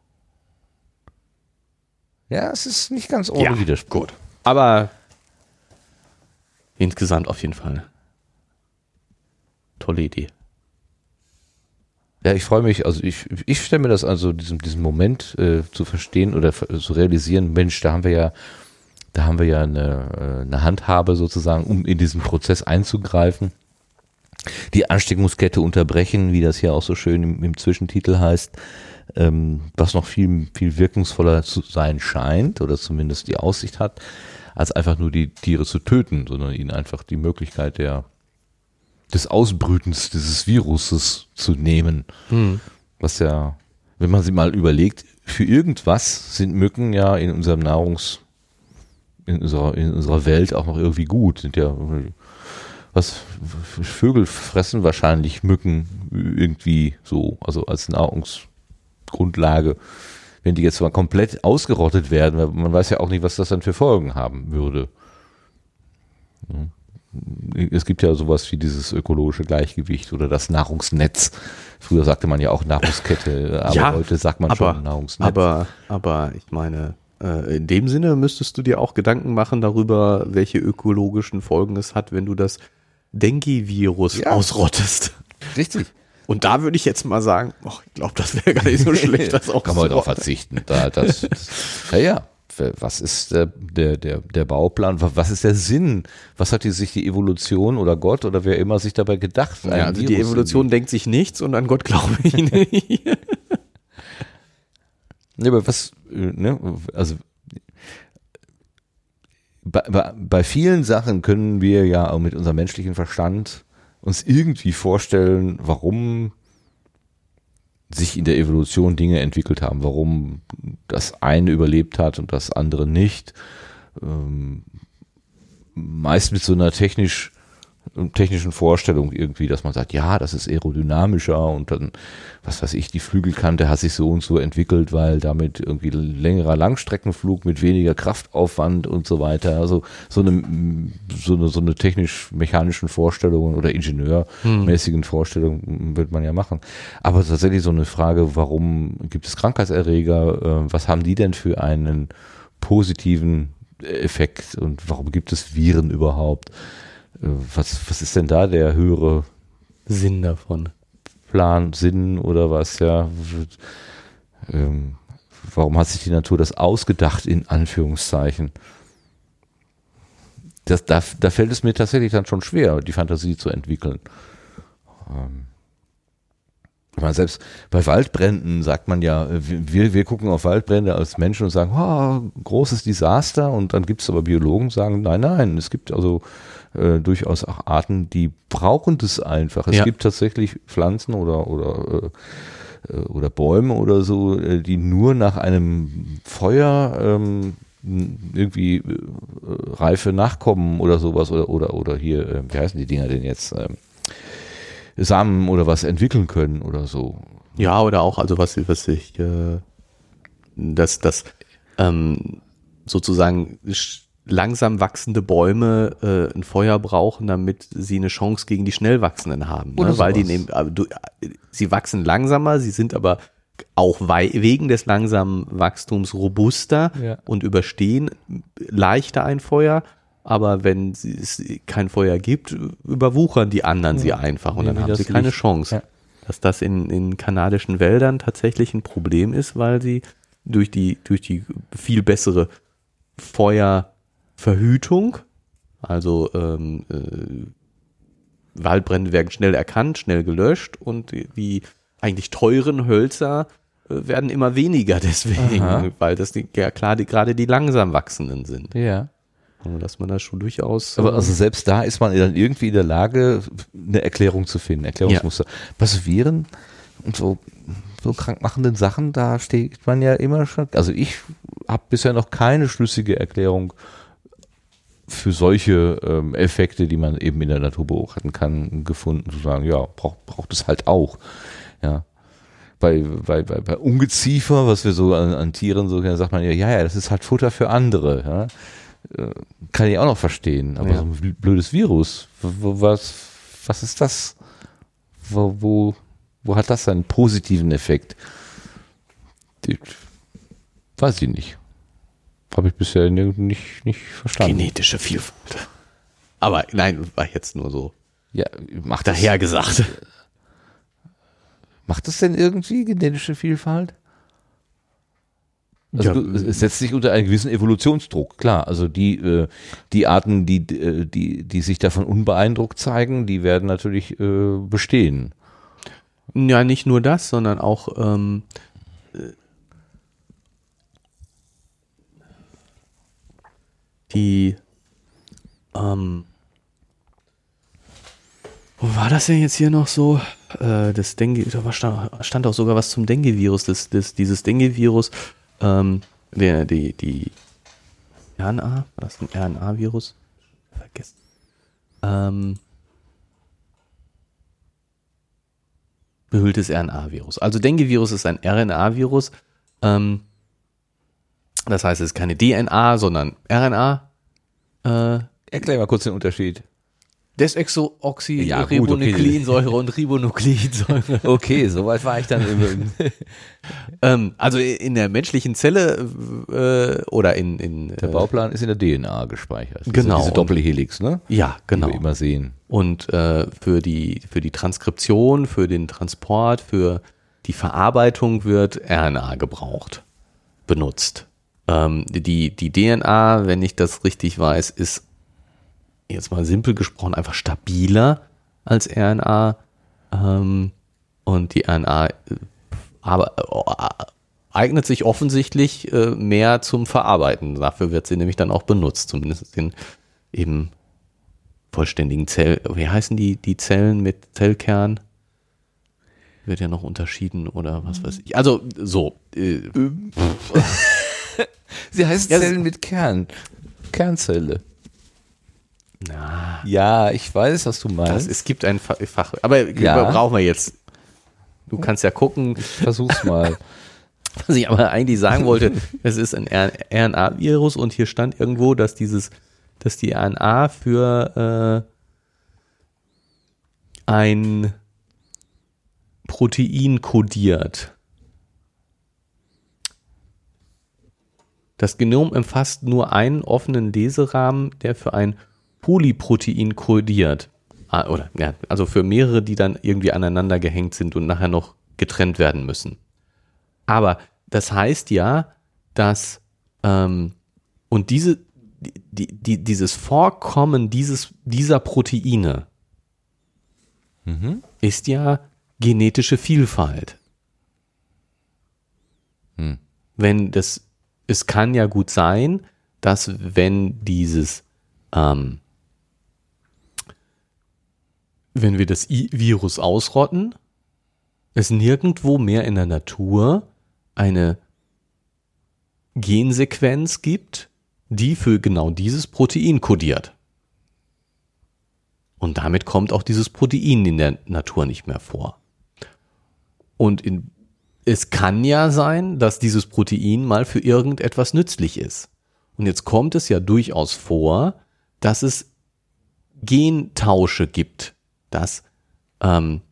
ja, es ist nicht ganz ohne Ja, Widerspruch. gut. Aber insgesamt auf jeden Fall tolle Idee. Ja, ich freue mich, also ich, ich stelle mir das also, diesen, diesen Moment äh, zu verstehen oder f- zu realisieren, Mensch, da haben wir ja, da haben wir ja eine, äh, eine Handhabe sozusagen, um in diesen Prozess einzugreifen, die Ansteckungskette unterbrechen, wie das hier auch so schön im, im Zwischentitel heißt, ähm, was noch viel, viel wirkungsvoller zu sein scheint oder zumindest die Aussicht hat, als einfach nur die Tiere zu töten, sondern ihnen einfach die Möglichkeit der des Ausbrütens dieses Viruses zu nehmen. Hm. Was ja, wenn man sich mal überlegt, für irgendwas sind Mücken ja in unserem Nahrungs, in unserer, in unserer Welt auch noch irgendwie gut. Sind ja, was, Vögel fressen wahrscheinlich Mücken irgendwie so, also als Nahrungsgrundlage. Wenn die jetzt mal komplett ausgerottet werden, weil man weiß ja auch nicht, was das dann für Folgen haben würde. Es gibt ja sowas wie dieses ökologische Gleichgewicht oder das Nahrungsnetz. Früher sagte man ja auch Nahrungskette, aber Ja, heute sagt man aber, schon Nahrungsnetz. Aber, aber ich meine, äh, in dem Sinne müsstest du dir auch Gedanken machen darüber, welche ökologischen Folgen es hat, wenn du das Dengue-Virus Ja. ausrottest. Richtig. Und da würde ich jetzt mal sagen, ach, ich glaube, das wäre gar nicht so schlecht, das auch Kann man zu darauf rotten. verzichten. Da, das, das, ja, ja. Was ist der, der, der, der Bauplan? Was ist der Sinn? Was hat die, sich die Evolution oder Gott oder wer immer sich dabei gedacht? Ja, Ein also die Virus Evolution irgendwie- denkt sich nichts und an Gott glaube ich nicht. Ne, aber was, äh, ne, also bei, bei, bei vielen Sachen können wir ja auch mit unserem menschlichen Verstand uns irgendwie vorstellen, warum sich in der Evolution Dinge entwickelt haben, warum das eine überlebt hat und das andere nicht. Ähm, meist mit so einer technisch technischen Vorstellung irgendwie, dass man sagt, ja, das ist aerodynamischer und dann, was weiß ich, die Flügelkante hat sich so und so entwickelt, weil damit irgendwie längerer Langstreckenflug mit weniger Kraftaufwand und so weiter, also so eine, so eine, so eine technisch-mechanischen Vorstellungen oder ingenieurmäßigen hm. Vorstellungen wird man ja machen. Aber tatsächlich so eine Frage, warum gibt es Krankheitserreger, was haben die denn für einen positiven Effekt und warum gibt es Viren überhaupt? Was, was ist denn da der höhere Sinn davon? Plan, Sinn oder was, ja? Ähm, warum hat sich die Natur das ausgedacht, in Anführungszeichen? Das, da, da fällt es mir tatsächlich dann schon schwer, die Fantasie zu entwickeln. Ähm, ich meine, selbst bei Waldbränden sagt man ja, wir, wir gucken auf Waldbrände als Menschen und sagen, oh, großes Desaster, und dann gibt es aber Biologen, die sagen, nein, nein, es gibt also äh, durchaus auch Arten, die brauchen das einfach. Es ja. gibt tatsächlich Pflanzen oder, oder, äh, oder Bäume oder so, die nur nach einem Feuer ähm, irgendwie äh, reife Nachkommen oder sowas oder, oder, oder hier, äh, wie heißen die Dinger denn jetzt, ähm, Samen oder was entwickeln können oder so. Ja, oder auch, also was, was ich, äh, dass, dass ähm, sozusagen langsam wachsende Bäume äh, ein Feuer brauchen, damit sie eine Chance gegen die schnell wachsenden haben. Ne? Weil die nehmen, äh, du, sie wachsen langsamer, sie sind aber auch wei- wegen des langsamen Wachstums robuster ja. und überstehen leichter ein Feuer. Aber wenn es kein Feuer gibt, überwuchern die anderen ja. sie einfach und nee, dann haben sie keine Licht. Chance. Ja. Dass das in, in kanadischen Wäldern tatsächlich ein Problem ist, weil sie durch die, durch die viel bessere Feuerverhütung, also ähm, äh, Waldbrände werden schnell erkannt, schnell gelöscht und die, die eigentlich teuren Hölzer äh, werden immer weniger deswegen, Aha. weil das die, ja klar die, gerade die langsam wachsenden sind. Ja. Dass man da schon durchaus... Aber also selbst da ist man dann irgendwie in der Lage, eine Erklärung zu finden, Erklärungsmuster. Ja. Was Viren und so, so krankmachenden Sachen, da steht man ja immer schon... Also ich habe bisher noch keine schlüssige Erklärung für solche ähm, Effekte, die man eben in der Natur beobachten kann, gefunden, zu sagen, ja, braucht braucht es halt auch. Ja. Bei, bei, bei, bei Ungeziefer, was wir so an, an Tieren so kennen, sagt man ja, ja, ja, das ist halt Futter für andere, ja. Kann ich auch noch verstehen, aber ja. so ein blödes Virus, wo, was, was ist das? Wo, wo, wo hat das einen positiven Effekt? Die, weiß ich nicht. Habe ich bisher nicht, nicht verstanden. Genetische Vielfalt. Aber nein, war jetzt nur so ja, macht daher gesagt. Macht das denn irgendwie genetische Vielfalt? Also ja. du, es setzt sich unter einen gewissen Evolutionsdruck, klar. Also die, äh, die Arten, die, die, die sich davon unbeeindruckt zeigen, die werden natürlich äh, bestehen. Ja, nicht nur das, sondern auch ähm, die ähm, wo war das denn jetzt hier noch so? Äh, das Dengue, da stand, stand auch sogar was zum Dengue-Virus, das, das, dieses Dengue-Virus. Ähm, der, die, die R N A, war das ein R N A-Virus? Vergessen. Ähm, behülltes R N A-Virus. Also Dengue-Virus ist ein R N A-Virus. Ähm, das heißt, es ist keine D N A, sondern R N A. Äh, Erklär mal kurz den Unterschied. Desexoxyribonukleinsäure ja, okay. und Ribonukleinsäure. Okay, soweit war ich dann. Im ähm, also in der menschlichen Zelle äh, oder in, in der Bauplan ist in der D N A gespeichert. Genau. Also diese Doppelhelix, ne? Ja, genau. Die wir immer sehen. Und äh, für die für die Transkription, für den Transport, für die Verarbeitung wird R N A gebraucht, benutzt. Ähm, die die D N A, wenn ich das richtig weiß, ist jetzt mal simpel gesprochen, einfach stabiler als R N A ähm, und die R N A aber, äh, eignet sich offensichtlich äh, mehr zum Verarbeiten. Dafür wird sie nämlich dann auch benutzt, zumindest in eben vollständigen Zellen. Wie heißen die, die Zellen mit Zellkern? Wird ja noch unterschieden oder was weiß ich. Also so. Äh, sie heißt ja, Zellen mit Kern. Kernzelle. Na, Ja, ich weiß, was du das, meinst. es gibt ein Fa- Fach, aber Ja. brauchen wir jetzt. Du kannst ja gucken. Versuch's mal. Was ich aber eigentlich sagen wollte, es ist ein R N A-Virus und hier stand irgendwo, dass dieses, dass die R N A für äh, ein Protein kodiert. Das Genom umfasst nur einen offenen Leserahmen, der für ein Polyprotein kodiert. Ah, oder, ja, also für mehrere, die dann irgendwie aneinander gehängt sind und nachher noch getrennt werden müssen. Aber das heißt ja, dass ähm, und diese, die, die, dieses Vorkommen dieses, dieser Proteine Mhm. ist ja genetische Vielfalt. Hm. Wenn das, es kann ja gut sein, dass wenn dieses, ähm, wenn wir das I Virus ausrotten, es nirgendwo mehr in der Natur eine Gensequenz gibt, die für genau dieses Protein kodiert. Und damit kommt auch dieses Protein in der Natur nicht mehr vor. Und in, es kann ja sein, dass dieses Protein mal für irgendetwas nützlich ist. Und jetzt kommt es ja durchaus vor, dass es Gentausche gibt, dass ähm,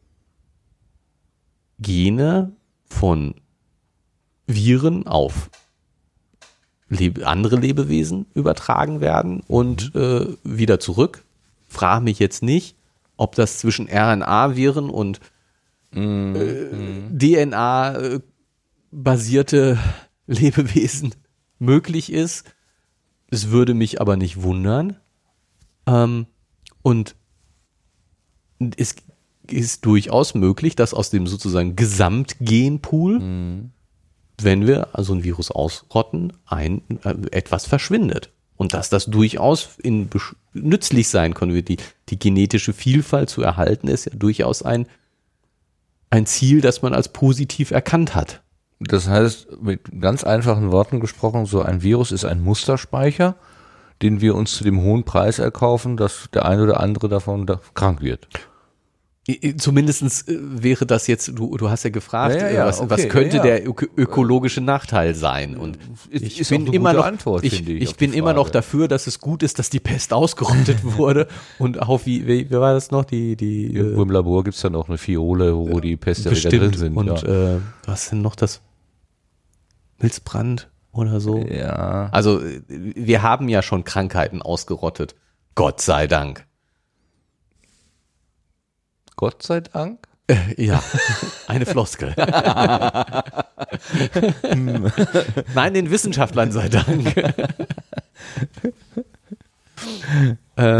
Gene von Viren auf Lebe, andere Lebewesen übertragen werden und äh, wieder zurück. Frage mich jetzt nicht, ob das zwischen R N A-Viren und Mhm. äh, D N A-basierte Lebewesen möglich ist. Es würde mich aber nicht wundern. Ähm, und es ist durchaus möglich, dass aus dem sozusagen Gesamtgenpool, Mhm. wenn wir also ein Virus ausrotten, ein, äh, etwas verschwindet. Und dass das durchaus in, besch- nützlich sein kann. Die, die genetische Vielfalt zu erhalten, ist ja durchaus ein, ein Ziel, das man als positiv erkannt hat. Das heißt, mit ganz einfachen Worten gesprochen, so ein Virus ist ein Musterspeicher, den wir uns zu dem hohen Preis erkaufen, dass der eine oder andere davon da krank wird. Zumindest wäre das jetzt, du, du hast ja gefragt, Ja, ja, ja, was, okay, was könnte ja, ja. der öko ökologische Nachteil sein? Und Ist- ich ist bin auch eine immer gute noch, Antwort, ich, finde ich, ich auf die bin immer noch Frage. dafür, dass es gut ist, dass die Pest ausgerottet wurde und auch wie, wie, wie war das noch, die, die Irgendwo im Labor gibt es dann auch eine Fiole, wo die Pesterreger drin sind. und ja. äh, was ist denn noch das Milzbrand oder so? ja. Also äh, wir haben ja schon Krankheiten ausgerottet, Gott sei Dank. Gott sei Dank. Ja, eine Floskel. Nein, den Wissenschaftlern sei Dank. ähm.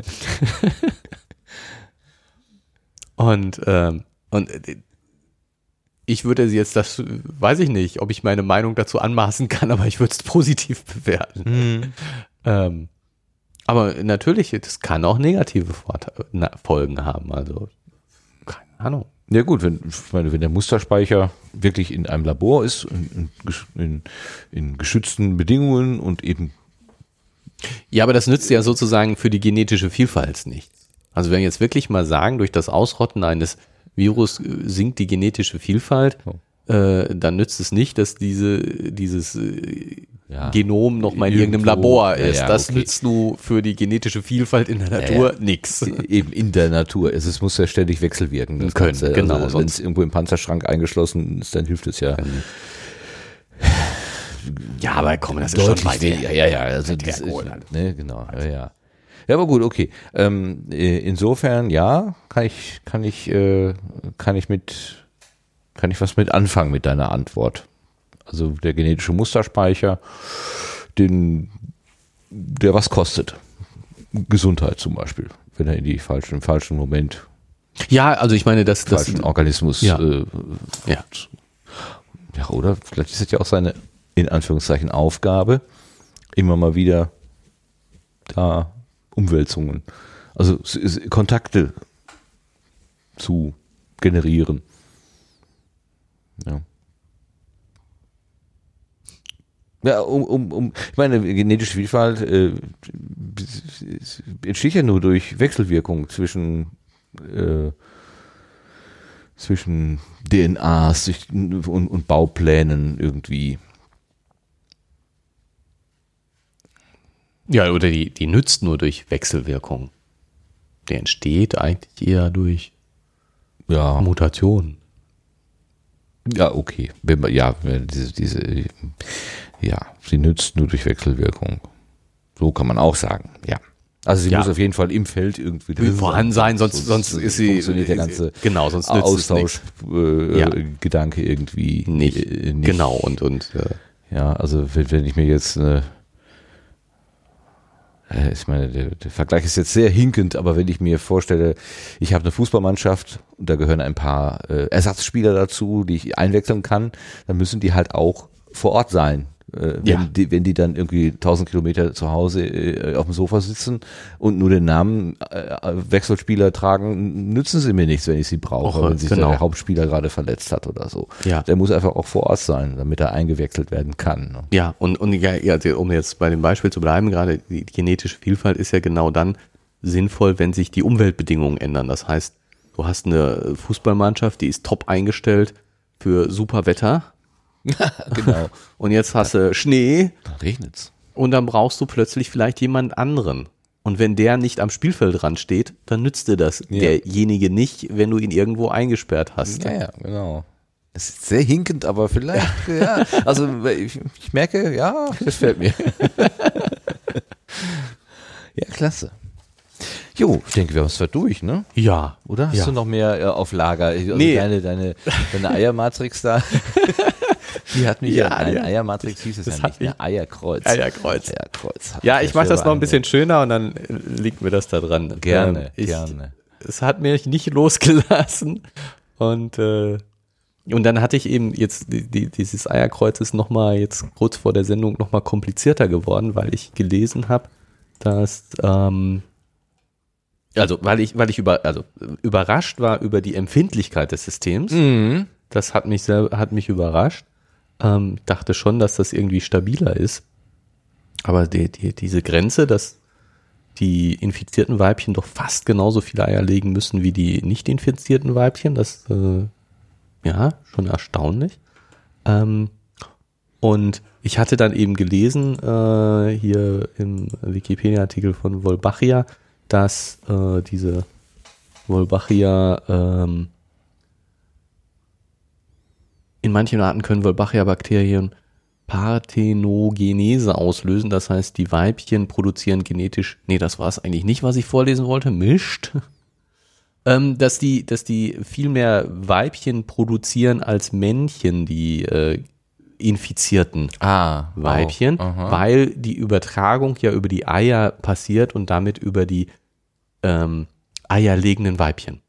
Und, ähm, und äh, ich würde jetzt das, weiß ich nicht, ob ich meine Meinung dazu anmaßen kann, aber ich würde es positiv bewerten. Mhm. Ähm, aber natürlich, das kann auch negative Vorteile, na, Folgen haben. Also, keine Ahnung. Ja gut, wenn, ich meine, wenn der Musterspeicher wirklich in einem Labor ist, in, in, in geschützten Bedingungen und eben Ja, aber das nützt ja sozusagen für die genetische Vielfalt nichts. Also wenn wir jetzt wirklich mal sagen, durch das Ausrotten eines Virus äh, sinkt die genetische Vielfalt, Oh. äh, dann nützt es nicht, dass diese, dieses äh, Ja. Genom noch mal in irgendeinem Irgendwo, Labor ja, ist. ja, das okay. nützt nur für die genetische Vielfalt in der Natur nix. eben in der Natur. Es, es muss ja ständig wechselwirken. Das Können, Ganze. genau, Also, wenn sonst- es irgendwo im Panzerschrank eingeschlossen ist, dann hilft es ja. Ja, aber komm, das ist schon weit weniger. her. Ja, ja, also Weit das ist, hergeholt halt. ne, genau, ja, ja. Ja, aber gut, okay. Ähm, äh, insofern, ja, kann ich, kann ich, äh, kann ich mit, kann ich was mit anfangen mit deiner Antwort. Also der genetische Musterspeicher, den, der was kostet. Gesundheit zum Beispiel, wenn er in die falschen, im falschen Moment, Ja, also ich meine, dass das falschen Organismus, Ja. äh, ja. ja, oder vielleicht ist es ja auch seine, in Anführungszeichen, Aufgabe, immer mal wieder da Umwälzungen, also s- s- Kontakte zu generieren. Ja. Ja, um, um, um, ich meine, genetische Vielfalt, äh, es entsteht ja nur durch Wechselwirkung zwischen äh, zwischen D N As und, und Bauplänen irgendwie. Ja, oder die, die nützt nur durch Wechselwirkung. Der entsteht eigentlich eher durch ja. Mutationen. Ja, okay. Wenn man, ja, diese, diese, ja, sie nützt nur durch Wechselwirkung. So kann man auch sagen, ja. Also sie ja. muss auf jeden Fall im Feld irgendwie drin vorhanden sein, sonst, sonst, sonst ist sie funktioniert der ganze genau, sonst nützt Austausch äh, ja. Gedanke irgendwie nicht. Äh, nicht. Genau und und äh, ja, also wenn, wenn ich mir jetzt eine ich meine, der, der Vergleich ist jetzt sehr hinkend, aber wenn ich mir vorstelle, ich habe eine Fußballmannschaft und da gehören ein paar äh, Ersatzspieler dazu, die ich einwechseln kann, dann müssen die halt auch vor Ort sein. Äh, wenn, ja. die, wenn die dann irgendwie tausend Kilometer zu Hause äh, auf dem Sofa sitzen und nur den Namen äh, Wechselspieler tragen, nützen sie mir nichts, wenn ich sie brauche, Och, wenn sich genau. der Hauptspieler gerade verletzt hat oder so. Ja. Der muss einfach auch vor Ort sein, damit er eingewechselt werden kann. Ne? Ja, und, und ja, ja, um jetzt bei dem Beispiel zu bleiben, gerade die genetische Vielfalt ist ja genau dann sinnvoll, wenn sich die Umweltbedingungen ändern. Das heißt, du hast eine Fußballmannschaft, die ist top eingestellt für super Wetter. Genau. Und jetzt hast du Schnee. Dann regnet's. Und dann brauchst du plötzlich vielleicht jemand anderen. Und wenn der nicht am Spielfeldrand steht, dann nützt dir das Ja. derjenige nicht, wenn du ihn irgendwo eingesperrt hast. Ja, ja, genau. Es ist sehr hinkend, aber vielleicht, ja. Also ich, ich merke, ja, das fällt mir. Ja, klasse. Jo, ich denke, wir haben es durch, ne? Ja. Oder? Hast Ja. du noch mehr äh, auf Lager? Also Nee. deine, deine, deine Eiermatrix da. Die hat mich Ja, ja, eine ja. Eiermatrix hieß es Das ja hat nicht, ne? Eierkreuz. Eierkreuz. Eierkreuz. Hat Ja, mich ich mache das selber noch ein bisschen schöner und dann äh, liegt mir das da dran. Gerne, Ähm, ich, gerne. Es hat mich nicht losgelassen und äh, und dann hatte ich eben jetzt die, die, dieses Eierkreuz ist nochmal jetzt kurz vor der Sendung nochmal komplizierter geworden, weil ich gelesen habe, dass ähm, also weil ich weil ich über also überrascht war über die Empfindlichkeit des Systems. Mhm. Das hat mich selber hat mich überrascht. Ähm, dachte schon, dass das irgendwie stabiler ist. Aber die, die, diese Grenze, dass die infizierten Weibchen doch fast genauso viele Eier legen müssen wie die nicht infizierten Weibchen, das äh, ja schon erstaunlich. Ähm, und ich hatte dann eben gelesen, äh, hier im Wikipedia-Artikel von Wolbachia, dass äh, diese Wolbachia ähm, in manchen Arten können Wolbachia-Bakterien Parthenogenese auslösen. Das heißt, die Weibchen produzieren genetisch, nee, das war es eigentlich nicht, was ich vorlesen wollte, mischt. Ähm, dass die, dass die viel mehr Weibchen produzieren als Männchen, die äh, infizierten Ah, Weibchen, wow. Aha. weil die Übertragung ja über die Eier passiert und damit über die ähm, eierlegenden Weibchen.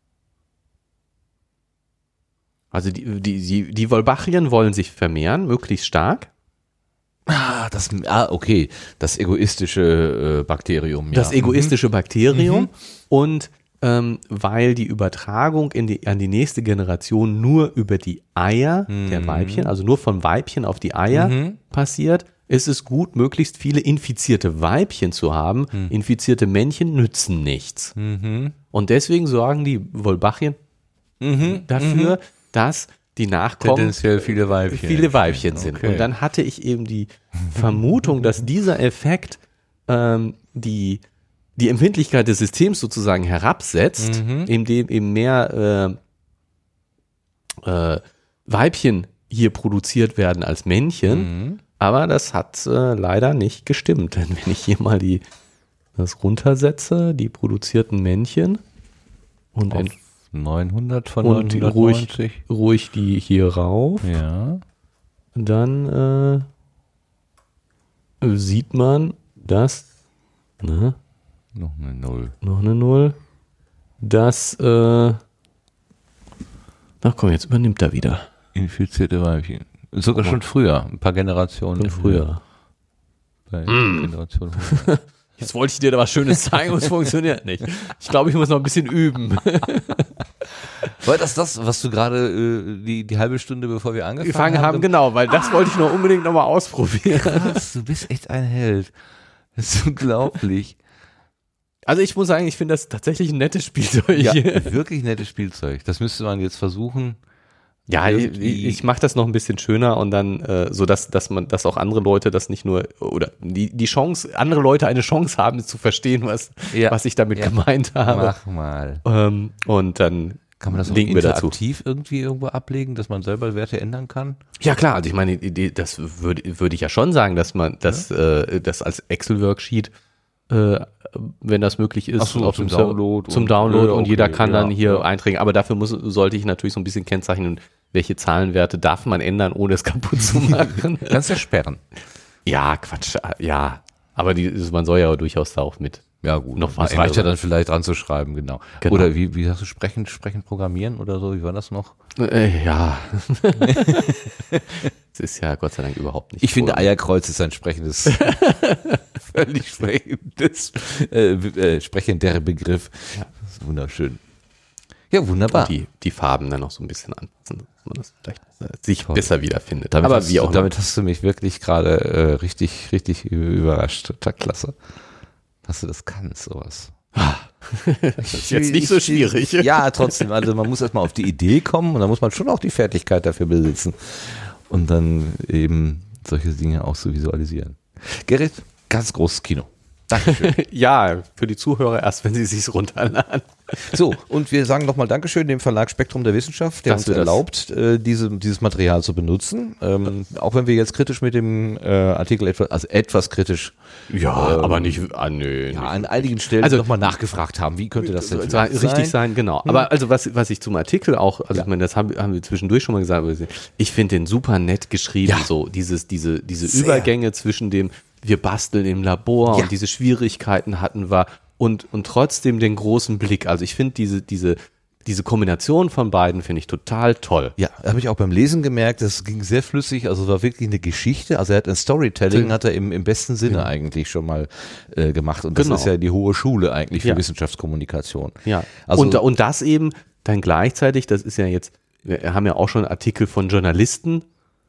Also die, die, die, die Wolbachien wollen sich vermehren, möglichst stark. Ah, das, ah, okay. Das egoistische äh, Bakterium. Das ja. egoistische Bakterium. Mhm. Und ähm, weil die Übertragung in die, an die nächste Generation nur über die Eier Mhm. der Weibchen, also nur von Weibchen auf die Eier Mhm. passiert, ist es gut, möglichst viele infizierte Weibchen zu haben. Mhm. Infizierte Männchen nützen nichts. Mhm. Und deswegen sorgen die Wolbachien Mhm. dafür, dass die Nachkommen Tendenziell viele Weibchen. viele Weibchen sind. Okay. Und dann hatte ich eben die Vermutung, dass dieser Effekt ähm, die, die Empfindlichkeit des Systems sozusagen herabsetzt, Mhm. indem eben mehr äh, äh, Weibchen hier produziert werden als Männchen. Mhm. Aber das hat äh, leider nicht gestimmt. Denn wenn ich hier mal die, das runtersetze, die produzierten Männchen und, Auf ent- neunhundert von und ruhig, neunhundertneunzig. ruhig die hier rauf, Ja. dann äh, sieht man, dass, ne, Noch eine Null. noch eine Null, dass, äh, ach komm, jetzt übernimmt er wieder. Infizierte Weibchen. Sogar schon früher, ein paar Generationen. Von früher. Bei Generation hundert. Jetzt wollte ich dir da was Schönes zeigen, aber es funktioniert nicht. Ich glaube, ich muss noch ein bisschen üben. War das das, was du gerade äh, die, die halbe Stunde, bevor wir angefangen Gefangen haben, haben? genau, weil das wollte ich noch unbedingt nochmal ausprobieren. Krass, du bist echt ein Held. Das ist unglaublich. Also ich muss sagen, ich finde das tatsächlich ein nettes Spielzeug. Ja, wirklich nettes Spielzeug. Das müsste man jetzt versuchen. Ja, ich, ich mache das noch ein bisschen schöner und dann äh, so, dass dass man, dass auch andere Leute das nicht nur oder die die Chance, andere Leute eine Chance haben zu verstehen, was Ja. was ich damit Ja. gemeint habe. Mach mal. Ähm, und dann Kann man das auch legen wir dazu. interaktiv irgendwie irgendwo ablegen, dass man selber Werte ändern kann? Ja klar, also ich meine, die Idee, das würde würde ich ja schon sagen, dass man das äh, das als Excel-Worksheet, äh, wenn das möglich ist, Ach so, auf zum dem Server- Download zum und- Download ja, und okay, jeder kann ja, dann hier ja. eintragen. Aber dafür muss sollte ich natürlich so ein bisschen kennzeichnen, welche Zahlenwerte darf man ändern, ohne es kaputt zu machen. Kannst ja sperren. Ja, Quatsch, ja. Aber die, man soll ja durchaus da auch mit. Ja gut, Noch das mal reicht ja ändern. dann vielleicht dran zu schreiben, genau. Genau. Oder wie, wie hast du sprechen, sprechen, programmieren oder so, wie war das noch? Äh, ja. Das ist ja Gott sei Dank überhaupt nicht. Ich finde, vor. Eierkreuz ist ein sprechendes, völlig sprechendes, äh, äh, sprechender Begriff. Das ist wunderschön. Ja, wunderbar. die, die Farben dann noch so ein bisschen anpassen, dass man das vielleicht äh, sich Toll. besser wiederfindet. Damit, Aber hast, wie auch damit immer. hast du mich wirklich gerade äh, richtig, richtig überrascht. Total klasse. Dass du das kannst, sowas. Das ist jetzt nicht so schwierig. Ja, trotzdem. Also man muss erstmal auf die Idee kommen und dann muss man schon auch die Fertigkeit dafür besitzen. Und dann eben solche Dinge auch so visualisieren. Gerrit, ganz großes Kino. Dankeschön. Ja, für die Zuhörer erst, wenn sie es sich runterladen. So, und wir sagen nochmal Dankeschön dem Verlag Spektrum der Wissenschaft, der Dass uns wir das- erlaubt, äh, diese, dieses Material zu benutzen. Ähm, auch wenn wir jetzt kritisch mit dem äh, Artikel etwas, also etwas kritisch Ja, Ähm, aber nicht, ah, nö. ja, nicht. an einigen Stellen Also- nochmal nachgefragt haben, wie könnte das denn Soll vielleicht richtig sein? sein, genau. Aber also was, was ich zum Artikel auch, also Ja. ich meine, das haben, haben wir zwischendurch schon mal gesagt, aber ich finde den super nett geschrieben, Ja. so dieses, diese, diese Sehr. Übergänge zwischen dem, wir basteln im Labor Ja. und diese Schwierigkeiten hatten wir und, und trotzdem den großen Blick. Also ich finde diese, diese, diese Kombination von beiden finde ich total toll. Ja, habe ich auch beim Lesen gemerkt, das ging sehr flüssig, also es war wirklich eine Geschichte, also er hat ein Storytelling, Ja. hat er im, im besten Sinne eigentlich schon mal äh, gemacht und das Genau. ist ja die hohe Schule eigentlich für Ja. Wissenschaftskommunikation. Ja, Also- und, und das eben dann gleichzeitig, das ist ja jetzt, wir haben ja auch schon Artikel von Journalisten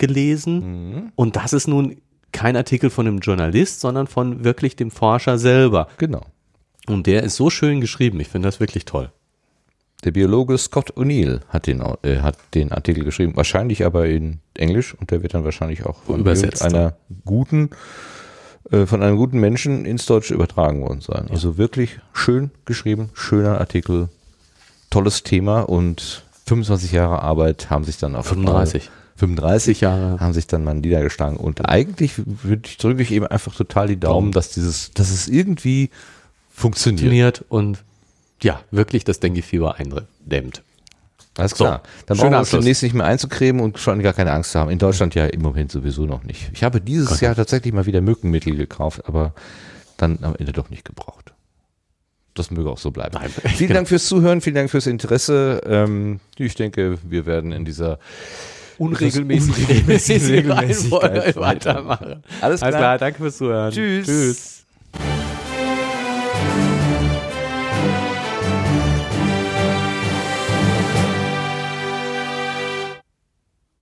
gelesen und das ist nun kein Artikel von einem Journalist, sondern von wirklich dem Forscher selber. Genau. Und der ist so schön geschrieben, ich finde das wirklich toll. Der Biologe Scott O'Neill hat den, äh, hat den Artikel geschrieben, wahrscheinlich aber in Englisch und der wird dann wahrscheinlich auch von Übersetzt. einer guten, äh, von einem guten Menschen ins Deutsche übertragen worden sein. Also wirklich schön geschrieben, schöner Artikel, tolles Thema und fünfundzwanzig Jahre Arbeit haben sich dann auf fünfunddreißig. fünfunddreißig Jahre. haben sich dann mal niedergeschlagen und eigentlich würde ich, drücke ich eben einfach total die Daumen, dass dieses, dass es irgendwie funktioniert. Funktioniert und ja, wirklich das Dengue-Fieber eindämmt. Alles So, klar. Dann schöner brauchen wir uns Abschluss. demnächst nicht mehr einzucremen und schon gar keine Angst zu haben. In Deutschland ja im Moment sowieso noch nicht. Ich habe dieses Gott. Jahr tatsächlich mal wieder Mückenmittel gekauft, aber dann am Ende doch nicht gebraucht. Das möge auch so bleiben. Nein. Vielen Dank fürs Zuhören, vielen Dank fürs Interesse. Ähm, ich denke, wir werden in dieser Unregelmäßig Unregelmäßigen Regelmäßigkeit weitermachen. Alles Alles klar. klar, danke fürs Zuhören. Tschüss. Tschüss.